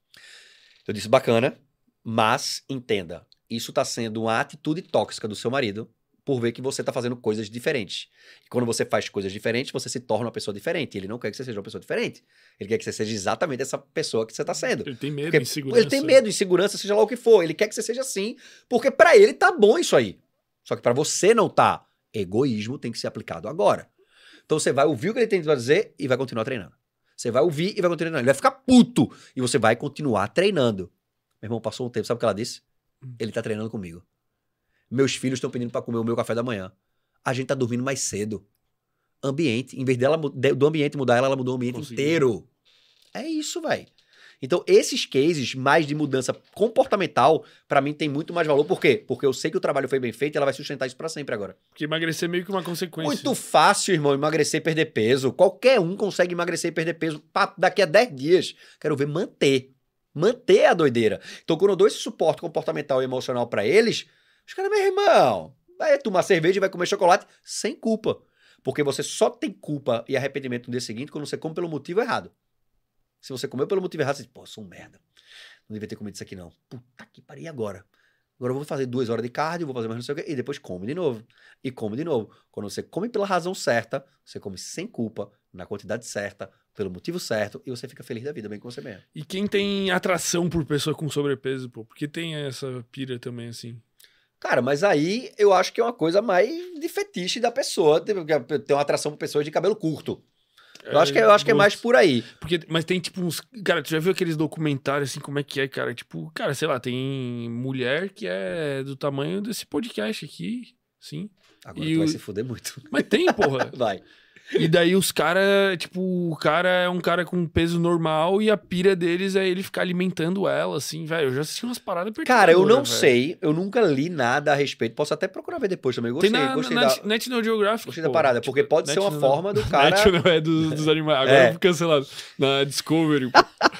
Eu disse, bacana, mas entenda, isso tá sendo uma atitude tóxica do seu marido por ver que você tá fazendo coisas diferentes. E quando você faz coisas diferentes, você se torna uma pessoa diferente. Ele não quer que você seja uma pessoa diferente. Ele quer que você seja exatamente essa pessoa que você tá sendo. Ele tem medo, porque insegurança. Ele tem medo, insegurança, seja lá o que for. Ele quer que você seja assim, porque pra ele tá bom isso aí. Só que pra você não tá. Egoísmo tem que ser aplicado agora. Então você vai ouvir o que ele tem pra dizer e vai continuar treinando. Você vai ouvir e vai continuar treinando. Ele vai ficar puto e você vai continuar treinando. Meu irmão, passou um tempo, sabe o que ela disse? Ele tá treinando comigo. Meus filhos estão pedindo pra comer o meu café da manhã. A gente tá dormindo mais cedo. Ambiente. Em vez dela, do ambiente mudar ela mudou o ambiente inteiro. É isso, velho. Então, esses cases mais de mudança comportamental, pra mim, tem muito mais valor. Por quê? Porque eu sei que o trabalho foi bem feito e ela vai sustentar isso pra sempre agora. Porque emagrecer é meio que uma consequência. Muito fácil, irmão, emagrecer e perder peso. Qualquer um consegue emagrecer e perder peso daqui a 10 dias. Quero ver manter. Manter a doideira. Então, quando eu dou esse suporte comportamental e emocional pra eles, os caras, meu irmão, vai tomar cerveja e vai comer chocolate sem culpa. Porque você só tem culpa e arrependimento no dia seguinte quando você come pelo motivo errado. Se você comeu pelo motivo errado, você diz, pô, eu sou um merda. Não devia ter comido isso aqui, não. Puta que pariu, e agora? Agora eu vou fazer 2 horas de cardio, vou fazer mais não sei o quê, e depois come de novo. E come de novo. Quando você come pela razão certa, você come sem culpa, na quantidade certa, pelo motivo certo, e você fica feliz da vida, bem com você mesmo. E quem tem atração por pessoa com sobrepeso, pô? Porque tem essa pira também, assim. Cara, mas aí eu acho que é uma coisa mais de fetiche da pessoa, ter uma atração por pessoas de cabelo curto. Eu acho que é mais por aí. Porque, mas tem tipo uns... Cara, tu já viu aqueles documentários assim, como é que é, cara? Tipo, cara, sei lá, tem mulher que é do tamanho desse podcast aqui, sim. Agora tu vai se fuder muito. Mas tem, porra. Vai. E daí os caras, tipo, o cara é um cara com peso normal e a pira deles é ele ficar alimentando ela, assim, velho. Eu já assisti umas paradas perturbadoras. Cara, eu não sei, eu nunca li nada a respeito. Posso até procurar ver depois também. Gostei, gostei da... National Geographic. Gostei da parada, porque pode ser uma forma do cara... National é dos animais. Agora eu fui cancelado. Na Discovery.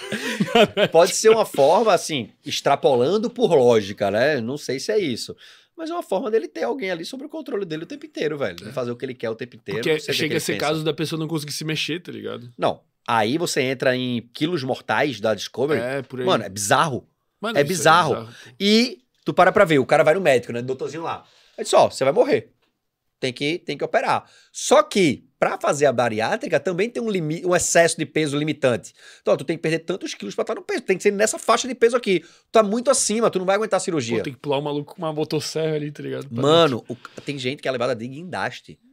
Pode ser uma forma, assim, extrapolando por lógica, né? Não sei se é isso. Mas é uma forma dele ter alguém ali sobre o controle dele o tempo inteiro, velho. De fazer o que ele quer o tempo inteiro. Porque chega a ser caso da pessoa não conseguir se mexer, tá ligado? Não. Aí você entra em quilos mortais da Discovery. É, por aí. Mano, é bizarro. Mano, é bizarro. E tu para pra ver, o cara vai no médico, né? Doutorzinho lá. Aí diz, ó, você vai morrer. Tem que operar. Só que, pra fazer a bariátrica, também tem um excesso de peso limitante. Então, ó, tu tem que perder tantos quilos pra estar no peso. Tem que ser nessa faixa de peso aqui. Tu tá muito acima, tu não vai aguentar a cirurgia. Pô, tem que pular o maluco com uma motosserra ali, tá ligado? Mano, tem gente que é levada de guindaste.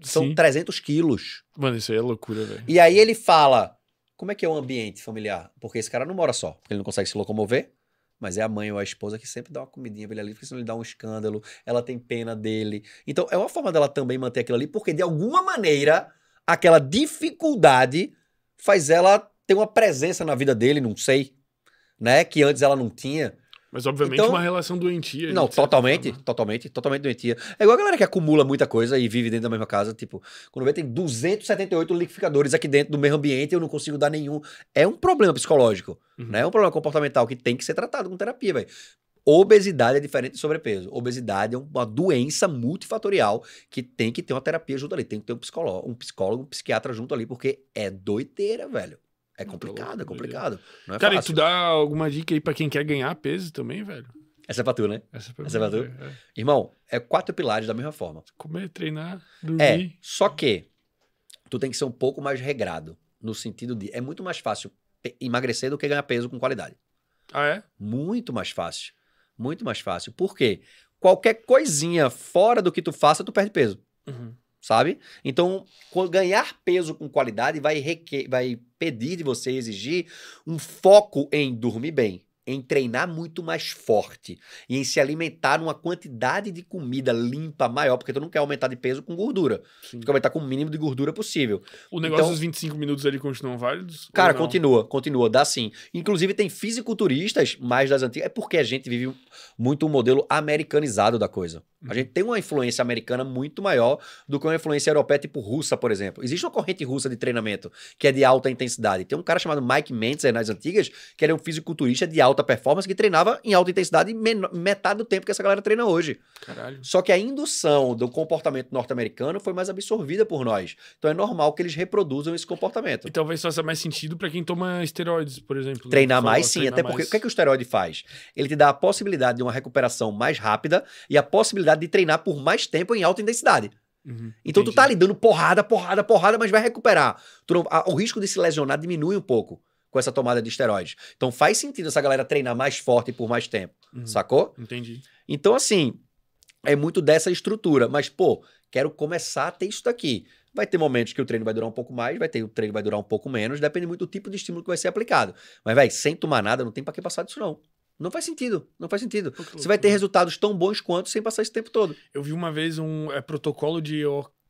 São Sim. 300 quilos. Mano, isso aí é loucura, velho. E aí ele fala, como é que é o ambiente familiar? Porque esse cara não mora só, porque ele não consegue se locomover, mas é a mãe ou a esposa que sempre dá uma comidinha pra ele ali, porque senão ele dá um escândalo, ela tem pena dele. Então é uma forma dela também manter aquilo ali, porque de alguma maneira aquela dificuldade faz ela ter uma presença na vida dele, não sei, né? Que antes ela não tinha. Mas, obviamente, Então, uma relação doentia. Não, totalmente doentia. É igual a galera que acumula muita coisa e vive dentro da mesma casa, tipo, quando vê tem 278 liquidificadores aqui dentro do mesmo ambiente e eu não consigo dar nenhum. É um problema psicológico, né? É um problema comportamental que tem que ser tratado com terapia, velho. Obesidade é diferente de sobrepeso. Obesidade é uma doença multifatorial que tem que ter uma terapia junto ali. Tem que ter um psicólogo, um psiquiatra junto ali, porque é doideira, velho. É complicado, é complicado. Não é Cara, fácil. e tu dá alguma dica aí pra quem quer ganhar peso também, velho? Essa é pra tu, né? Essa é pra Essa é pra tu? mim, velho. Irmão, é 4 pilares da mesma forma. Comer, treinar, dormir. Só que tu tem que ser um pouco mais regrado, no sentido de, é muito mais fácil emagrecer do que ganhar peso com qualidade. Ah, é? Muito mais fácil. Muito mais fácil. Por quê? Qualquer coisinha fora do que tu faça, tu perde peso. Uhum. Sabe? Então, ganhar peso com qualidade vai pedir de você exigir um foco em dormir bem, em treinar muito mais forte e em se alimentar numa quantidade de comida limpa maior, porque tu não quer aumentar de peso com gordura. Sim. Tu quer aumentar com o mínimo de gordura possível. O negócio Então, dos 25 minutos ali continuam válidos? cara, ou não? continua, dá sim. Inclusive tem fisiculturistas mais das antigas, é porque a gente vive muito um modelo americanizado da coisa. A gente tem uma influência americana muito maior do que uma influência europeia, tipo russa, por exemplo. Existe uma corrente russa de treinamento que é de alta intensidade. Tem um cara chamado Mike Mentzer nas antigas, que era um fisiculturista de alta performance que treinava em alta intensidade metade do tempo que essa galera treina hoje. Caralho. Só que a indução do comportamento norte-americano foi mais absorvida por nós. Então é normal que eles reproduzam esse comportamento. E talvez faça mais sentido pra quem toma esteroides, por exemplo. Treinar Né? mais, sim. Treinar Até porque mais. o que o esteroide faz? Ele te dá a possibilidade de uma recuperação mais rápida e a possibilidade de treinar por mais tempo em alta intensidade. Uhum, Então entendi. tu tá ali dando porrada, mas vai recuperar. O risco de se lesionar diminui um pouco com essa tomada de esteroides. Então faz sentido essa galera treinar mais forte por mais tempo. Sacou? Entendi. Então, assim, é muito dessa estrutura. Mas, pô, quero começar a ter isso daqui. Vai ter momentos que o treino vai durar um pouco mais, vai ter o treino que vai durar um pouco menos, depende muito do tipo de estímulo que vai ser aplicado. Mas, velho, sem tomar nada, não tem pra que passar disso, não. Não faz sentido, não faz sentido. Você vai ter resultados tão bons quanto sem passar esse tempo todo. Eu vi uma vez um protocolo de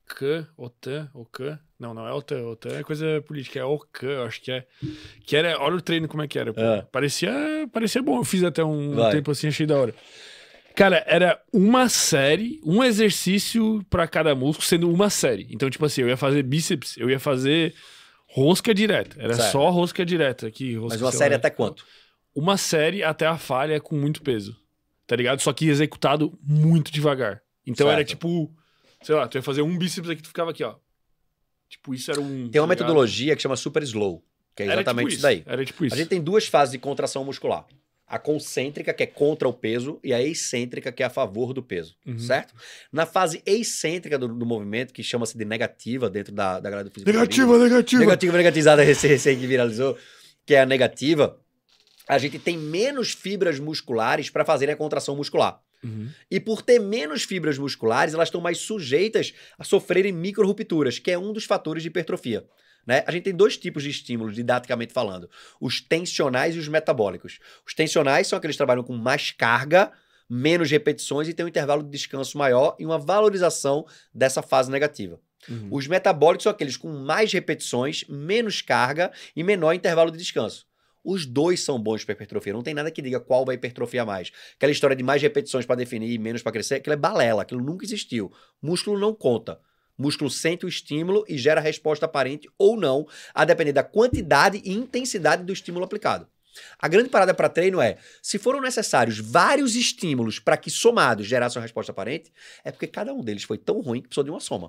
OCAN. Não é OTAN é coisa política, é OCAN, eu acho que é. Que era, olha o treino como é que era. Pô. Parecia bom, eu fiz até um tempo assim, achei da hora. Cara, era uma série, um exercício pra cada músculo, sendo uma série. Então, tipo assim, eu ia fazer bíceps, eu ia fazer rosca direta. Era certo. só rosca direta aqui. Rosca, Mas uma série até quanto? Uma série até a falha com muito peso, tá ligado? Só que executado muito devagar. Então certo. era tipo, sei lá, tu ia fazer um bíceps aqui, tu ficava aqui, ó. Tipo, isso era um... Tem uma tá ligado? metodologia que chama Super Slow, que é exatamente tipo isso daí. Era tipo isso. A gente tem duas fases de contração muscular. A concêntrica, que é contra o peso, e a excêntrica, que é a favor do peso, certo? Na fase excêntrica do movimento, que chama-se de negativa dentro da galera do fisiculturismo. Negativizada, recém que viralizou, que é a negativa, a gente tem menos fibras musculares para fazer a contração muscular. E por ter menos fibras musculares, elas estão mais sujeitas a sofrerem micro-rupturas, que é um dos fatores de hipertrofia. Né? A gente tem dois tipos de estímulos, didaticamente falando. Os tensionais e os metabólicos. Os tensionais são aqueles que trabalham com mais carga, menos repetições e tem um intervalo de descanso maior e uma valorização dessa fase negativa. Os metabólicos são aqueles com mais repetições, menos carga e menor intervalo de descanso. Os dois são bons para hipertrofia. Não tem nada que diga qual vai hipertrofiar mais. Aquela história de mais repetições para definir e menos para crescer, aquilo é balela, aquilo nunca existiu. Músculo não conta. Músculo sente o estímulo e gera resposta aparente ou não, a depender da quantidade e intensidade do estímulo aplicado. A grande parada para treino é, se foram necessários vários estímulos para que somados gerassem uma resposta aparente, é porque cada um deles foi tão ruim que precisou de uma soma.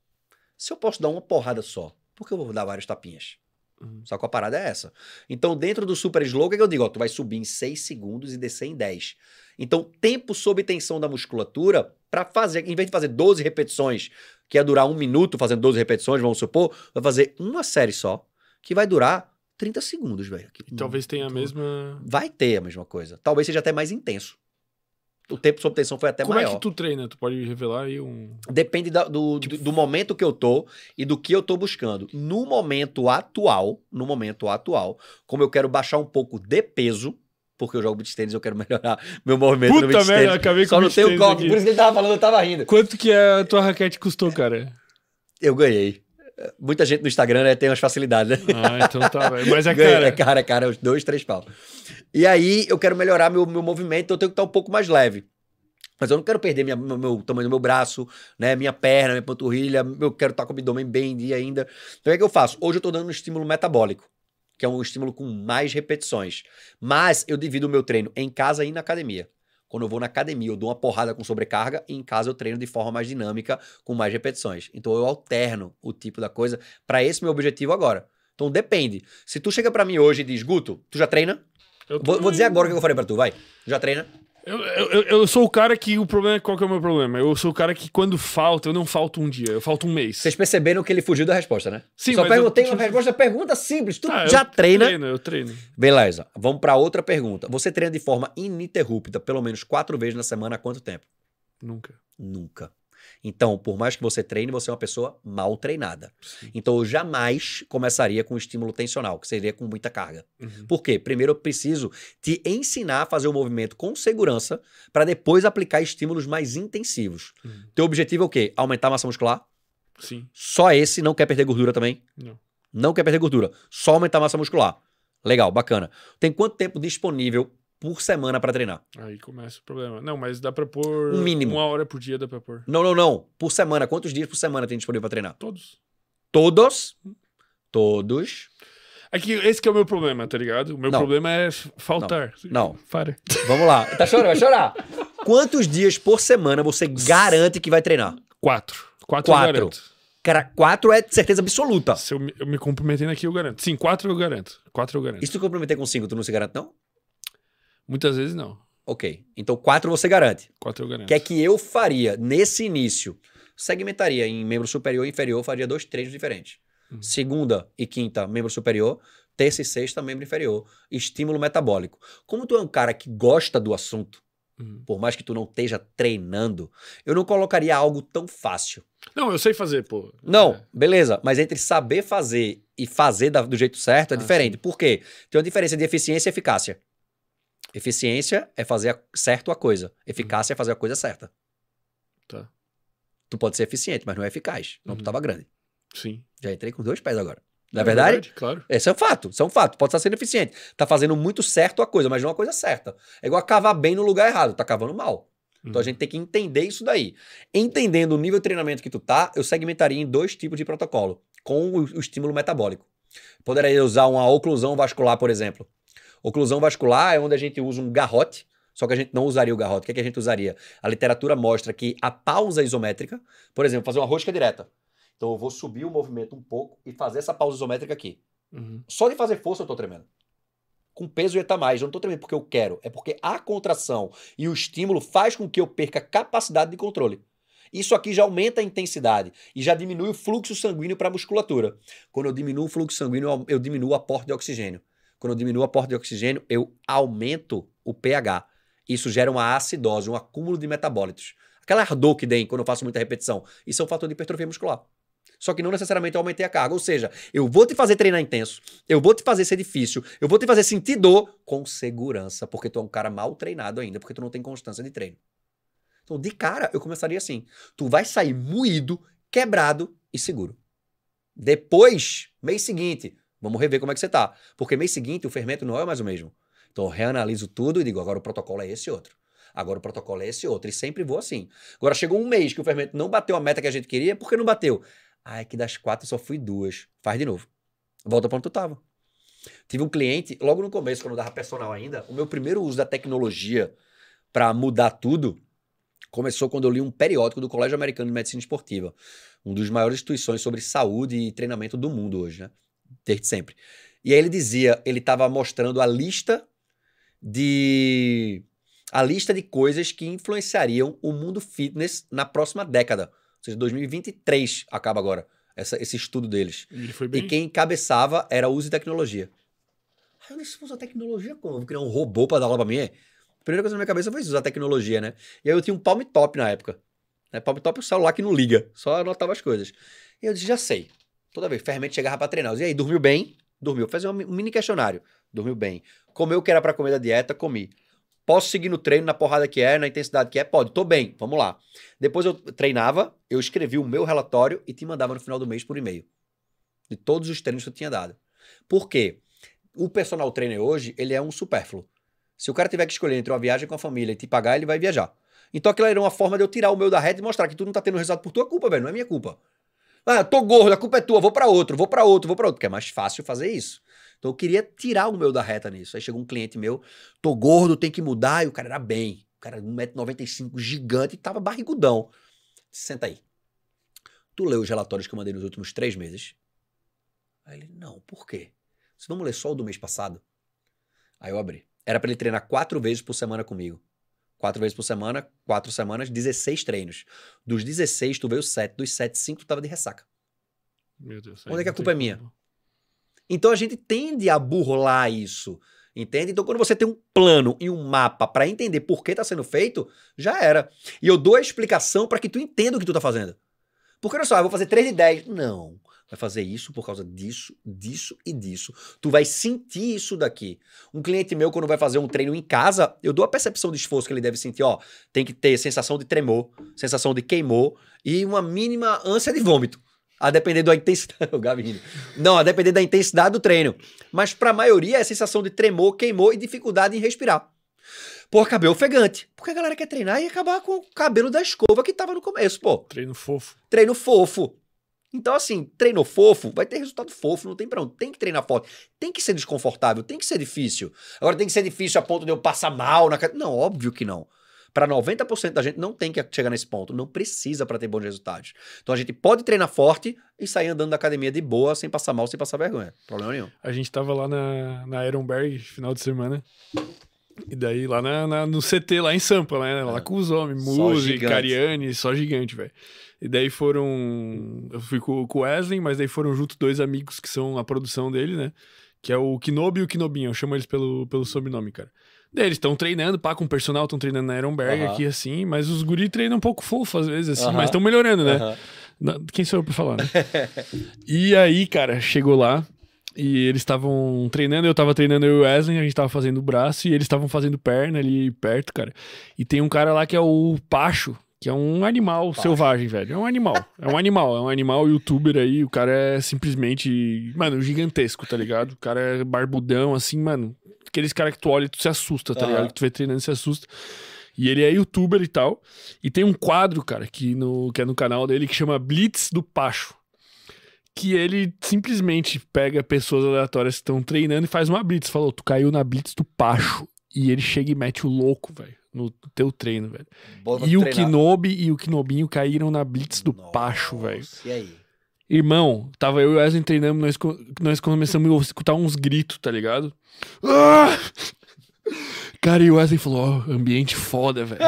Se eu posso dar uma porrada só, por que eu vou dar vários tapinhas? Só que a parada é essa. Então, dentro do Super Slow, o que eu digo? Ó, tu vai subir em 6 segundos e descer em 10. Então, tempo sob tensão da musculatura, para fazer, em vez de fazer 12 repetições, que ia durar 1 minuto fazendo 12 repetições, vamos supor, vai fazer uma série só, que vai durar 30 segundos, velho. Talvez tenha a mesma... Vai ter a mesma coisa. Talvez seja até mais intenso. o tempo sob tensão foi até Como maior. Como é que tu treina? Tu pode revelar aí um... Depende do momento que eu tô e do que eu tô buscando. No momento atual, como eu quero baixar um pouco de peso, porque eu jogo beach tênis, eu quero melhorar meu movimento no beach tênis. Acabei Só com não tem o coque, por isso que ele tava falando, eu tava rindo. Quanto que a tua raquete custou, cara? Eu ganhei. Muita gente no Instagram, né, tem umas facilidades, né? Ah, então tá, velho. Mas É cara, uns 2, 3 pau. E aí, eu quero melhorar meu movimento, eu tenho que estar um pouco mais leve. Mas eu não quero perder meu tamanho do meu braço, né? Minha perna, minha panturrilha. Eu quero estar com o abdômen bem em dia ainda. Então, o que eu faço? Hoje eu tô dando um estímulo metabólico, que é um estímulo com mais repetições. Mas eu divido o meu treino em casa e na academia. Quando eu vou na academia, eu dou uma porrada com sobrecarga e em casa eu treino de forma mais dinâmica, com mais repetições. Então eu alterno o tipo da coisa para esse meu objetivo agora. Então depende. Se tu chega para mim hoje e diz, Guto, tu já treina? Vou dizer agora o que eu falei para tu, vai. Já treina? Eu sou o cara que o problema... Qual que é o meu problema? Eu sou o cara que quando falta, eu não falto um dia, eu falto um mês. Vocês perceberam que ele fugiu da resposta, né? Sim, só perguntei uma resposta, pergunta simples. Tu já treina? Eu treino. Beleza, vamos para outra pergunta. Você treina de forma ininterrupta, pelo menos 4 vezes na semana há quanto tempo? Nunca. Então, por mais que você treine, você é uma pessoa mal treinada. Sim. Então, eu jamais começaria com estímulo tensional, que seria com muita carga. Por quê? Primeiro, eu preciso te ensinar a fazer o movimento com segurança para depois aplicar estímulos mais intensivos. Teu objetivo é o quê? Aumentar a massa muscular? Sim. Só esse, não quer perder gordura também? Não quer perder gordura, só aumentar a massa muscular. Legal, bacana. Tem quanto tempo disponível por semana para treinar? Aí começa o problema. Não, mas dá pra pôr... Um mínimo. 1 hora por dia dá pra pôr. Não. Por semana. Quantos dias por semana tem disponível pra treinar? Todos. Todos? Todos. É que esse que é o meu problema, tá ligado? O meu problema é faltar. Não. Para. Vamos lá. Tá chorando? Vai chorar. Quantos dias por semana você garante que vai treinar? 4. 4 eu garanto. Cara, 4 é certeza absoluta. Se eu me comprometendo aqui, eu garanto. Sim, 4 eu garanto. 4 eu garanto. E se tu comprometer com 5, tu não se garante, não? Muitas vezes não. Ok. Então 4 você garante. 4 eu garanto. O que é que eu faria nesse início? Segmentaria em membro superior e inferior, faria 2 treinos diferentes. Segunda e quinta, membro superior. Terça e sexta, membro inferior. Estímulo metabólico. Como tu é um cara que gosta do assunto, por mais que tu não esteja treinando, eu não colocaria algo tão fácil. Não, eu sei fazer, pô. Não, beleza. Mas entre saber fazer e fazer do jeito certo é diferente. Sim. Por quê? Tem uma diferença de eficiência e eficácia. Eficiência é fazer certo a coisa. Eficácia é fazer a coisa certa. Tá. Tu pode ser eficiente, mas não é eficaz. Não, tu tava grande. Sim. Já entrei com 2 pés agora. Não é verdade? Claro. Esse é um fato. Isso é um fato. Pode estar sendo eficiente. Tá fazendo muito certo a coisa, mas não a coisa certa. É igual a cavar bem no lugar errado. Tá cavando mal. Então a gente tem que entender isso daí. Entendendo o nível de treinamento que tu tá, eu segmentaria em 2 tipos de protocolo. Com o estímulo metabólico. Poderia usar uma oclusão vascular, por exemplo. Oclusão vascular é onde a gente usa um garrote, só que a gente não usaria o garrote. O que é que a gente usaria? A literatura mostra que a pausa isométrica, por exemplo, fazer uma rosca direta. Então eu vou subir o movimento um pouco e fazer essa pausa isométrica aqui. Só de fazer força eu tô tremendo. Com peso eu ia estar mais. Eu não tô tremendo porque eu quero. É porque a contração e o estímulo faz com que eu perca capacidade de controle. Isso aqui já aumenta a intensidade e já diminui o fluxo sanguíneo para a musculatura. Quando eu diminuo o fluxo sanguíneo, eu diminuo o aporte de oxigênio. Quando eu diminuo o aporte de oxigênio, eu aumento o pH. Isso gera uma acidose, um acúmulo de metabólitos. Aquela ardor que tem quando eu faço muita repetição. Isso é um fator de hipertrofia muscular. Só que não necessariamente eu aumentei a carga. Ou seja, eu vou te fazer treinar intenso, eu vou te fazer ser difícil, eu vou te fazer sentir dor com segurança, porque tu é um cara mal treinado ainda, porque tu não tem constância de treino. Então, de cara, eu começaria assim. Tu vai sair moído, quebrado e seguro. Depois, mês seguinte, vamos rever como é que você tá. Porque mês seguinte o fermento não é mais o mesmo. Então eu reanaliso tudo e digo, agora o protocolo é esse outro. Agora o protocolo é esse outro. E sempre vou assim. Agora chegou um mês que o fermento não bateu a meta que a gente queria, por que não bateu? Ah, é que das 4 eu só fui 2. Faz de novo. Volta pra onde tu tava. Tive um cliente, logo no começo, quando eu dava personal ainda, o meu primeiro uso da tecnologia para mudar tudo começou quando eu li um periódico do Colégio Americano de Medicina Esportiva. Uma das maiores instituições sobre saúde e treinamento do mundo hoje, né? Desde sempre. E aí ele dizia, ele estava mostrando a lista de coisas que influenciariam o mundo fitness na próxima década. Ou seja, 2023 acaba agora, esse estudo deles. E ele foi bem? E quem encabeçava era o uso de tecnologia. Aí eu disse, usa tecnologia como? Eu vou criar um robô para dar aula para mim? primeira coisa na minha cabeça foi isso, usar tecnologia, né? E aí eu tinha um Palm Top na época. Né? Palm Top é um celular que não liga, só anotava as coisas. E eu disse, já sei. Toda vez, ferramenta chegava pra treinar. Eu disse, e aí, dormiu bem? Dormiu. Fazer um mini questionário. Dormiu bem. Comeu o que era pra comer da dieta? Comi. Posso seguir no treino, na porrada que é, na intensidade que é? Pode. Tô bem. Vamos lá. Depois eu treinava, eu escrevi o meu relatório e te mandava no final do mês por e-mail. De todos os treinos que eu tinha dado. Por quê? O personal trainer hoje, ele é um supérfluo. Se o cara tiver que escolher entre uma viagem com a família e te pagar, ele vai viajar. Então aquilo era uma forma de eu tirar o meu da reta e mostrar que tu não tá tendo resultado por tua culpa, velho. Não é minha culpa. Ah, tô gordo, a culpa é tua, vou pra outro. Porque é mais fácil fazer isso. Então eu queria tirar o meu da reta nisso. Aí chegou um cliente meu, tô gordo, tem que mudar. E o cara era bem. O cara era 1,95 m, gigante e tava barrigudão. Senta aí. Tu leu os relatórios que eu mandei nos últimos 3 meses? Aí ele, não, por quê? Você vamos ler só o do mês passado? Aí eu abri. Era pra ele treinar 4 vezes por semana comigo. 4 vezes por semana, 4 semanas, 16 treinos. Dos 16, tu veio 7. Dos 7, 5 tu tava de ressaca. Meu Deus. Onde é que a culpa é minha? Então a gente tende a burlar isso, entende? Então quando você tem um plano e um mapa pra entender por que tá sendo feito, já era. E eu dou a explicação pra que tu entenda o que tu tá fazendo. Porque olha só, eu vou fazer 3 de 10. Não. Vai fazer isso por causa disso, disso e disso. Tu vai sentir isso daqui. Um cliente meu, quando vai fazer um treino em casa, eu dou a percepção de esforço que ele deve sentir. Ó, tem que ter sensação de tremor, sensação de queimou e uma mínima ânsia de vômito. A depender da intensidade. O Gabi. Não, a depender da intensidade do treino. Mas pra maioria é sensação de tremor, queimou e dificuldade em respirar. Pô, cabelo ofegante. Porque a galera quer treinar e acabar com o cabelo da escova que tava no começo, pô. Treino fofo. Treino fofo. Então, assim, treino fofo, vai ter resultado fofo, não tem pra onde. Tem que treinar forte. Tem que ser desconfortável, tem que ser difícil. Agora, tem que ser difícil a ponto de eu passar mal na... Não, óbvio que não. Para 90% da gente não tem que chegar nesse ponto. Não precisa para ter bons resultados. Então, a gente pode treinar forte e sair andando da academia de boa, sem passar mal, sem passar vergonha. Problema nenhum. A gente tava lá na Ironberg, final de semana. E daí lá no CT, lá em Sampa, né? Lá com os homens, Muzi, Cariani, só gigante, velho. E daí foram... Eu fui com o Wesley, mas daí foram junto 2 amigos que são a produção dele, né? Que é o Kinobi e o Kinobinho. Eu chamo eles pelo sobrenome, cara. Daí eles estão treinando, pá, com o personal, estão treinando na Ironberg aqui, assim. Mas os guri treinam um pouco fofo, às vezes, assim. Mas estão melhorando, né? Quem sou eu pra falar, né? E aí, cara, chegou lá. E eles estavam treinando, eu tava treinando eu e o Wesley, a gente tava fazendo braço e eles estavam fazendo perna ali perto, cara. E tem um cara lá que é o Pacho, que é um animal selvagem, velho. É um animal youtuber aí, o cara é simplesmente, mano, gigantesco, tá ligado? O cara é barbudão, assim, mano. Aqueles caras que tu olha e tu se assusta, tá ligado? Que tu vê treinando e se assusta. E ele é youtuber e tal. E tem um quadro, cara, que é no canal dele, que chama Blitz do Pacho. Que ele simplesmente pega pessoas aleatórias que estão treinando e faz uma blitz. Falou, tu caiu na blitz do Pacho. E ele chega e mete o louco, velho, no teu treino, velho. E o Kinobi e o Kinobinho caíram na blitz do Pacho, velho. E aí? Irmão, tava eu e o Wesley treinando, nós começamos a escutar uns gritos, tá ligado? Ah! Cara, e o Wesley falou, ó, ambiente foda, velho.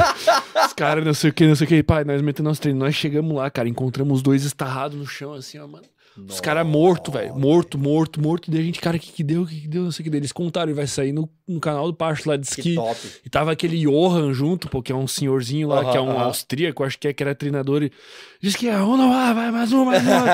Os caras, não sei o que. Pai, nós metemos nosso treino. Nós chegamos lá, cara, encontramos os 2 estarrados no chão, assim, ó, mano. Os caras mortos, velho. Morto. E daí a gente, cara, que deu, não sei o que. Eles contaram, e vai sair no canal do Pacho lá de esqui. Top. E tava aquele Johan junto, pô, que é um senhorzinho lá, que é um austríaco, acho que era treinador. E diz que vai, mais uma.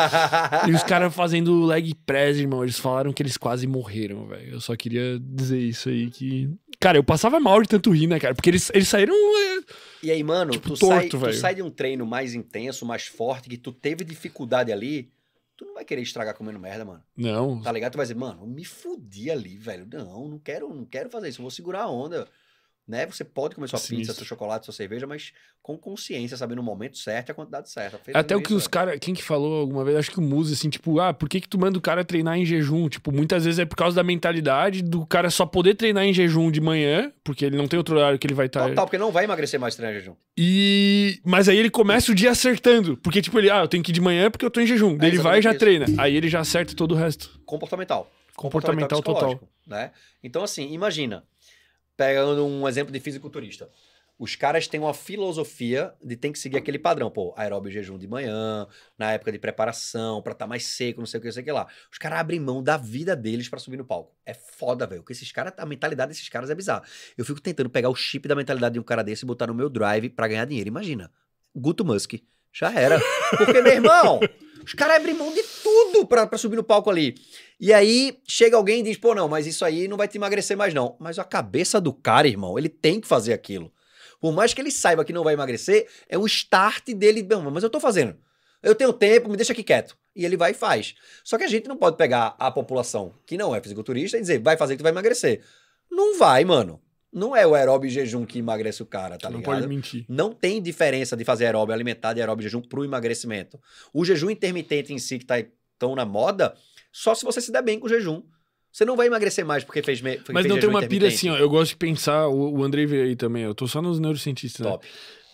E os caras fazendo leg press, irmão. Eles falaram que eles quase morreram, velho. Eu só queria dizer isso aí, que... Cara, eu passava mal de tanto rir, né, cara? Porque eles saíram... E aí, mano, tipo, tu sai de um treino mais intenso, mais forte, que tu teve dificuldade ali, tu não vai querer estragar comendo merda, mano. Não. Tá ligado? Tu vai dizer, mano, eu me fudi ali, velho. Não quero fazer isso, eu vou segurar a onda. Né? Você pode comer sua pizza, seu chocolate, sua cerveja, mas com consciência, sabendo o momento certo e a quantidade certa. Até o que os caras... Quem que falou alguma vez? Acho que o Muzi, assim, tipo... por que tu manda o cara treinar em jejum? Tipo, muitas vezes é por causa da mentalidade do cara só poder treinar em jejum de manhã, porque ele não tem outro horário que ele vai estar... Total, porque não vai emagrecer mais treinar em jejum. Mas aí ele começa o dia acertando. Porque, tipo, eu tenho que ir de manhã porque eu tô em jejum. Daí ele vai e já treina. Aí ele já acerta todo o resto. Comportamental Total. Né? Então, assim, imagina... Pegando um exemplo de fisiculturista. Os caras têm uma filosofia de tem que seguir aquele padrão. Pô, aeróbio e jejum de manhã, na época de preparação, pra estar mais seco, não sei o que lá. Os caras abrem mão da vida deles pra subir no palco. É foda, velho. Porque esses caras, a mentalidade desses caras é bizarra. Eu fico tentando pegar o chip da mentalidade de um cara desse e botar no meu drive pra ganhar dinheiro. Imagina. Guto Musk. Já era. Porque, meu irmão, os caras abrem mão de tudo pra subir no palco ali. E aí, chega alguém e diz, pô, não, mas isso aí não vai te emagrecer mais não. Mas a cabeça do cara, irmão, ele tem que fazer aquilo. Por mais que ele saiba que não vai emagrecer, é um start dele, mas eu tô fazendo. Eu tenho tempo, me deixa aqui quieto. E ele vai e faz. Só que a gente não pode pegar a população que não é fisiculturista e dizer, vai fazer que tu vai emagrecer. Não vai, mano. Não é o aeróbio e jejum que emagrece o cara, tá ligado? Não pode mentir. Não tem diferença de fazer aeróbio alimentar e aeróbio e jejum pro emagrecimento. O jejum intermitente em si que tá tão na moda, só se você se der bem com o jejum. Você não vai emagrecer mais porque fez Mas não tem uma pira assim, ó. Eu gosto de pensar, o Andrei veio aí também, eu tô só nos neurocientistas, Top. Né?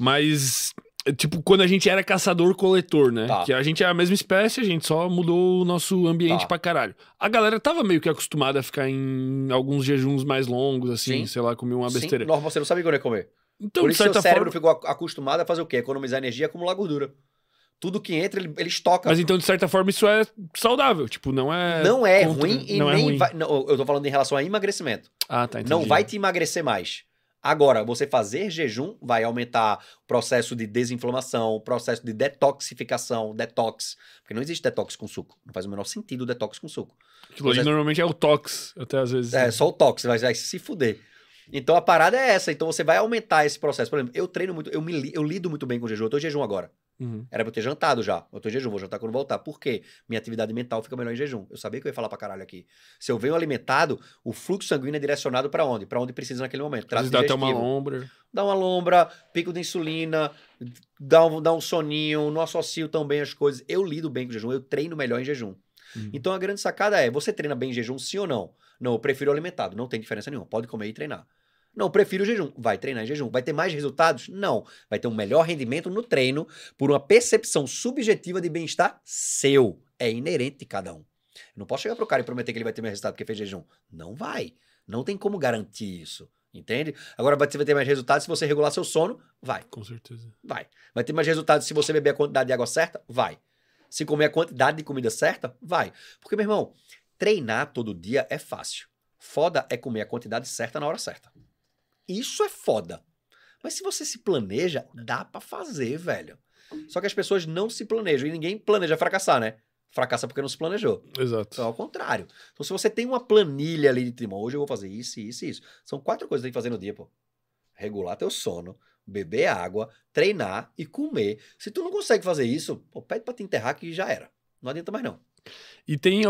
Mas, tipo, quando a gente era caçador-coletor, né? Tá. Que a gente é a mesma espécie, a gente só mudou o nosso ambiente pra caralho. A galera tava meio que acostumada a ficar em alguns jejuns mais longos, assim, sei lá, comer uma besteira. Sim, você não sabe quando é comer. Então, por isso seu cérebro ficou acostumado a fazer o quê? Economizar energia e acumular gordura. Tudo que entra, ele estoca. Mas então, de certa forma, isso é saudável. Tipo, não é... Não é ruim e não nem é ruim. vai... Não, eu tô falando em relação a emagrecimento. Ah, tá, entendi. Não vai te emagrecer mais. Agora, você fazer jejum vai aumentar o processo de desinflamação, o processo de detoxificação, detox. Porque não existe detox com suco. Não faz o menor sentido o detox com suco. Aquilo ali normalmente é o tox, até às vezes. É, só o tox, vai se fuder. Então a parada é essa. Então você vai aumentar esse processo. Por exemplo, eu treino muito, eu lido muito bem com jejum. Eu tô em jejum agora. Era pra eu ter jantado já. Eu tô em jejum, vou jantar quando voltar. Por quê? Minha atividade mental fica melhor em jejum. Eu sabia que eu ia falar pra caralho aqui. Se eu venho alimentado, o fluxo sanguíneo é direcionado pra onde? Pra onde precisa naquele momento. Às vezes dá até uma lombra. Dá uma lombra, pico de insulina, dá um soninho, não associo tão bem as coisas. Eu lido bem com jejum, eu treino melhor em jejum. Então a grande sacada é, você treina bem em jejum, sim ou não? Não, eu prefiro alimentado, não tem diferença nenhuma. Pode comer e treinar. Não, prefiro o jejum. Vai treinar em jejum. Vai ter mais resultados? Não. Vai ter um melhor rendimento no treino por uma percepção subjetiva de bem-estar seu. É inerente de cada um. Eu não posso chegar pro cara e prometer que ele vai ter mais resultado porque fez jejum. Não vai. Não tem como garantir isso. Entende? Agora você vai ter mais resultados se você regular seu sono? Vai. Com certeza. Vai. Vai ter mais resultados se você beber a quantidade de água certa? Vai. Se comer a quantidade de comida certa? Vai. Porque, meu irmão, treinar todo dia é fácil. Foda é comer a quantidade certa na hora certa. Isso é foda. Mas se você se planeja, dá pra fazer, velho. Só que as pessoas não se planejam. E ninguém planeja fracassar, né? Fracassa porque não se planejou. Exato. Então, ao contrário. Então, se você tem uma planilha ali de tipo, hoje eu vou fazer isso, isso e isso. São 4 coisas que tem que fazer no dia, pô. Regular teu sono, beber água, treinar e comer. Se tu não consegue fazer isso, pô, pede pra te enterrar que já era. Não adianta mais não. E tem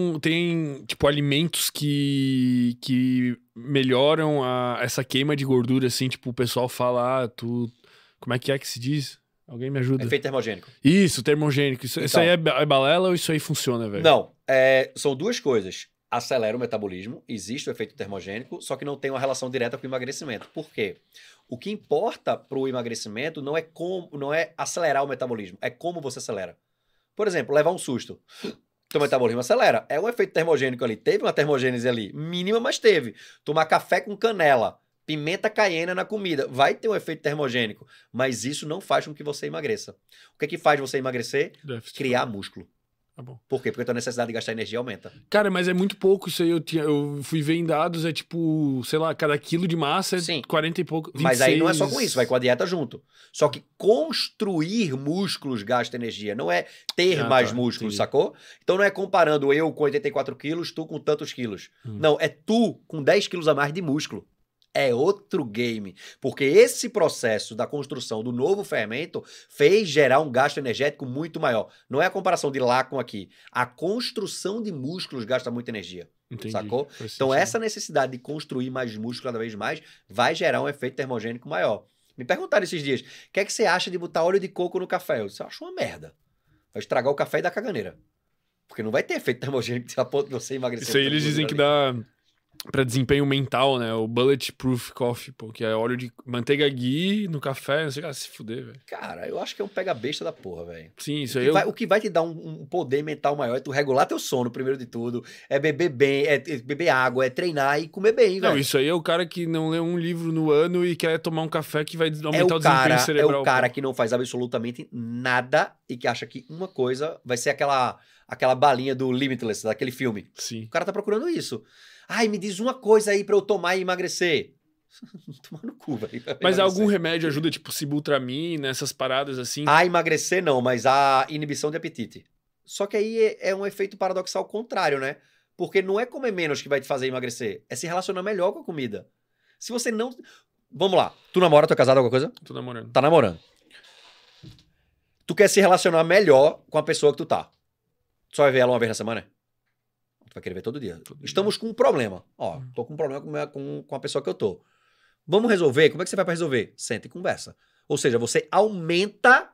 tipo, alimentos que melhoram essa queima de gordura, assim, tipo, o pessoal fala, como é que se diz? Alguém me ajuda. Efeito termogênico. Isso, termogênico. Isso aí é balela ou isso aí funciona, velho? Não, são duas coisas. Acelera o metabolismo, existe o efeito termogênico, só que não tem uma relação direta com o emagrecimento. Por quê? O que importa pro emagrecimento não é acelerar o metabolismo, é como você acelera. Por exemplo, levar um susto. Teu metabolismo acelera. É um efeito termogênico ali. Teve uma termogênese ali. Mínima, mas teve. Tomar café com canela, pimenta caiena na comida. Vai ter um efeito termogênico. Mas isso não faz com que você emagreça. O que é que faz você emagrecer? Criar músculo. Tá bom. Por quê? Porque a tua necessidade de gastar energia aumenta. Cara, mas é muito pouco isso aí. Eu fui ver em dados, é tipo, sei lá, cada quilo de massa é 40 e pouco. 26... Mas aí não é só com isso, vai com a dieta junto. Só que construir músculos gasta energia, não é ter mais músculos, sacou? Então não é comparando eu com 84 quilos, tu com tantos quilos. Não, é tu com 10 quilos a mais de músculo. É outro game, porque esse processo da construção do novo fermento fez gerar um gasto energético muito maior. Não é a comparação de lá com aqui. A construção de músculos gasta muita energia, sacou? Então essa necessidade de construir mais músculo cada vez mais vai gerar um efeito termogênico maior. Me perguntaram esses dias, o que é que você acha de botar óleo de coco no café? Eu acho uma merda. Vai estragar o café e dar caganeira. Porque não vai ter efeito termogênico a ponto de você emagrecer. Isso aí eles dizem que dá... pra desempenho mental, né? O Bulletproof Coffee, pô, que é óleo de manteiga ghee no café, não sei o que, se fuder, velho. Cara, eu acho que é um pega-besta da porra, velho. Sim, isso aí eu... O que vai te dar um poder mental maior é tu regular teu sono, primeiro de tudo, é beber bem, é beber água, é treinar e comer bem, velho. Não, isso aí é o cara que não lê um livro no ano e quer tomar um café que vai aumentar o desempenho cerebral. É o cara que não faz absolutamente nada e que acha que uma coisa vai ser aquela balinha do Limitless, daquele filme. Sim. O cara tá procurando isso. Ai, me diz uma coisa aí pra eu tomar e emagrecer. Tomar no cu, velho. Mas algum remédio ajuda, tipo Sibutramina, essas paradas assim? A emagrecer não, mas a inibição de apetite. Só que aí é um efeito paradoxal contrário, né? Porque não é comer menos que vai te fazer emagrecer, é se relacionar melhor com a comida. Se você não... Vamos lá. Tu namora, tu é casado, alguma coisa? Tô namorando. Tá namorando. Tu quer se relacionar melhor com a pessoa que tu tá. Tu só vai ver ela uma vez na semana? Tu vai querer ver todo dia. Estamos com um problema. Ó, tô com um problema com a pessoa que eu tô. Vamos resolver? Como é que você vai pra resolver? Senta e conversa. Ou seja, você aumenta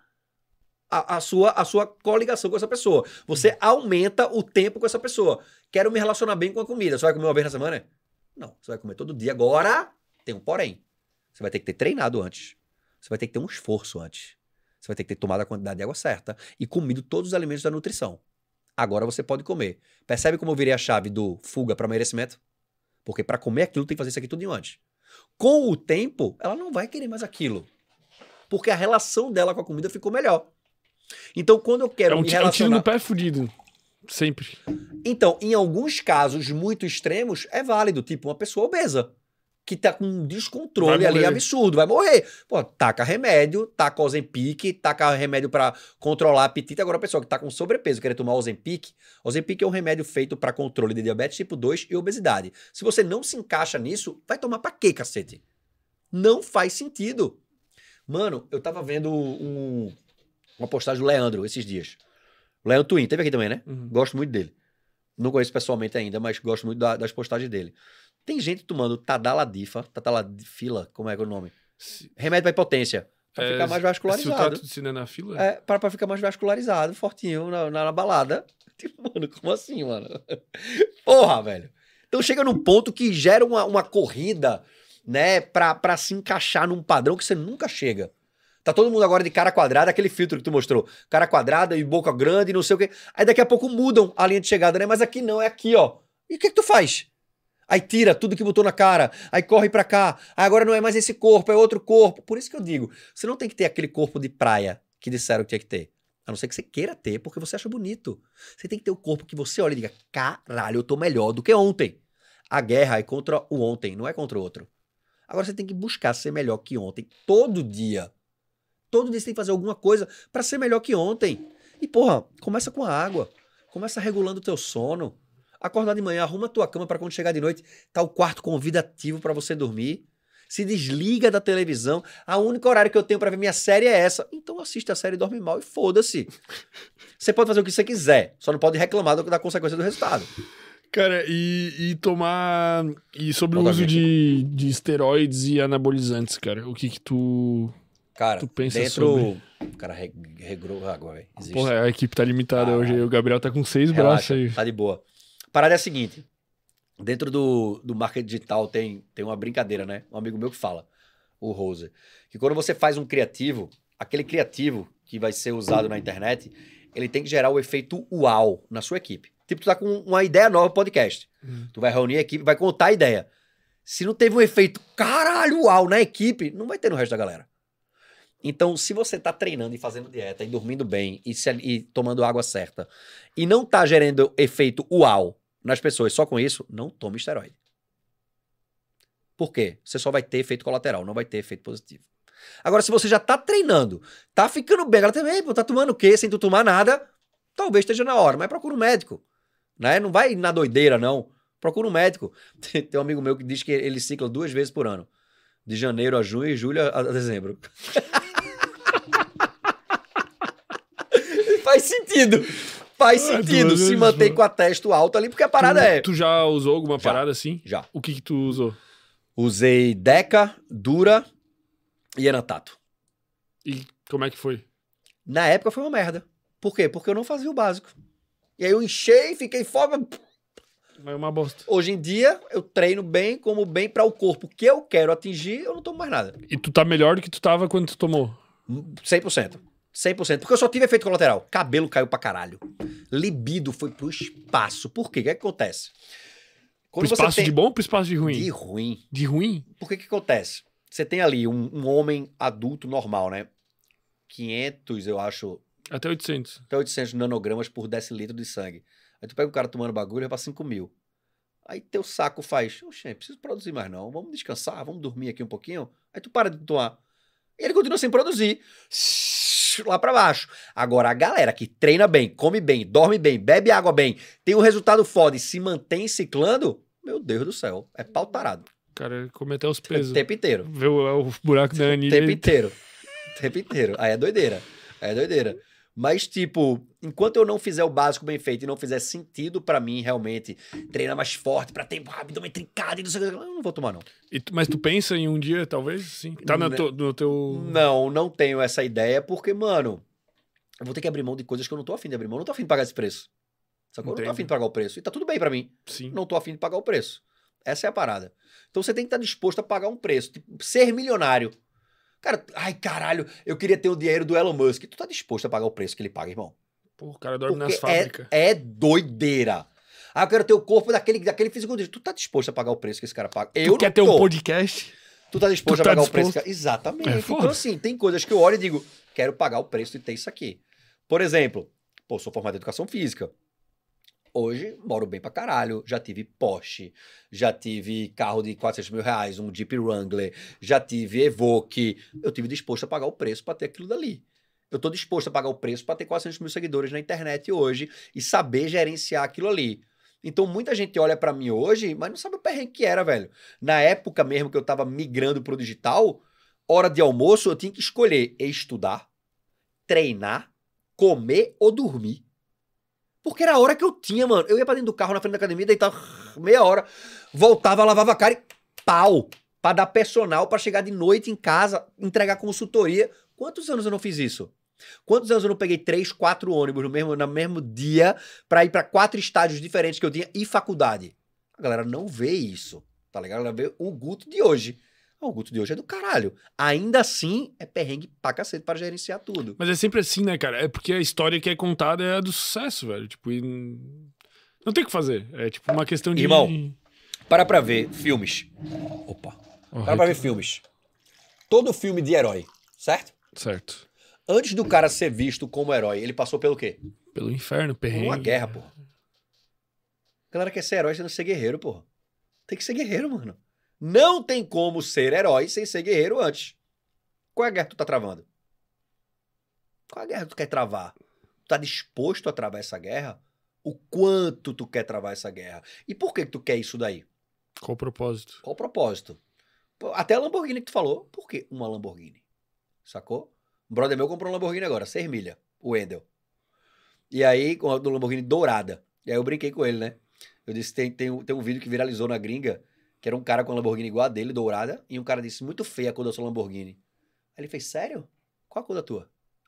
a sua coligação com essa pessoa. Você aumenta o tempo com essa pessoa. Quero me relacionar bem com a comida. Você vai comer uma vez na semana? Não. Você vai comer todo dia. Agora, tem um porém. Você vai ter que ter treinado antes. Você vai ter que ter um esforço antes. Você vai ter que ter tomado a quantidade de água certa e comido todos os alimentos da nutrição. Agora você pode comer. Percebe como eu virei a chave do fuga para merecimento? Porque para comer aquilo tem que fazer isso aqui tudo antes. Com o tempo, ela não vai querer mais aquilo. Porque a relação dela com a comida ficou melhor. Então, quando eu quero me relacionar... É um tiro no pé fudido. Sempre. Então, em alguns casos muito extremos, é válido. Tipo, uma pessoa obesa, que tá com um descontrole ali absurdo, vai morrer. Pô, taca remédio, taca Ozempic, taca remédio pra controlar apetite. Agora a pessoa que tá com sobrepeso, querer tomar Ozempic é um remédio feito pra controle de diabetes tipo 2 e obesidade. Se você não se encaixa nisso, vai tomar pra quê, cacete? Não faz sentido. Mano, eu tava vendo uma postagem do Leandro esses dias. O Leandro Twin, teve aqui também, né? Uhum. Gosto muito dele. Não conheço pessoalmente ainda, mas gosto muito das postagens dele. Tem gente tomando Tadaladifila, como é que é o nome? Remédio pra impotência. Pra ficar mais vascularizado. Siltrato de cinenafila? É, pra ficar mais vascularizado, fortinho, na balada. Tipo, mano, como assim, mano? Porra, velho. Então chega num ponto que gera uma corrida, né, pra se encaixar num padrão que você nunca chega. Tá todo mundo agora de cara quadrada, aquele filtro que tu mostrou. Cara quadrada e boca grande, não sei o quê. Aí daqui a pouco mudam a linha de chegada, né? Mas aqui não, é aqui, ó. E o que tu faz? Aí tira tudo que botou na cara, aí corre pra cá, aí agora não é mais esse corpo, é outro corpo. Por isso que eu digo, você não tem que ter aquele corpo de praia que disseram que tinha que ter. A não ser que você queira ter, porque você acha bonito. Você tem que ter o corpo que você olha e diga, caralho, eu tô melhor do que ontem. A guerra é contra o ontem, não é contra o outro. Agora você tem que buscar ser melhor que ontem, todo dia. Todo dia você tem que fazer alguma coisa pra ser melhor que ontem. E porra, começa com a água, começa regulando o teu sono. Acordar de manhã, arruma a tua cama para quando chegar de noite, tá o quarto convidativo para você dormir. Se desliga da televisão. A única horário que eu tenho para ver minha série é essa. Então assiste a série e dorme mal e foda-se. Você pode fazer o que você quiser, só não pode reclamar da consequência do resultado. Cara, e tomar... E sobre o uso de esteroides e anabolizantes, cara, o que tu... Cara, tu pensa dentro... sobre? O cara regrou água, velho. Porra, a equipe tá limitada hoje. O Gabriel tá com 6 braços aí. Tá de boa. A parada é a seguinte. Dentro do marketing digital tem uma brincadeira, né? Um amigo meu que fala, o Rose, que quando você faz um criativo, aquele criativo que vai ser usado na internet, ele tem que gerar o efeito uau na sua equipe. Tipo, tu tá com uma ideia nova podcast. Tu vai reunir a equipe, vai contar a ideia. Se não teve um efeito caralho uau na equipe, não vai ter no resto da galera. Então, se você tá treinando e fazendo dieta e dormindo bem e tomando água certa e não tá gerando efeito uau nas pessoas só com isso, não tome esteroide. Por quê? Você só vai ter efeito colateral, não vai ter efeito positivo. Agora, se você já tá treinando, tá ficando bem, ela também, pô, tá tomando o quê? Sem tu tomar nada, talvez esteja na hora, mas procura um médico, né? Não vai na doideira, não. Procura um médico. Tem um amigo meu que diz que ele cicla 2 vezes por ano. De janeiro a junho e julho a dezembro. Faz sentido. Faz sentido se manter com a testo alto ali, porque a parada Tu já usou alguma parada assim? Já. O que tu usou? Usei Deca, Dura e Enatato. E como é que foi? Na época foi uma merda. Por quê? Porque eu não fazia o básico. E aí eu enchei, fiquei fome. É uma bosta. Hoje em dia, eu treino bem, como bem para o corpo que eu quero atingir, eu não tomo mais nada. E tu tá melhor do que tu tava quando tu tomou? 100%. 100%. Porque eu só tive efeito colateral. Cabelo caiu pra caralho. Libido foi pro espaço. Por quê? O que acontece? Quando pro espaço de bom ou pro espaço de ruim? De ruim. De ruim? Por que acontece? Você tem ali um homem adulto normal, né? 500, eu acho... Até 800. Até 800 nanogramas por decilitro de sangue. Aí tu pega o cara tomando bagulho e vai pra 5 mil. Aí teu saco faz, oxe, preciso produzir mais não, vamos descansar, vamos dormir aqui um pouquinho. Aí tu para de tomar. E ele continua sem produzir. Lá pra baixo. Agora, a galera que treina bem, come bem, dorme bem, bebe água bem, tem um resultado foda e se mantém ciclando, meu Deus do céu, é pau tarado. Cara, come até os pesos. O tempo inteiro. Vê o buraco da anilha. O tempo inteiro. O tempo inteiro. Aí é doideira. Aí é doideira. Mas, tipo, enquanto eu não fizer o básico bem feito e não fizer sentido pra mim, realmente, treinar mais forte, pra ter abdômen trincado e não sei o que, eu não vou tomar, não. Mas tu pensa em um dia, talvez? Sim. Tá no teu... Não tenho essa ideia, porque, mano, eu vou ter que abrir mão de coisas que eu não tô afim de abrir mão. Eu não tô afim de pagar esse preço. Sacou? Eu não tô afim de pagar o preço. E tá tudo bem pra mim. Sim. Não tô afim de pagar o preço. Essa é a parada. Então você tem que estar disposto a pagar um preço. Tipo, ser milionário. Cara, ai caralho, eu queria ter o dinheiro do Elon Musk. Tu tá disposto a pagar o preço que ele paga, irmão? Pô, o cara dorme nas fábricas. É doideira. Ah, eu quero ter o corpo daquele fisiculturista. Tu tá disposto a pagar o preço que esse cara paga? Tu quer ter um podcast? Tu tá disposto a pagar o preço que... Exatamente. Então, assim, tem coisas que eu olho e digo, quero pagar o preço de ter isso aqui. Por exemplo, sou formado em educação física. Hoje, moro bem pra caralho. Já tive Porsche, já tive carro de 400 mil reais, um Jeep Wrangler, já tive Evoque. Eu tive disposto a pagar o preço pra ter aquilo dali. Eu tô disposto a pagar o preço pra ter 400 mil seguidores na internet hoje e saber gerenciar aquilo ali. Então, muita gente olha pra mim hoje, mas não sabe o perrengue que era, velho. Na época mesmo que eu tava migrando pro digital, hora de almoço, eu tinha que escolher estudar, treinar, comer ou dormir. Porque era a hora que eu tinha, mano. Eu ia pra dentro do carro na frente da academia, deitava meia hora, voltava, lavava a cara e pau. Pra dar personal, pra chegar de noite em casa, entregar consultoria. Quantos anos eu não fiz isso? Quantos anos eu não peguei 3, 4 ônibus no mesmo dia pra ir pra 4 estágios diferentes que eu tinha e faculdade? A galera não vê isso, tá ligado? Ela vê o Guto de hoje. O Guto de hoje é do caralho. Ainda assim, é perrengue pra cacete para gerenciar tudo. Mas é sempre assim, né, cara? É porque a história que é contada é a do sucesso, velho. Tipo, não tem o que fazer. É tipo uma questão de... Irmão, para pra ver filmes. Opa. Para pra ver filmes. Todo filme de herói, certo? Certo. Antes do cara ser visto como herói, ele passou pelo quê? Pelo inferno, perrengue. Por uma guerra, pô. A galera quer ser herói sem ser guerreiro, pô. Tem que ser guerreiro, mano. Não tem como ser herói sem ser guerreiro antes. Qual é a guerra que tu tá travando? Qual é a guerra que tu quer travar? Tu tá disposto a travar essa guerra? O quanto tu quer travar essa guerra? E por que tu quer isso daí? Qual o propósito? Qual o propósito? Até a Lamborghini que tu falou. Por que uma Lamborghini? Sacou? Um brother meu comprou uma Lamborghini agora, 6 milha, o Wendel. E aí, com a Lamborghini dourada. E aí eu brinquei com ele, né? Eu disse, tem um vídeo que viralizou na gringa, que era um cara com a Lamborghini igual a dele, dourada, e um cara disse, muito feia a cor da sua Lamborghini. Aí ele fez, sério? Qual a cor da tua?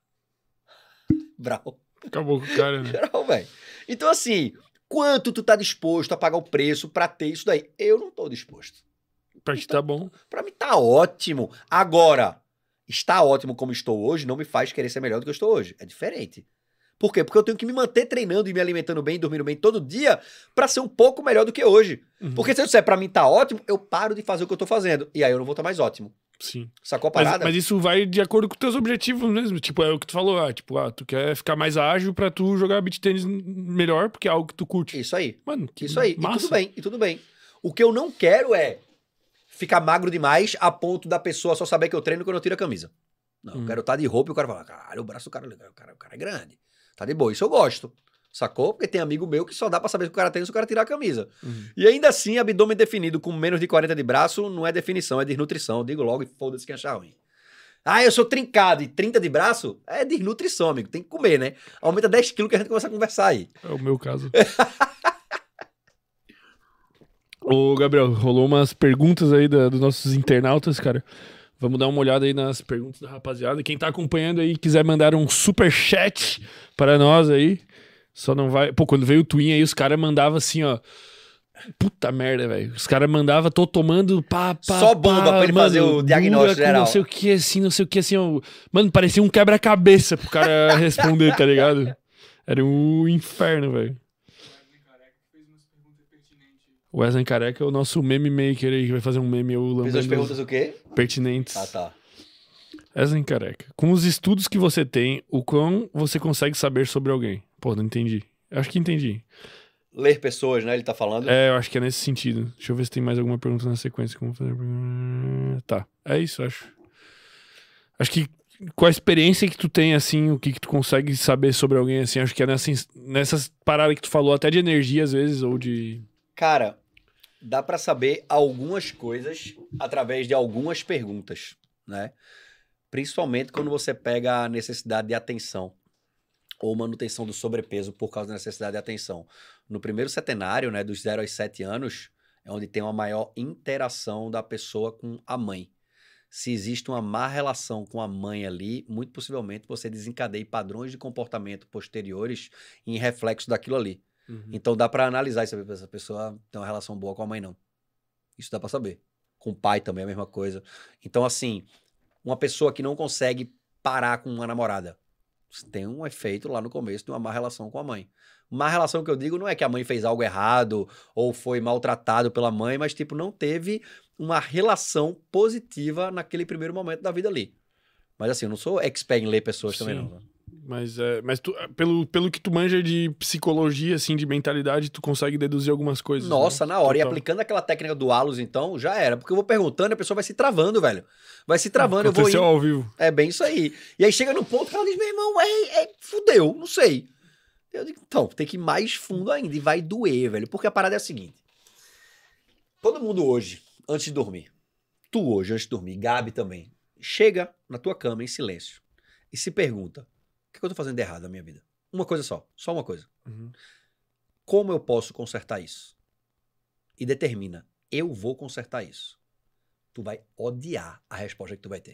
Brau. Acabou com o cara, né? Brau, velho. Então, assim, quanto tu tá disposto a pagar o preço pra ter isso daí? Eu não tô disposto. Pra ti tá bom. Pra mim tá ótimo. Agora, estar ótimo como estou hoje não me faz querer ser melhor do que eu estou hoje. É diferente. Por quê? Porque eu tenho que me manter treinando e me alimentando bem, dormindo bem todo dia pra ser um pouco melhor do que hoje. Uhum. Porque se eu disser pra mim tá ótimo, eu paro de fazer o que eu tô fazendo. E aí eu não vou estar mais ótimo. Sim. Sacou a parada? Mas isso vai de acordo com teus objetivos mesmo. Tipo, é o que tu falou. Tu quer ficar mais ágil pra tu jogar beach tênis melhor, porque é algo que tu curte. Isso aí. Mano, isso aí. Massa. E tudo bem. O que eu não quero é ficar magro demais a ponto da pessoa só saber que eu treino quando eu tiro a camisa. Não, eu quero estar de roupa e o cara fala, caralho, o braço do cara, o cara é grande. Tá de boa, isso eu gosto. Sacou? Porque tem amigo meu que só dá pra saber que o cara tem se o cara tirar a camisa. E ainda assim, abdômen definido com menos de 40 de braço não é definição, é desnutrição. Eu digo logo e foda-se quem achar ruim. Ah, eu sou trincado e 30 de braço? É desnutrição, amigo. Tem que comer, né? Aumenta 10 quilos que a gente começa a conversar aí. É o meu caso. Ô, Gabriel, rolou umas perguntas aí dos nossos internautas, cara. Vamos dar uma olhada aí nas perguntas da rapaziada. Quem tá acompanhando aí, quiser mandar um superchat para nós aí, só não vai... Pô, quando veio o Twin aí, os caras mandavam assim, ó, Puta merda, velho. Os caras mandavam, tô tomando só bomba pra ele fazer o diagnóstico geral. Não sei o que, assim. Mano, parecia um quebra-cabeça pro cara responder, tá ligado? Era um inferno, velho. O Wesley Careca é o nosso meme maker aí, que vai fazer um meme. Fez as perguntas o quê? Pertinentes. Ah, tá. Wesley Careca. Com os estudos que você tem, o quão você consegue saber sobre alguém? Pô, não entendi. Acho que entendi. Ler pessoas, né? Ele tá falando. Eu acho que é nesse sentido. Deixa eu ver se tem mais alguma pergunta na sequência. Como fazer... Tá, é isso, acho. Acho que com a experiência que tu tem, assim, o que tu consegue saber sobre alguém, assim, acho que é nessas paradas que tu falou, até de energia, às vezes, ou de... Cara, dá pra saber algumas coisas através de algumas perguntas, né? Principalmente quando você pega a necessidade de atenção ou manutenção do sobrepeso por causa da necessidade de atenção. No primeiro setenário, né, dos 0 aos 7 anos, é onde tem uma maior interação da pessoa com a mãe. Se existe uma má relação com a mãe ali, muito possivelmente você desencadeia padrões de comportamento posteriores em reflexo daquilo ali. Uhum. Então dá pra analisar se essa pessoa tem uma relação boa com a mãe, não. Isso dá pra saber. Com o pai também é a mesma coisa. Então, assim, uma pessoa que não consegue parar com uma namorada, tem um efeito lá no começo de uma má relação com a mãe. Má relação que eu digo não é que a mãe fez algo errado ou foi maltratado pela mãe, mas tipo, não teve uma relação positiva naquele primeiro momento da vida ali. Mas assim, eu não sou expert em ler pessoas também não. Né? Mas tu, pelo que tu manja de psicologia, assim, de mentalidade, tu consegue deduzir algumas coisas. Nossa, né? Na hora. Total. E aplicando aquela técnica do Alus, então, já era. Porque eu vou perguntando e a pessoa vai se travando, velho. Vai se travando, eu vou indo. Ao vivo. É bem isso aí. E aí chega no ponto que ela diz, meu irmão, fudeu, não sei. Eu digo, então, tem que ir mais fundo ainda. E vai doer, velho. Porque a parada é a seguinte. Todo mundo hoje, antes de dormir, tu hoje, antes de dormir, Gabi também, chega na tua cama em silêncio e se pergunta, o que eu tô fazendo de errado na minha vida? Uma coisa só uma coisa. Uhum. Como eu posso consertar isso? E determina, eu vou consertar isso. Tu vai odiar a resposta que tu vai ter.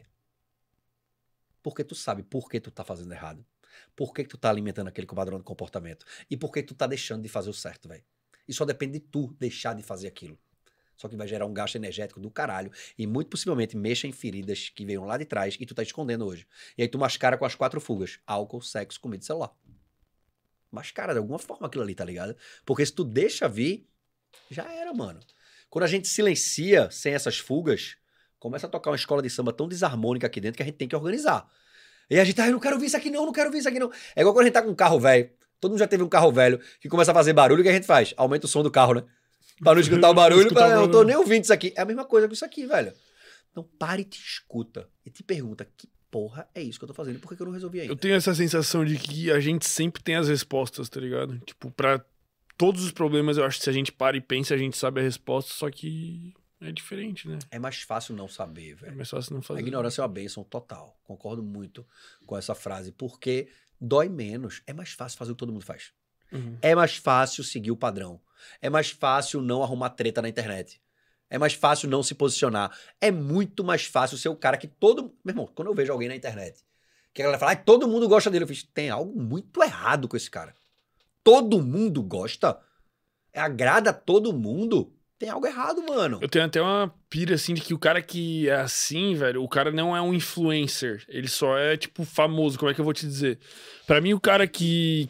Porque tu sabe por que tu tá fazendo errado. Por que tu tá alimentando aquele padrão de comportamento. E por que tu tá deixando de fazer o certo, velho. E só depende de tu deixar de fazer aquilo. Só que vai gerar um gasto energético do caralho. E muito possivelmente mexa em feridas que veio lá de trás e tu tá escondendo hoje. E aí tu mascara com as 4 fugas. Álcool, sexo, comida e celular. Mascara de alguma forma aquilo ali, tá ligado? Porque se tu deixa vir, já era, mano. Quando a gente silencia sem essas fugas, começa a tocar uma escola de samba tão desarmônica aqui dentro que a gente tem que organizar. E a gente, eu não quero ver isso aqui não quero ver isso aqui não. É igual quando a gente tá com um carro velho. Todo mundo já teve um carro velho que começa a fazer barulho, o que a gente faz? Aumenta o som do carro, né? Pra não escutar o barulho, não tô nem ouvindo isso aqui. É a mesma coisa com isso aqui, velho. Então pare e te escuta. E te pergunta, que porra é isso que eu tô fazendo? Por que eu não resolvi ainda? Eu tenho essa sensação de que a gente sempre tem as respostas, tá ligado? Tipo, pra todos os problemas, eu acho que se a gente para e pensa, a gente sabe a resposta, só que é diferente, né? É mais fácil não saber, velho. É mais fácil não fazer. A ignorância é uma bênção total. Concordo muito com essa frase, porque dói menos. É mais fácil fazer o que todo mundo faz. Uhum. É mais fácil seguir o padrão. É mais fácil não arrumar treta na internet. É mais fácil não se posicionar. É muito mais fácil ser o cara que todo... Meu irmão, quando eu vejo alguém na internet, que a galera fala, todo mundo gosta dele, eu fiz, tem algo muito errado com esse cara. Todo mundo gosta? Agrada todo mundo? Tem algo errado, mano. Eu tenho até uma pira, assim, de que o cara que é assim, velho, o cara não é um influencer. Ele só é, tipo, famoso. Como é que eu vou te dizer? Pra mim, o cara que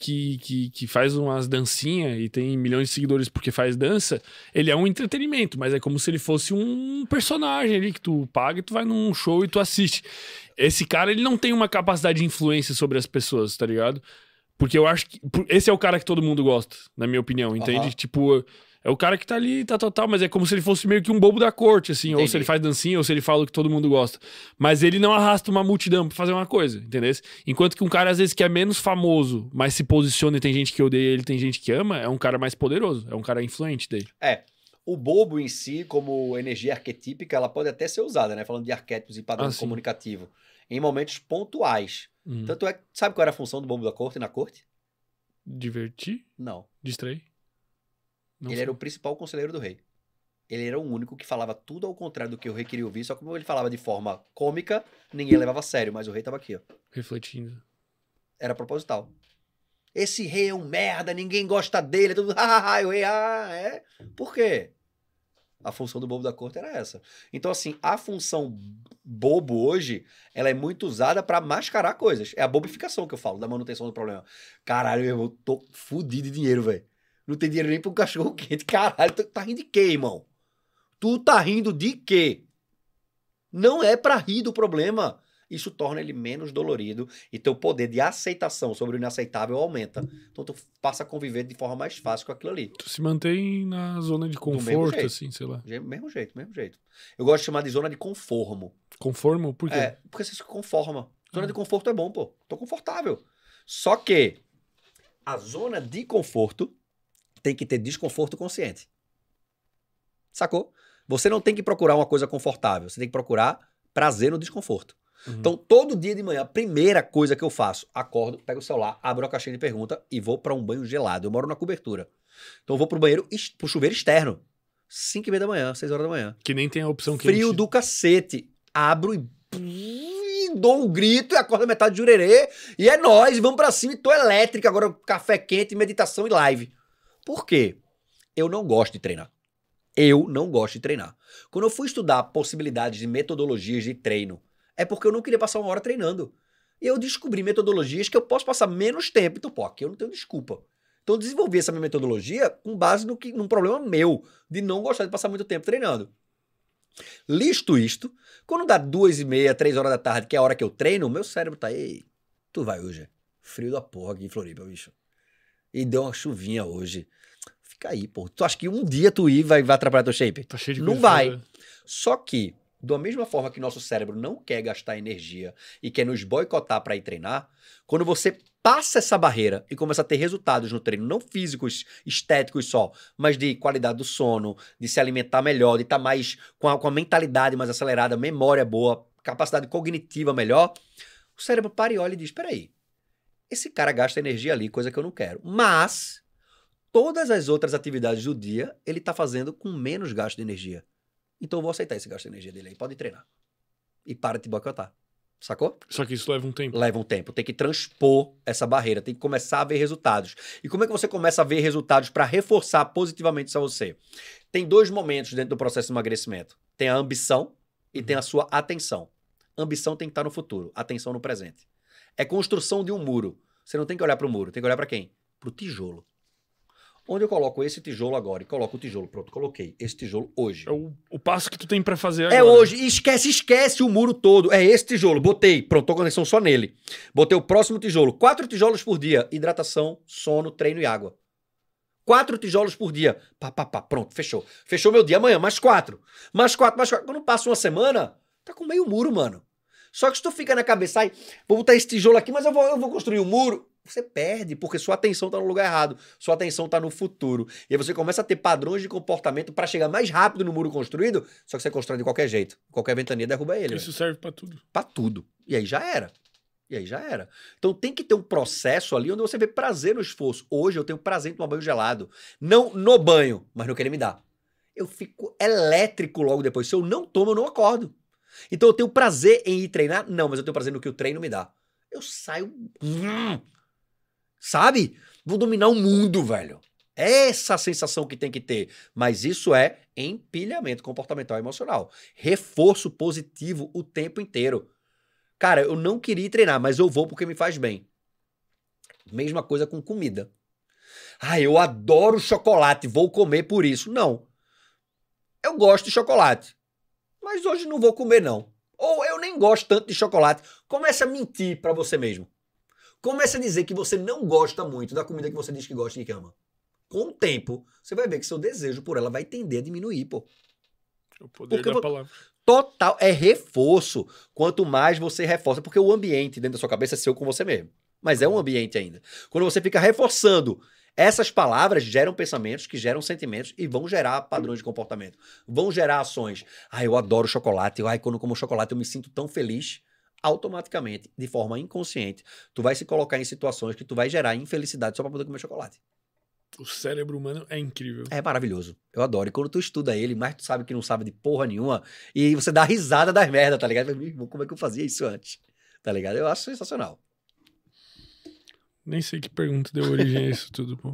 faz umas dancinhas e tem milhões de seguidores porque faz dança, ele é um entretenimento, mas é como se ele fosse um personagem ali que tu paga e tu vai num show e tu assiste. Esse cara, ele não tem uma capacidade de influência sobre as pessoas, tá ligado? Porque eu acho que... Esse é o cara que todo mundo gosta, na minha opinião, entende? Uhum. Tipo... É o cara que tá ali, tá total, mas é como se ele fosse meio que um bobo da corte, assim. Entendi. Ou se ele faz dancinha, ou se ele fala o que todo mundo gosta. Mas ele não arrasta uma multidão pra fazer uma coisa, entendeu? Enquanto que um cara, às vezes, que é menos famoso, mas se posiciona e tem gente que odeia ele, tem gente que ama, é um cara mais poderoso, é um cara influente dele. O bobo em si, como energia arquetípica, ela pode até ser usada, né? Falando de arquétipos e padrão comunicativo. Em momentos pontuais. Tanto é... Sabe qual era a função do bobo da corte na corte? Divertir? Não. Distrair? Ele era o principal conselheiro do rei. Ele era o único que falava tudo ao contrário do que o rei queria ouvir, só que como ele falava de forma cômica, ninguém levava a sério, mas o rei tava aqui, ó. Refletindo. Era proposital. Esse rei é um merda, ninguém gosta dele. Todo mundo, o rei, é? Por quê? A função do bobo da corte era essa. Então, assim, a função bobo hoje, ela é muito usada pra mascarar coisas. É a bobificação que eu falo, da manutenção do problema. Caralho, eu tô fudido de dinheiro, velho. Não tem dinheiro nem pro cachorro quente. Caralho, tu tá rindo de quê, irmão? Tu tá rindo de quê? Não é pra rir do problema. Isso torna ele menos dolorido e teu poder de aceitação sobre o inaceitável aumenta. Então tu passa a conviver de forma mais fácil com aquilo ali. Tu se mantém na zona de conforto, assim, sei lá. Mesmo jeito. Eu gosto de chamar de zona de conformo. Conformo? Por quê? É, porque você se conforma. Zona de conforto é bom, pô. Tô confortável. Só que a zona de conforto tem que ter desconforto consciente. Sacou? Você não tem que procurar uma coisa confortável. Você tem que procurar prazer no desconforto. Então, todo dia de manhã, a primeira coisa que eu faço, acordo, pego o celular, abro a caixinha de pergunta e vou pra um banho gelado. Eu moro na cobertura. Então, eu vou pro banheiro, pro chuveiro externo. 5h30 da manhã, 6 horas da manhã. Que nem tem a opção quente. Frio do cacete. Abro e dou um grito e acordo a metade de jurerê. E é nóis, vamos pra cima. E tô elétrica agora, café quente, meditação e live. Por quê? Eu não gosto de treinar. Quando eu fui estudar possibilidades de metodologias de treino, é porque eu não queria passar uma hora treinando. E eu descobri metodologias que eu posso passar menos tempo. Então, pô, aqui eu não tenho desculpa. Então, eu desenvolvi essa minha metodologia com base num problema meu, de não gostar de passar muito tempo treinando. Listo isto, quando dá 2h30, 3 horas da tarde, que é a hora que eu treino, meu cérebro tá, ei, tu vai hoje. Frio da porra aqui em Floripa, bicho. E deu uma chuvinha hoje. Fica aí, pô. Tu acha que um dia tu ir vai atrapalhar teu shape? Tá cheio de não vai. Só que, da mesma forma que nosso cérebro não quer gastar energia e quer nos boicotar para ir treinar, quando você passa essa barreira e começa a ter resultados no treino, não físicos, estéticos só, mas de qualidade do sono, de se alimentar melhor, de estar mais com a mentalidade mais acelerada, memória boa, capacidade cognitiva melhor, o cérebro para e olha e diz, peraí, esse cara gasta energia ali, coisa que eu não quero. Mas todas as outras atividades do dia, ele está fazendo com menos gasto de energia. Então eu vou aceitar esse gasto de energia dele aí. Pode treinar. E para de boicotar. Sacou? Só que isso leva um tempo. Leva um tempo. Tem que transpor essa barreira. Tem que começar a ver resultados. E como é que você começa a ver resultados para reforçar positivamente isso a você? Tem 2 momentos dentro do processo de emagrecimento. Tem a ambição e tem a sua atenção. Ambição tem que estar no futuro. Atenção no presente. É construção de um muro. Você não tem que olhar para o muro. Tem que olhar para quem? Para o tijolo. Onde eu coloco esse tijolo agora e coloco o tijolo. Pronto, coloquei esse tijolo hoje. É o passo que tu tem pra fazer agora. É hoje. Esquece o muro todo. É esse tijolo. Botei. Pronto, tô com conexão só nele. Botei o próximo tijolo. 4 tijolos por dia. Hidratação, sono, treino e água. 4 tijolos por dia. Pronto, fechou. Fechou meu dia. Amanhã, mais 4. Mais 4. Quando passa uma semana, tá com meio muro, mano. Só que se tu fica na cabeça, ai, vou botar esse tijolo aqui, mas eu vou construir um muro. Você perde, porque sua atenção tá no lugar errado. Sua atenção tá no futuro. E aí você começa a ter padrões de comportamento para chegar mais rápido no muro construído, só que você constrói de qualquer jeito. Qualquer ventania derruba ele. Isso serve para tudo. Pra tudo. E aí já era. Então tem que ter um processo ali onde você vê prazer no esforço. Hoje eu tenho prazer em tomar banho gelado. Não no banho, mas no que ele me dá. Eu fico elétrico logo depois. Se eu não tomo, eu não acordo. Então eu tenho prazer em ir treinar? Não, mas eu tenho prazer no que o treino me dá. Eu saio... Sabe? Vou dominar o mundo, velho. Essa sensação que tem que ter. Mas isso é empilhamento comportamental e emocional. Reforço positivo o tempo inteiro. Cara, eu não queria ir treinar, mas eu vou porque me faz bem. Mesma coisa com comida. Ah, eu adoro chocolate, vou comer por isso. Não. Eu gosto de chocolate, mas hoje não vou comer, não. Ou eu nem gosto tanto de chocolate. Comece a mentir pra você mesmo. Comece a dizer que você não gosta muito da comida que você diz que gosta e que ama. Com o tempo, você vai ver que seu desejo por ela vai tender a diminuir, pô. O poder da palavra. Total, é reforço. Quanto mais você reforça, porque o ambiente dentro da sua cabeça é seu com você mesmo. Mas é um ambiente ainda. Quando você fica reforçando, essas palavras geram pensamentos que geram sentimentos e vão gerar padrões de comportamento. Vão gerar ações. Ah, eu adoro chocolate. Ai, quando eu como chocolate eu me sinto tão feliz. Automaticamente, de forma inconsciente, tu vai se colocar em situações que tu vai gerar infelicidade só pra poder comer chocolate. O cérebro humano é incrível. É maravilhoso. Eu adoro. E quando tu estuda ele, mas tu sabe que não sabe de porra nenhuma, e você dá risada das merdas, tá ligado? Meu irmão, como é que eu fazia isso antes? Tá ligado? Eu acho sensacional. Nem sei que pergunta deu origem a isso tudo, pô.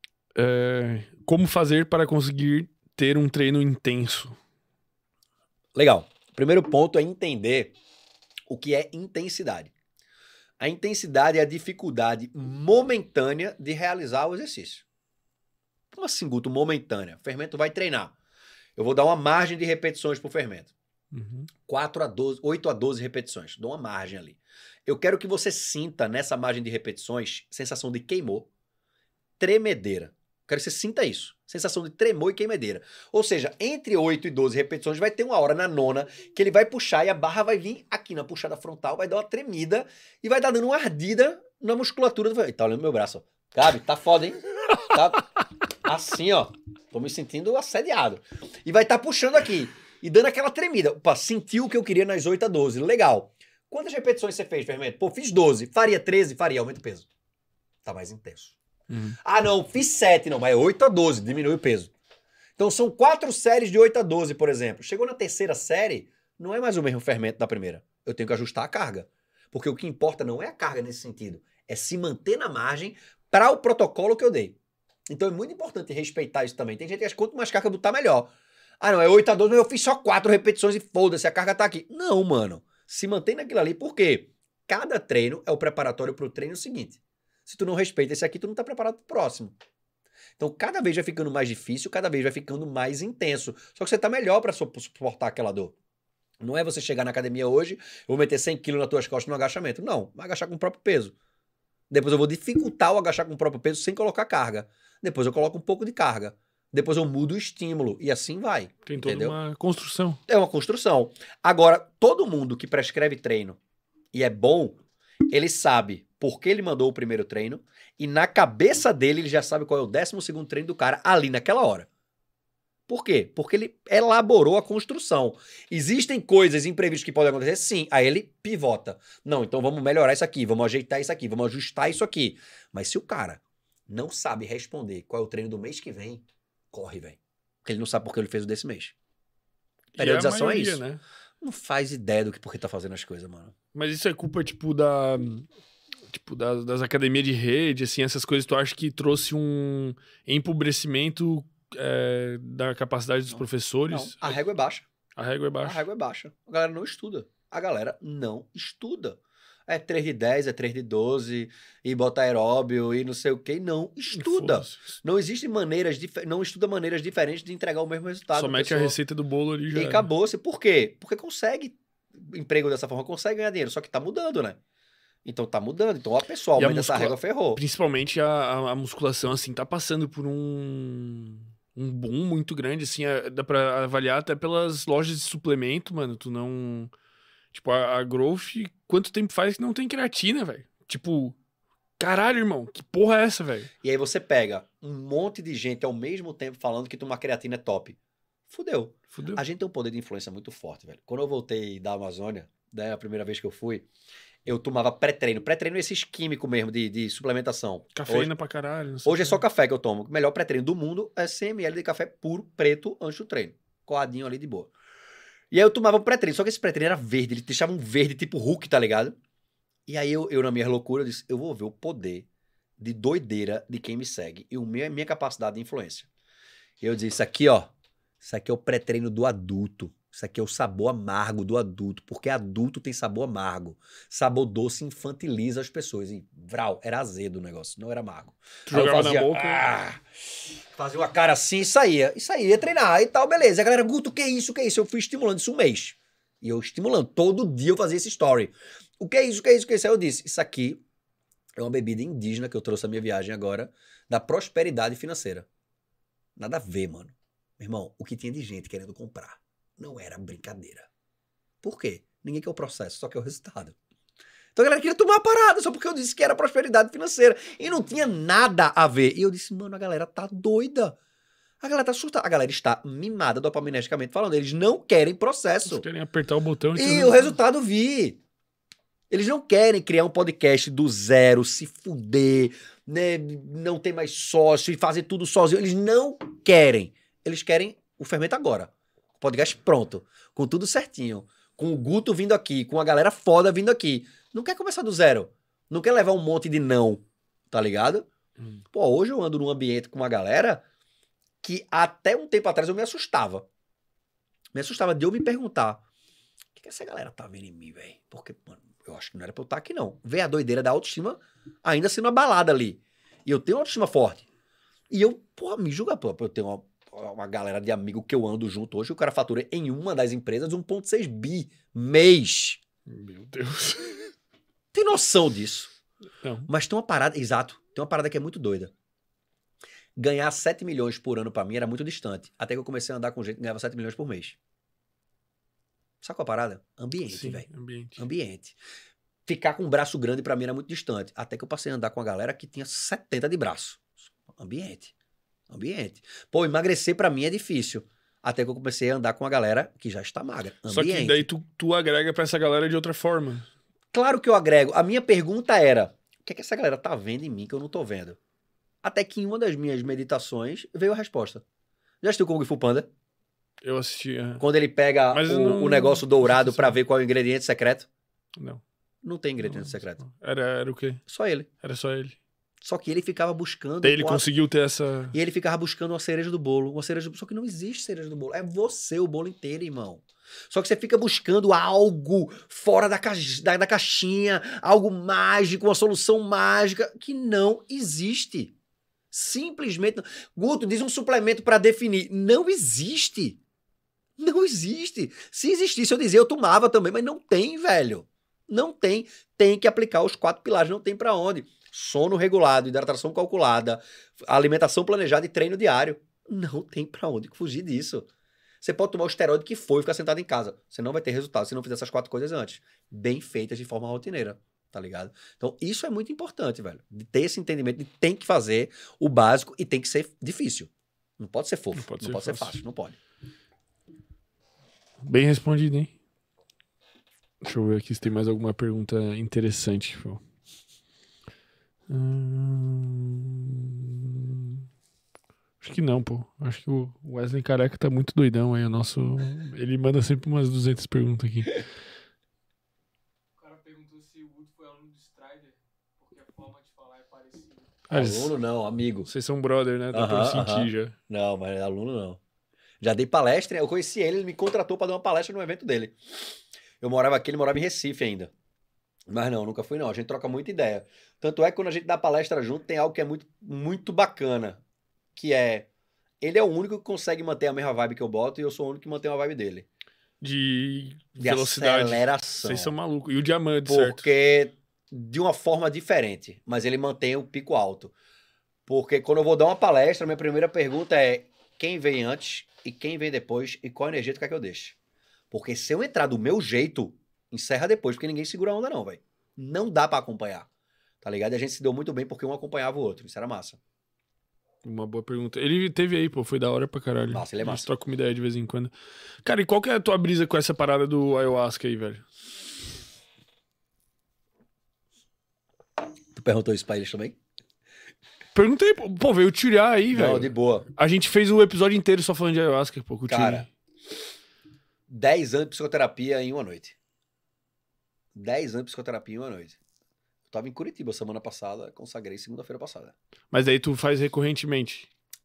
Como fazer para conseguir ter um treino intenso? Legal. O primeiro ponto é entender o que é intensidade. A intensidade é a dificuldade momentânea de realizar o exercício. Como assim, Guto, momentânea? O fermento vai treinar. Eu vou dar uma margem de repetições para o fermento. 8 a 12 repetições. Dou uma margem ali. Eu quero que você sinta nessa margem de repetições sensação de queimou, tremedeira. Quero que você sinta isso. Sensação de tremor e queimadeira. Ou seja, entre 8 e 12 repetições vai ter uma hora na nona que ele vai puxar e a barra vai vir aqui na puxada frontal, vai dar uma tremida e vai dar dando uma ardida na musculatura. Tá olhando meu braço, ó. Cabe, tá foda, hein? Tá assim, ó. Tô me sentindo assediado. E vai estar puxando aqui e dando aquela tremida. Opa, sentiu o que eu queria nas 8 a 12. Legal. Quantas repetições você fez, fermento? Pô, fiz 12. Faria 13? Faria. Aumenta o peso. Tá mais intenso. Ah, não, fiz 7, não, mas é 8 a 12, diminui o peso. Então são 4 séries de 8 a 12, por exemplo. Chegou na terceira série, não é mais o mesmo fermento da primeira. Eu tenho que ajustar a carga. Porque o que importa não é a carga nesse sentido, é se manter na margem para o protocolo que eu dei. Então é muito importante respeitar isso também. Tem gente que acha que quanto mais carga botar, melhor. Ah, não, é 8 a 12, mas eu fiz só 4 repetições e foda-se, a carga tá aqui. Não, mano. Se mantém naquilo ali, por quê? Cada treino é o preparatório para o treino seguinte. Se tu não respeita esse aqui, tu não tá preparado pro próximo. Então, cada vez vai ficando mais difícil, cada vez vai ficando mais intenso. Só que você tá melhor pra suportar aquela dor. Não é você chegar na academia hoje, eu vou meter 100 quilos nas tuas costas no agachamento. Não, vai agachar com o próprio peso. Depois eu vou dificultar o agachar com o próprio peso sem colocar carga. Depois eu coloco um pouco de carga. Depois eu mudo o estímulo. E assim vai. Tem toda uma construção. É uma construção. Agora, todo mundo que prescreve treino e é bom, ele sabe por que ele mandou o primeiro treino e na cabeça dele ele já sabe qual é o 12º treino do cara ali naquela hora. Por quê? Porque ele elaborou a construção. Existem coisas imprevistas que podem acontecer? Sim. Aí ele pivota. Não, então vamos melhorar isso aqui, vamos ajeitar isso aqui, vamos ajustar isso aqui. Mas se o cara não sabe responder qual é o treino do mês que vem, corre, velho. Porque ele não sabe por que ele fez o desse mês. Periodização maioria, é isso. Né? Não faz ideia do que por que tá fazendo as coisas, mano. Mas isso é culpa, das academias de rede, assim, essas coisas, tu acha que trouxe um empobrecimento da capacidade dos professores? Não, a régua é baixa. A régua é baixa. A régua é baixa. A galera não estuda. A galera não estuda. É 3 de 10, é 3 de 12, e bota aeróbio, e não sei o que. Não estuda. Não existem maneiras, não estuda maneiras diferentes de entregar o mesmo resultado. Só mete a receita do bolo ali já. E acabou-se. Por quê? Porque consegue emprego dessa forma, consegue ganhar dinheiro, só que tá mudando, né? Então tá mudando. Então a pessoa aumenta essa régua, ferrou. Principalmente a musculação, assim, tá passando por um boom muito grande, assim, dá pra avaliar até pelas lojas de suplemento, mano, tu não... Tipo, a Growth, quanto tempo faz que não tem creatina, velho? Tipo, caralho, irmão, que porra é essa, velho? E aí você pega um monte de gente ao mesmo tempo falando que tomar creatina é top. Fudeu. A gente tem um poder de influência muito forte, velho. Quando eu voltei da Amazônia, né, a primeira vez que eu fui, eu tomava pré-treino. Pré-treino é esses químicos mesmo, de suplementação. Cafeína pra caralho. Hoje é só café que eu tomo. O melhor pré-treino do mundo é 100 ml de café puro, preto, antes do treino. Coadinho ali de boa. E aí eu tomava um pré-treino, só que esse pré-treino era verde, ele deixava um verde tipo Hulk, tá ligado? E aí eu na minha loucura, eu disse, eu vou ver o poder de doideira de quem me segue e minha capacidade de influência. E eu disse, isso aqui é o pré-treino do adulto. Isso aqui é o sabor amargo do adulto, porque adulto tem sabor amargo. Sabor doce infantiliza as pessoas. E, vral, era azedo o negócio, não era amargo. Tu jogava na boca? Fazia uma cara assim e saía. E saía, ia treinar e tal, beleza. E a galera, Guto, que é isso, que é isso? Eu fui estimulando isso um mês. E eu estimulando, todo dia eu fazia esse story. O que é isso, que é isso, que é isso? Aí eu disse, isso aqui é uma bebida indígena que eu trouxe na minha viagem agora, da prosperidade financeira. Nada a ver, mano. Meu irmão, o que tinha de gente querendo comprar não era brincadeira. Por quê? Ninguém quer o processo, só quer o resultado. Então a galera queria tomar a parada, só porque eu disse que era prosperidade financeira. E não tinha nada a ver. E eu disse, mano, a galera tá doida. A galera tá assustada. A galera está mimada dopaminergicamente falando. Eles não querem processo. Eles querem apertar o botão e o resultado vir. Eles não querem criar um podcast do zero, se fuder, né, não ter mais sócio e fazer tudo sozinho. Eles não querem. Eles querem o fermento agora. O podcast pronto, com tudo certinho. Com o Guto vindo aqui, com a galera foda vindo aqui. Não quer começar do zero. Não quer levar um monte de não. tá ligado? Pô, hoje eu ando num ambiente com uma galera que até um tempo atrás eu me assustava. Me assustava de eu me perguntar, o que essa galera tá vendo em mim, velho? Porque, mano, eu acho que não era pra eu estar aqui, não. Vê a doideira da autoestima ainda sendo abalada ali. E eu tenho uma autoestima forte. E eu, porra, me julga, pô, eu tenho uma galera de amigo que eu ando junto hoje, o cara fatura em uma das empresas 1,6 bi mês. Meu Deus. Tem noção disso? Não. Mas tem uma parada, exato, tem uma parada que é muito doida. Ganhar 7 milhões por ano pra mim era muito distante. Até que eu comecei a andar com gente que ganhava 7 milhões por mês. Sabe qual a parada? Ambiente, velho. Ambiente. Ficar com um braço grande pra mim era muito distante. Até que eu passei a andar com uma galera que tinha 70 de braço. Ambiente. Pô, emagrecer pra mim é difícil. Até que eu comecei a andar com uma galera que já está magra. Ambiente. Só que daí tu agrega pra essa galera de outra forma. Claro que eu agrego. A minha pergunta era, o que é que essa galera tá vendo em mim que eu não tô vendo? Até que em uma das minhas meditações veio a resposta. Já assistiu Kung Fu Panda? Eu assisti. Quando ele pega o negócio dourado pra ver qual é o ingrediente secreto? Não. Não tem ingrediente secreto. Era o quê? Só ele. Era só ele. Só que ele ficava buscando... Daí ele conseguiu ter essa... E ele ficava buscando uma cereja do bolo. Só que não existe cereja do bolo. É você o bolo inteiro, irmão. Só que você fica buscando algo fora da caixinha, algo mágico, uma solução mágica, que não existe. Simplesmente... não. Guto, diz um suplemento pra definir. Não existe. Não existe. Se existisse, eu dizia, eu tomava também, mas não tem, velho. Não tem. Tem que aplicar os 4 pilares. Não tem pra onde. Sono regulado, hidratação calculada, alimentação planejada e treino diário. Não tem pra onde fugir disso. Você pode tomar o esteroide que for e ficar sentado em casa. Você não vai ter resultado se não fizer essas 4 coisas antes. Bem feitas de forma rotineira. Tá ligado? Então, isso é muito importante, velho. De ter esse entendimento de tem que fazer o básico e tem que ser difícil. Não pode ser fofo. Não pode ser fácil. Não pode. Bem respondido, hein? Deixa eu ver aqui se tem mais alguma pergunta interessante, pô. Acho que não, pô. Acho que o Wesley Careca tá muito doidão aí. Ele manda sempre umas 200 perguntas aqui. O cara perguntou se o Guto foi aluno do Strider, porque a forma de falar é parecida. Aluno não, amigo. Vocês são brother, né? Dá pra sentir já. Não, mas aluno não. Já dei palestra, eu conheci ele me contratou pra dar uma palestra no evento dele. Eu morava aqui, ele morava em Recife ainda. Mas não, nunca fui não. A gente troca muita ideia. Tanto é que quando a gente dá palestra junto, tem algo que é muito, muito bacana. Que é, ele é o único que consegue manter a mesma vibe que eu boto e eu sou o único que mantém a vibe dele. De velocidade. Aceleração. Vocês são malucos. E o diamante, certo? Porque de uma forma diferente, mas ele mantém o pico alto. Porque quando eu vou dar uma palestra, minha primeira pergunta é quem vem antes e quem vem depois e qual energia tu quer que eu deixe. Porque se eu entrar do meu jeito, encerra depois, porque ninguém segura a onda não, velho. Não dá pra acompanhar, tá ligado? E a gente se deu muito bem porque um acompanhava o outro, isso era massa. Uma boa pergunta. Ele teve aí, pô, foi da hora pra caralho. Massa, ele é massa. A gente troca uma ideia de vez em quando. Cara, e qual que é a tua brisa com essa parada do ayahuasca aí, velho? Tu perguntou isso pra eles também? Perguntei, pô, veio o Tiriá aí, velho. Não, de boa. A gente fez o episódio inteiro só falando de ayahuasca, pô, com o Cara, 10 anos de psicoterapia em uma noite. 10 anos de psicoterapia em uma noite. Eu tava em Curitiba semana passada, consagrei segunda-feira passada. Mas aí tu faz recorrentemente?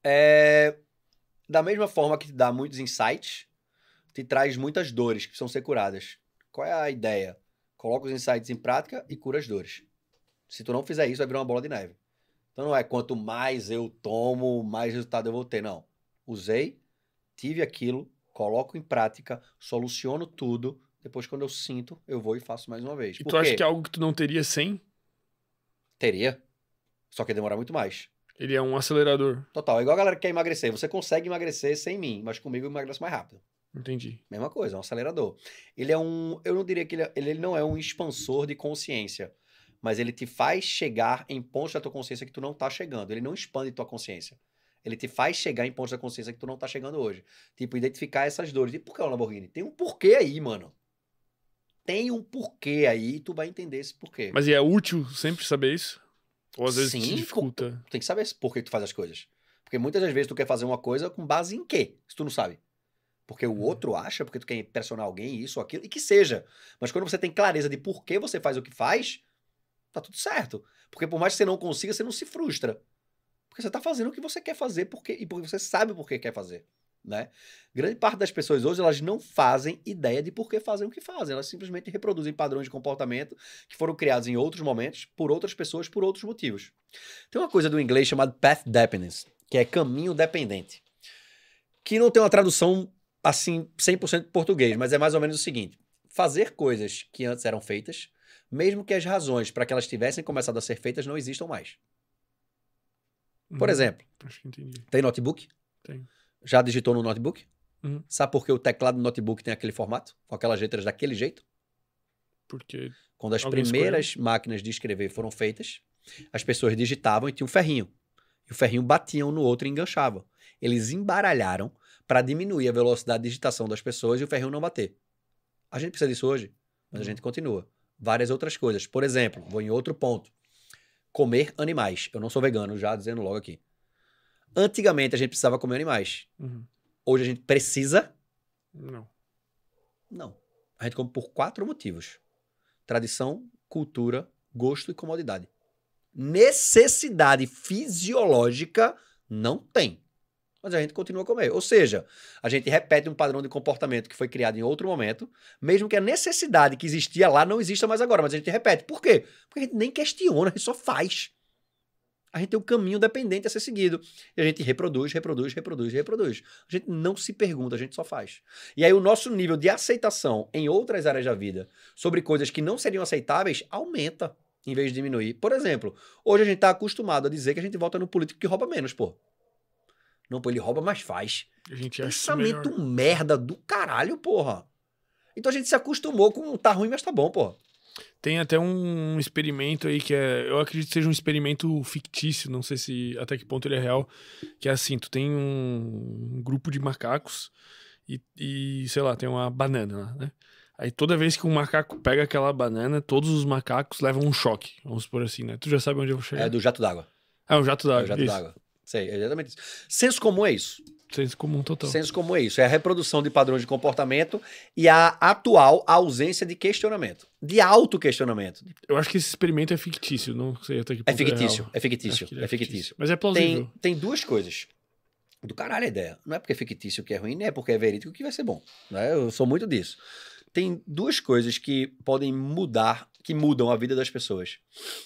Da mesma forma que te dá muitos insights, te traz muitas dores que precisam ser curadas. Qual é a ideia? Coloca os insights em prática e cura as dores. Se tu não fizer isso, vai virar uma bola de neve. Então não é quanto mais eu tomo, mais resultado eu vou ter. Não. Usei, tive aquilo, coloco em prática, soluciono tudo. Depois, quando eu sinto, eu vou e faço mais uma vez. E tu acha que é algo que tu não teria sem? Teria. Só que ia demorar muito mais. Ele é um acelerador. Total. É igual a galera que quer emagrecer. Você consegue emagrecer sem mim, mas comigo emagrece mais rápido. Entendi. Mesma coisa, é um acelerador. Ele é um... Eu não diria que ele não é um expansor de consciência. Mas ele te faz chegar em pontos da tua consciência que tu não tá chegando. Ele não expande tua consciência. Ele te faz chegar em pontos da consciência que tu não tá chegando hoje. Tipo, identificar essas dores. E por que é o Lamborghini? Tem um porquê aí, mano. Tem um porquê aí e tu vai entender esse porquê. Mas e é útil sempre saber isso? Ou às vezes Sim, te dificulta? Tem que saber por que tu faz as coisas. Porque muitas das vezes tu quer fazer uma coisa com base em quê? Se tu não sabe. Porque o outro acha, porque tu quer impressionar alguém, isso ou aquilo, e que seja. Mas quando você tem clareza de por que você faz o que faz, Tá tudo certo. Porque por mais que você não consiga, você não se frustra. Porque você tá fazendo o que você quer fazer porque você sabe por que quer fazer, né? Grande parte das pessoas hoje, elas não fazem ideia de por que fazem o que fazem. Elas simplesmente reproduzem padrões de comportamento que foram criados em outros momentos, por outras pessoas, por outros motivos. Tem uma coisa do inglês chamada path dependence, que é caminho dependente, que não tem uma tradução, assim, 100% português, mas é mais ou menos o seguinte: fazer coisas que antes eram feitas, mesmo que as razões para que elas tivessem começado a ser feitas não existam mais. Por exemplo, Acho que entendi. tem notebook? Tem. Já digitou no notebook? Uhum. Sabe por que o teclado do notebook tem aquele formato? Com aquelas letras daquele jeito? Porque Quando as alguém primeiras máquinas de escrever foram feitas, as pessoas digitavam e tinha um ferrinho. E o ferrinho batia um no outro e enganchava. Eles embaralharam para diminuir a velocidade de digitação das pessoas e o ferrinho não bater. A gente precisa disso hoje, mas a gente continua. Várias outras coisas. Por exemplo, vou em outro ponto. Comer animais. Eu não sou vegano, já dizendo logo aqui. Antigamente a gente precisava comer animais. Uhum. Hoje a gente precisa? Não. Não. A gente come por 4 motivos: tradição, cultura, gosto e comodidade. Necessidade fisiológica não tem. Mas a gente continua a comer. Ou seja, a gente repete um padrão de comportamento que foi criado em outro momento, mesmo que a necessidade que existia lá não exista mais agora, mas a gente repete. Por quê? Porque a gente nem questiona, a gente só faz. A gente tem um caminho dependente a ser seguido. E a gente reproduz. A gente não se pergunta, a gente só faz. E aí o nosso nível de aceitação em outras áreas da vida sobre coisas que não seriam aceitáveis aumenta, em vez de diminuir. Por exemplo, hoje a gente tá acostumado a dizer que a gente vota no político que rouba menos, pô. Não, pô, ele rouba, mas faz. A gente acha isso Pensamento melhor. merda do caralho, porra. Então a gente se acostumou com tá ruim, mas tá bom, porra. Tem até um experimento aí que eu acredito que seja um experimento fictício, não sei se até que ponto ele é real, que é assim, tu tem um grupo de macacos e sei lá, tem uma banana lá, né? Aí toda vez que um macaco pega aquela banana, todos os macacos levam um choque, vamos por assim, né? Tu já sabe onde eu vou chegar? É do jato d'água. Ah, o jato É d'água. o jato Isso. d'água. Sei, é exatamente isso. Senso comum é isso. Senso comum total. Senso comum é isso. É a reprodução de padrões de comportamento e a atual ausência de questionamento. De autoquestionamento. Eu acho que esse experimento é fictício, não sei até que ponto É fictício, real. é fictício, Acho que ele é fictício. Mas é plausível. Tem 2 coisas. Do caralho a ideia. Não é porque é fictício que é ruim, nem é porque é verídico que vai ser bom. Né? Eu sou muito disso. Tem 2 coisas que podem mudar, que mudam a vida das pessoas.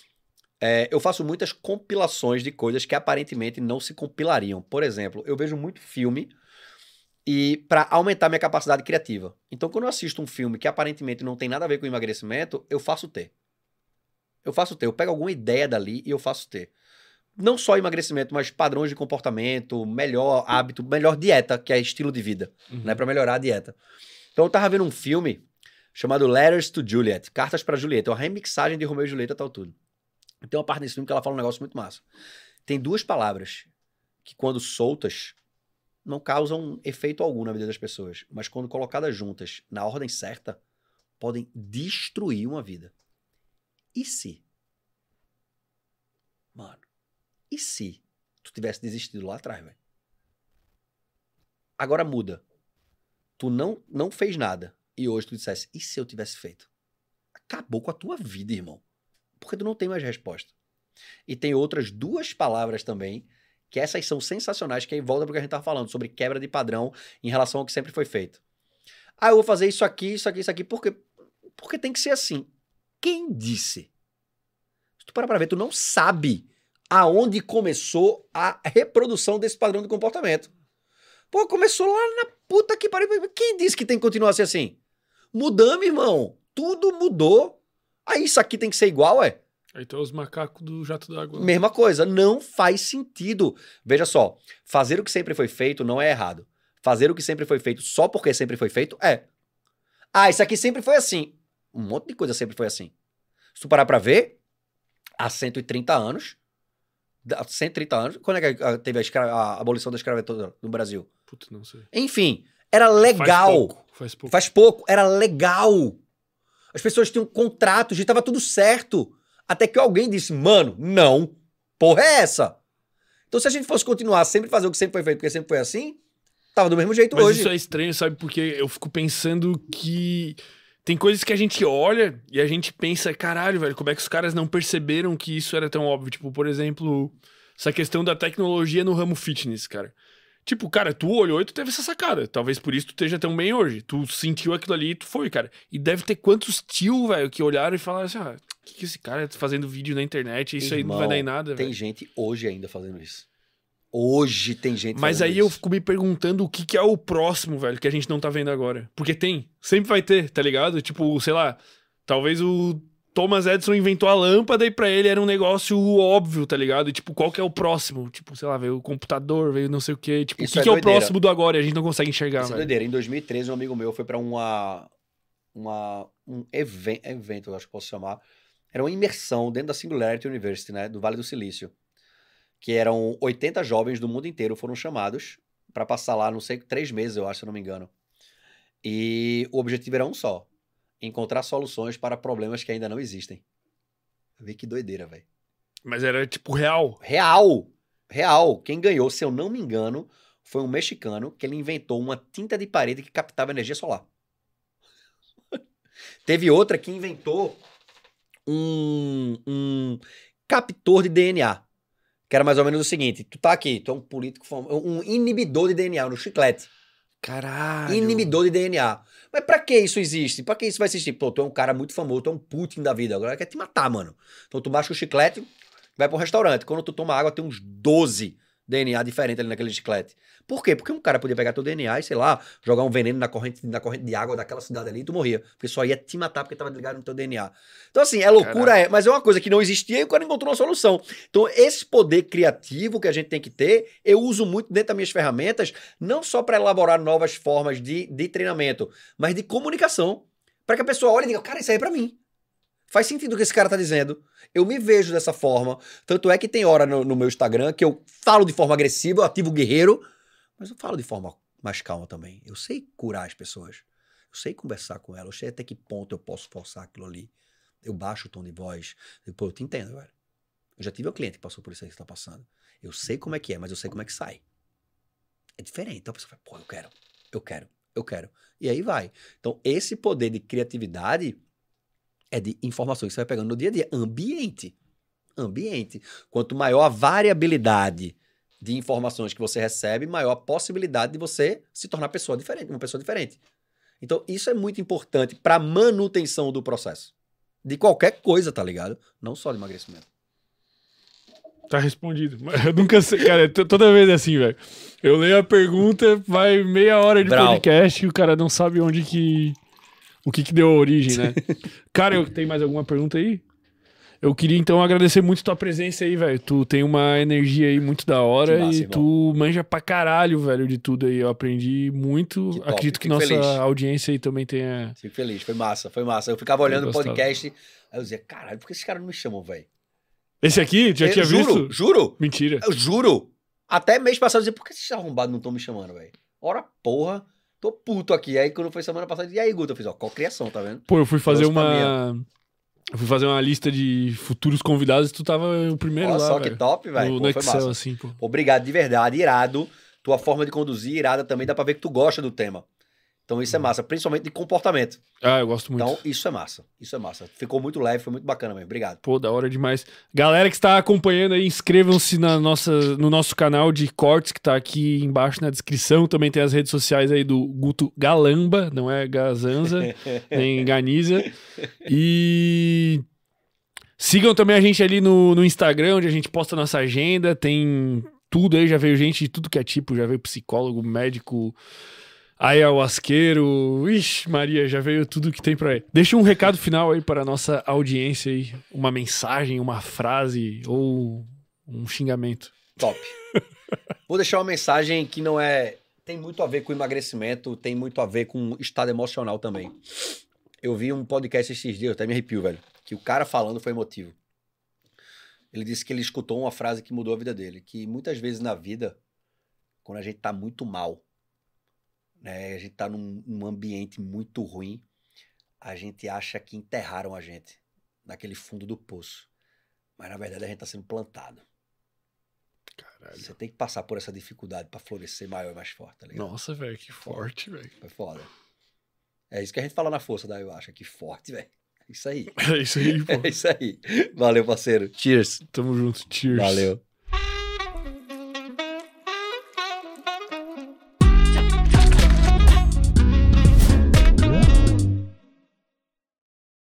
Eu faço muitas compilações de coisas que aparentemente não se compilariam. Por exemplo, eu vejo muito filme e para aumentar minha capacidade criativa. Então, quando eu assisto um filme que aparentemente não tem nada a ver com emagrecimento, eu faço ter. Eu pego alguma ideia dali e eu faço ter. Não só emagrecimento, mas padrões de comportamento, melhor hábito, melhor dieta, que é estilo de vida, né, para melhorar a dieta. Então, eu tava vendo um filme chamado Letters to Juliet, Cartas para Julieta, uma remixagem de Romeu e Julieta, tal tudo. Tem uma parte desse filme que ela fala um negócio muito massa. Tem 2 palavras que, quando soltas, não causam efeito algum na vida das pessoas, mas quando colocadas juntas, na ordem certa, podem destruir uma vida. E se? Mano, e se tu tivesse desistido lá atrás, velho? Agora muda. Tu não fez nada e hoje tu dissesse, e se eu tivesse feito? Acabou com a tua vida, irmão. Porque tu não tem mais resposta. E tem outras 2 palavras também, que essas são sensacionais, que aí volta pro que a gente tava falando, sobre quebra de padrão em relação ao que sempre foi feito. Ah, eu vou fazer isso aqui, porque tem que ser assim. Quem disse? Se tu parar pra ver, tu não sabe aonde começou a reprodução desse padrão de comportamento. Pô, começou lá na puta que pariu. Quem disse que tem que continuar a ser assim? Mudamos, irmão. Tudo mudou. Aí isso aqui tem que ser igual, é? Aí tem os macacos do jato d'água. Mesma coisa, não faz sentido. Veja só, fazer o que sempre foi feito não é errado. Fazer o que sempre foi feito só porque sempre foi feito é. Ah, isso aqui sempre foi assim. Um monte de coisa sempre foi assim. Se tu parar pra ver, há 130 anos, quando é que teve a abolição da escravatura no Brasil? Puta, não sei. Enfim, era legal. Faz pouco. Faz pouco, era legal. As pessoas tinham contratos, já estava tudo certo. Até que alguém disse, mano, não, porra é essa? Então se a gente fosse continuar sempre fazer o que sempre foi feito, porque sempre foi assim, tava do mesmo jeito Mas hoje. isso é estranho, sabe? Porque eu fico pensando que tem coisas que a gente olha e a gente pensa, caralho, velho, como é que os caras não perceberam que isso era tão óbvio? Tipo, por exemplo, essa questão da tecnologia no ramo fitness, cara. Tipo, cara, tu olhou e tu teve essa sacada. Talvez por isso tu esteja tão bem hoje. Tu sentiu aquilo ali e tu foi, cara. E deve ter quantos tio, velho, que olharam e falaram assim, o que esse cara tá fazendo vídeo na internet? Isso aí não vai dar em nada, velho. Tem gente hoje ainda fazendo isso. Hoje tem gente Mas fazendo aí isso. eu fico me perguntando o que é o próximo, velho, que a gente não tá vendo agora. Porque tem, sempre vai ter, tá ligado? Tipo, sei lá, talvez o Thomas Edison inventou a lâmpada e pra ele era um negócio óbvio, tá ligado? E tipo, qual que é o próximo? Tipo, sei lá, veio o computador, veio não sei o quê. Tipo, Isso o que é o doideira. próximo do agora e a gente não consegue enxergar, Isso é velho. doideira. Em 2013, um amigo meu foi pra um evento, eu acho que posso chamar. Era uma imersão dentro da Singularity University, né? Do Vale do Silício. Que eram 80 jovens do mundo inteiro foram chamados para passar lá, não sei, 3 meses, eu acho, se eu não me engano. E o objetivo era um só: encontrar soluções para problemas que ainda não existem. Vê que doideira, velho. Mas era tipo real. Real. Quem ganhou, se eu não me engano, foi um mexicano que ele inventou uma tinta de parede que captava energia solar. Teve outra que inventou um captor de DNA. Que era mais ou menos o seguinte: tu tá aqui, tu é um político, um inibidor de DNA no chiclete. Caralho. Inibidor de DNA. Mas pra que isso existe? Pra que isso vai existir? Pô, tu é um cara muito famoso, tu é um Putin da vida, agora quer te matar, mano. Então tu baixa o chiclete, vai pra um restaurante. Quando tu toma água, tem uns 12 DNA diferentes ali naquele chiclete. Por quê? Porque um cara podia pegar teu DNA e, sei lá, jogar um veneno na corrente de água daquela cidade ali e tu morria. Porque só ia te matar porque tava ligado no teu DNA. Então, assim, é loucura, Caraca. mas é uma coisa que não existia e o cara encontrou uma solução. Então, esse poder criativo que a gente tem que ter, eu uso muito dentro das minhas ferramentas, não só para elaborar novas formas de treinamento, mas de comunicação. Para que a pessoa olhe e diga, cara, isso aí é pra mim. Faz sentido o que esse cara tá dizendo. Eu me vejo dessa forma. Tanto é que tem hora no meu Instagram que eu falo de forma agressiva, eu ativo o guerreiro, mas eu falo de forma mais calma também. Eu sei curar as pessoas. Eu sei conversar com elas. Eu sei até que ponto eu posso forçar aquilo ali. Eu baixo o tom de voz. Eu te entendo, velho. Eu já tive um cliente que passou por isso aí que você tá passando. Eu sei como é que é, mas eu sei como é que sai. É diferente. Então a pessoa fala, pô, eu quero. E aí vai. Então esse poder de criatividade é de informações que você vai pegando no dia a dia. Ambiente. Quanto maior a variabilidade de informações que você recebe, maior a possibilidade de você se tornar uma pessoa diferente. Então, isso é muito importante para a manutenção do processo. De qualquer coisa, tá ligado? Não só de emagrecimento. Tá respondido. Mas eu nunca sei, cara, toda vez é assim, velho. Eu leio a pergunta, vai meia hora de podcast e o cara não sabe onde que... O que deu a origem, né? Cara, tem mais alguma pergunta aí? Eu queria, então, agradecer muito tua presença aí, velho. Tu tem uma energia aí muito da hora massa, e irmão. tu manja pra caralho, velho, de tudo aí. Eu aprendi muito. Que top, Acredito que fico nossa feliz. audiência aí também tenha... Fico feliz, foi massa. Eu ficava olhando o gostado. podcast, aí eu dizia, caralho, por que esses caras não me chamam, velho? Esse aqui, já tinha visto? Juro. Mentira. Eu juro. Até mês passado eu dizia, por que esses arrombados não estão me chamando, velho? Ora, porra, tô puto aqui. Aí quando foi semana passada, e aí, Guto? Eu fiz, ó, cocriação, tá vendo? Pô, eu fui fazer Trouxe pra uma... Eu fui fazer uma lista de futuros convidados e tu tava o primeiro Olha lá, só velho. que top, velho. No Pô, foi Excel, massa. assim, pô. Obrigado, de verdade, irado. Tua forma de conduzir, irada também, dá pra ver que tu gosta do tema. Então isso é massa, principalmente de comportamento. Ah, eu gosto muito. Então isso é massa. Ficou muito leve, foi muito bacana mesmo. Obrigado. Pô, da hora demais. Galera que está acompanhando aí, inscrevam-se no nosso canal de cortes que tá aqui embaixo na descrição. Também tem as redes sociais aí do Guto Galamba, não é Gazanza, nem Ganiza. E sigam também a gente ali no Instagram, onde a gente posta nossa agenda. Tem tudo aí, já veio gente de tudo que é tipo, já veio psicólogo, médico... ayahuasqueiro, ixi, Maria, já veio tudo que tem pra aí. Deixa um recado final aí para a nossa audiência aí, uma mensagem, uma frase ou um xingamento. Top. Vou deixar uma mensagem que não é... Tem muito a ver com emagrecimento, tem muito a ver com estado emocional também. Eu vi um podcast esses dias, eu até me arrepio, velho, que o cara falando foi emotivo. Ele disse que ele escutou uma frase que mudou a vida dele, que muitas vezes na vida, quando a gente tá muito mal, né, a gente tá num ambiente muito ruim, a gente acha que enterraram a gente naquele fundo do poço. Mas na verdade a gente tá sendo plantado. Caralho. Você tem que passar por essa dificuldade pra florescer maior e mais forte, tá ligado? Nossa, velho, que forte, velho. Foi foda. É isso que a gente fala na força da ayahuasca. Que forte, velho. É isso aí. É isso aí, pô. É isso aí. Valeu, parceiro. Cheers. Tamo junto. Cheers. Valeu.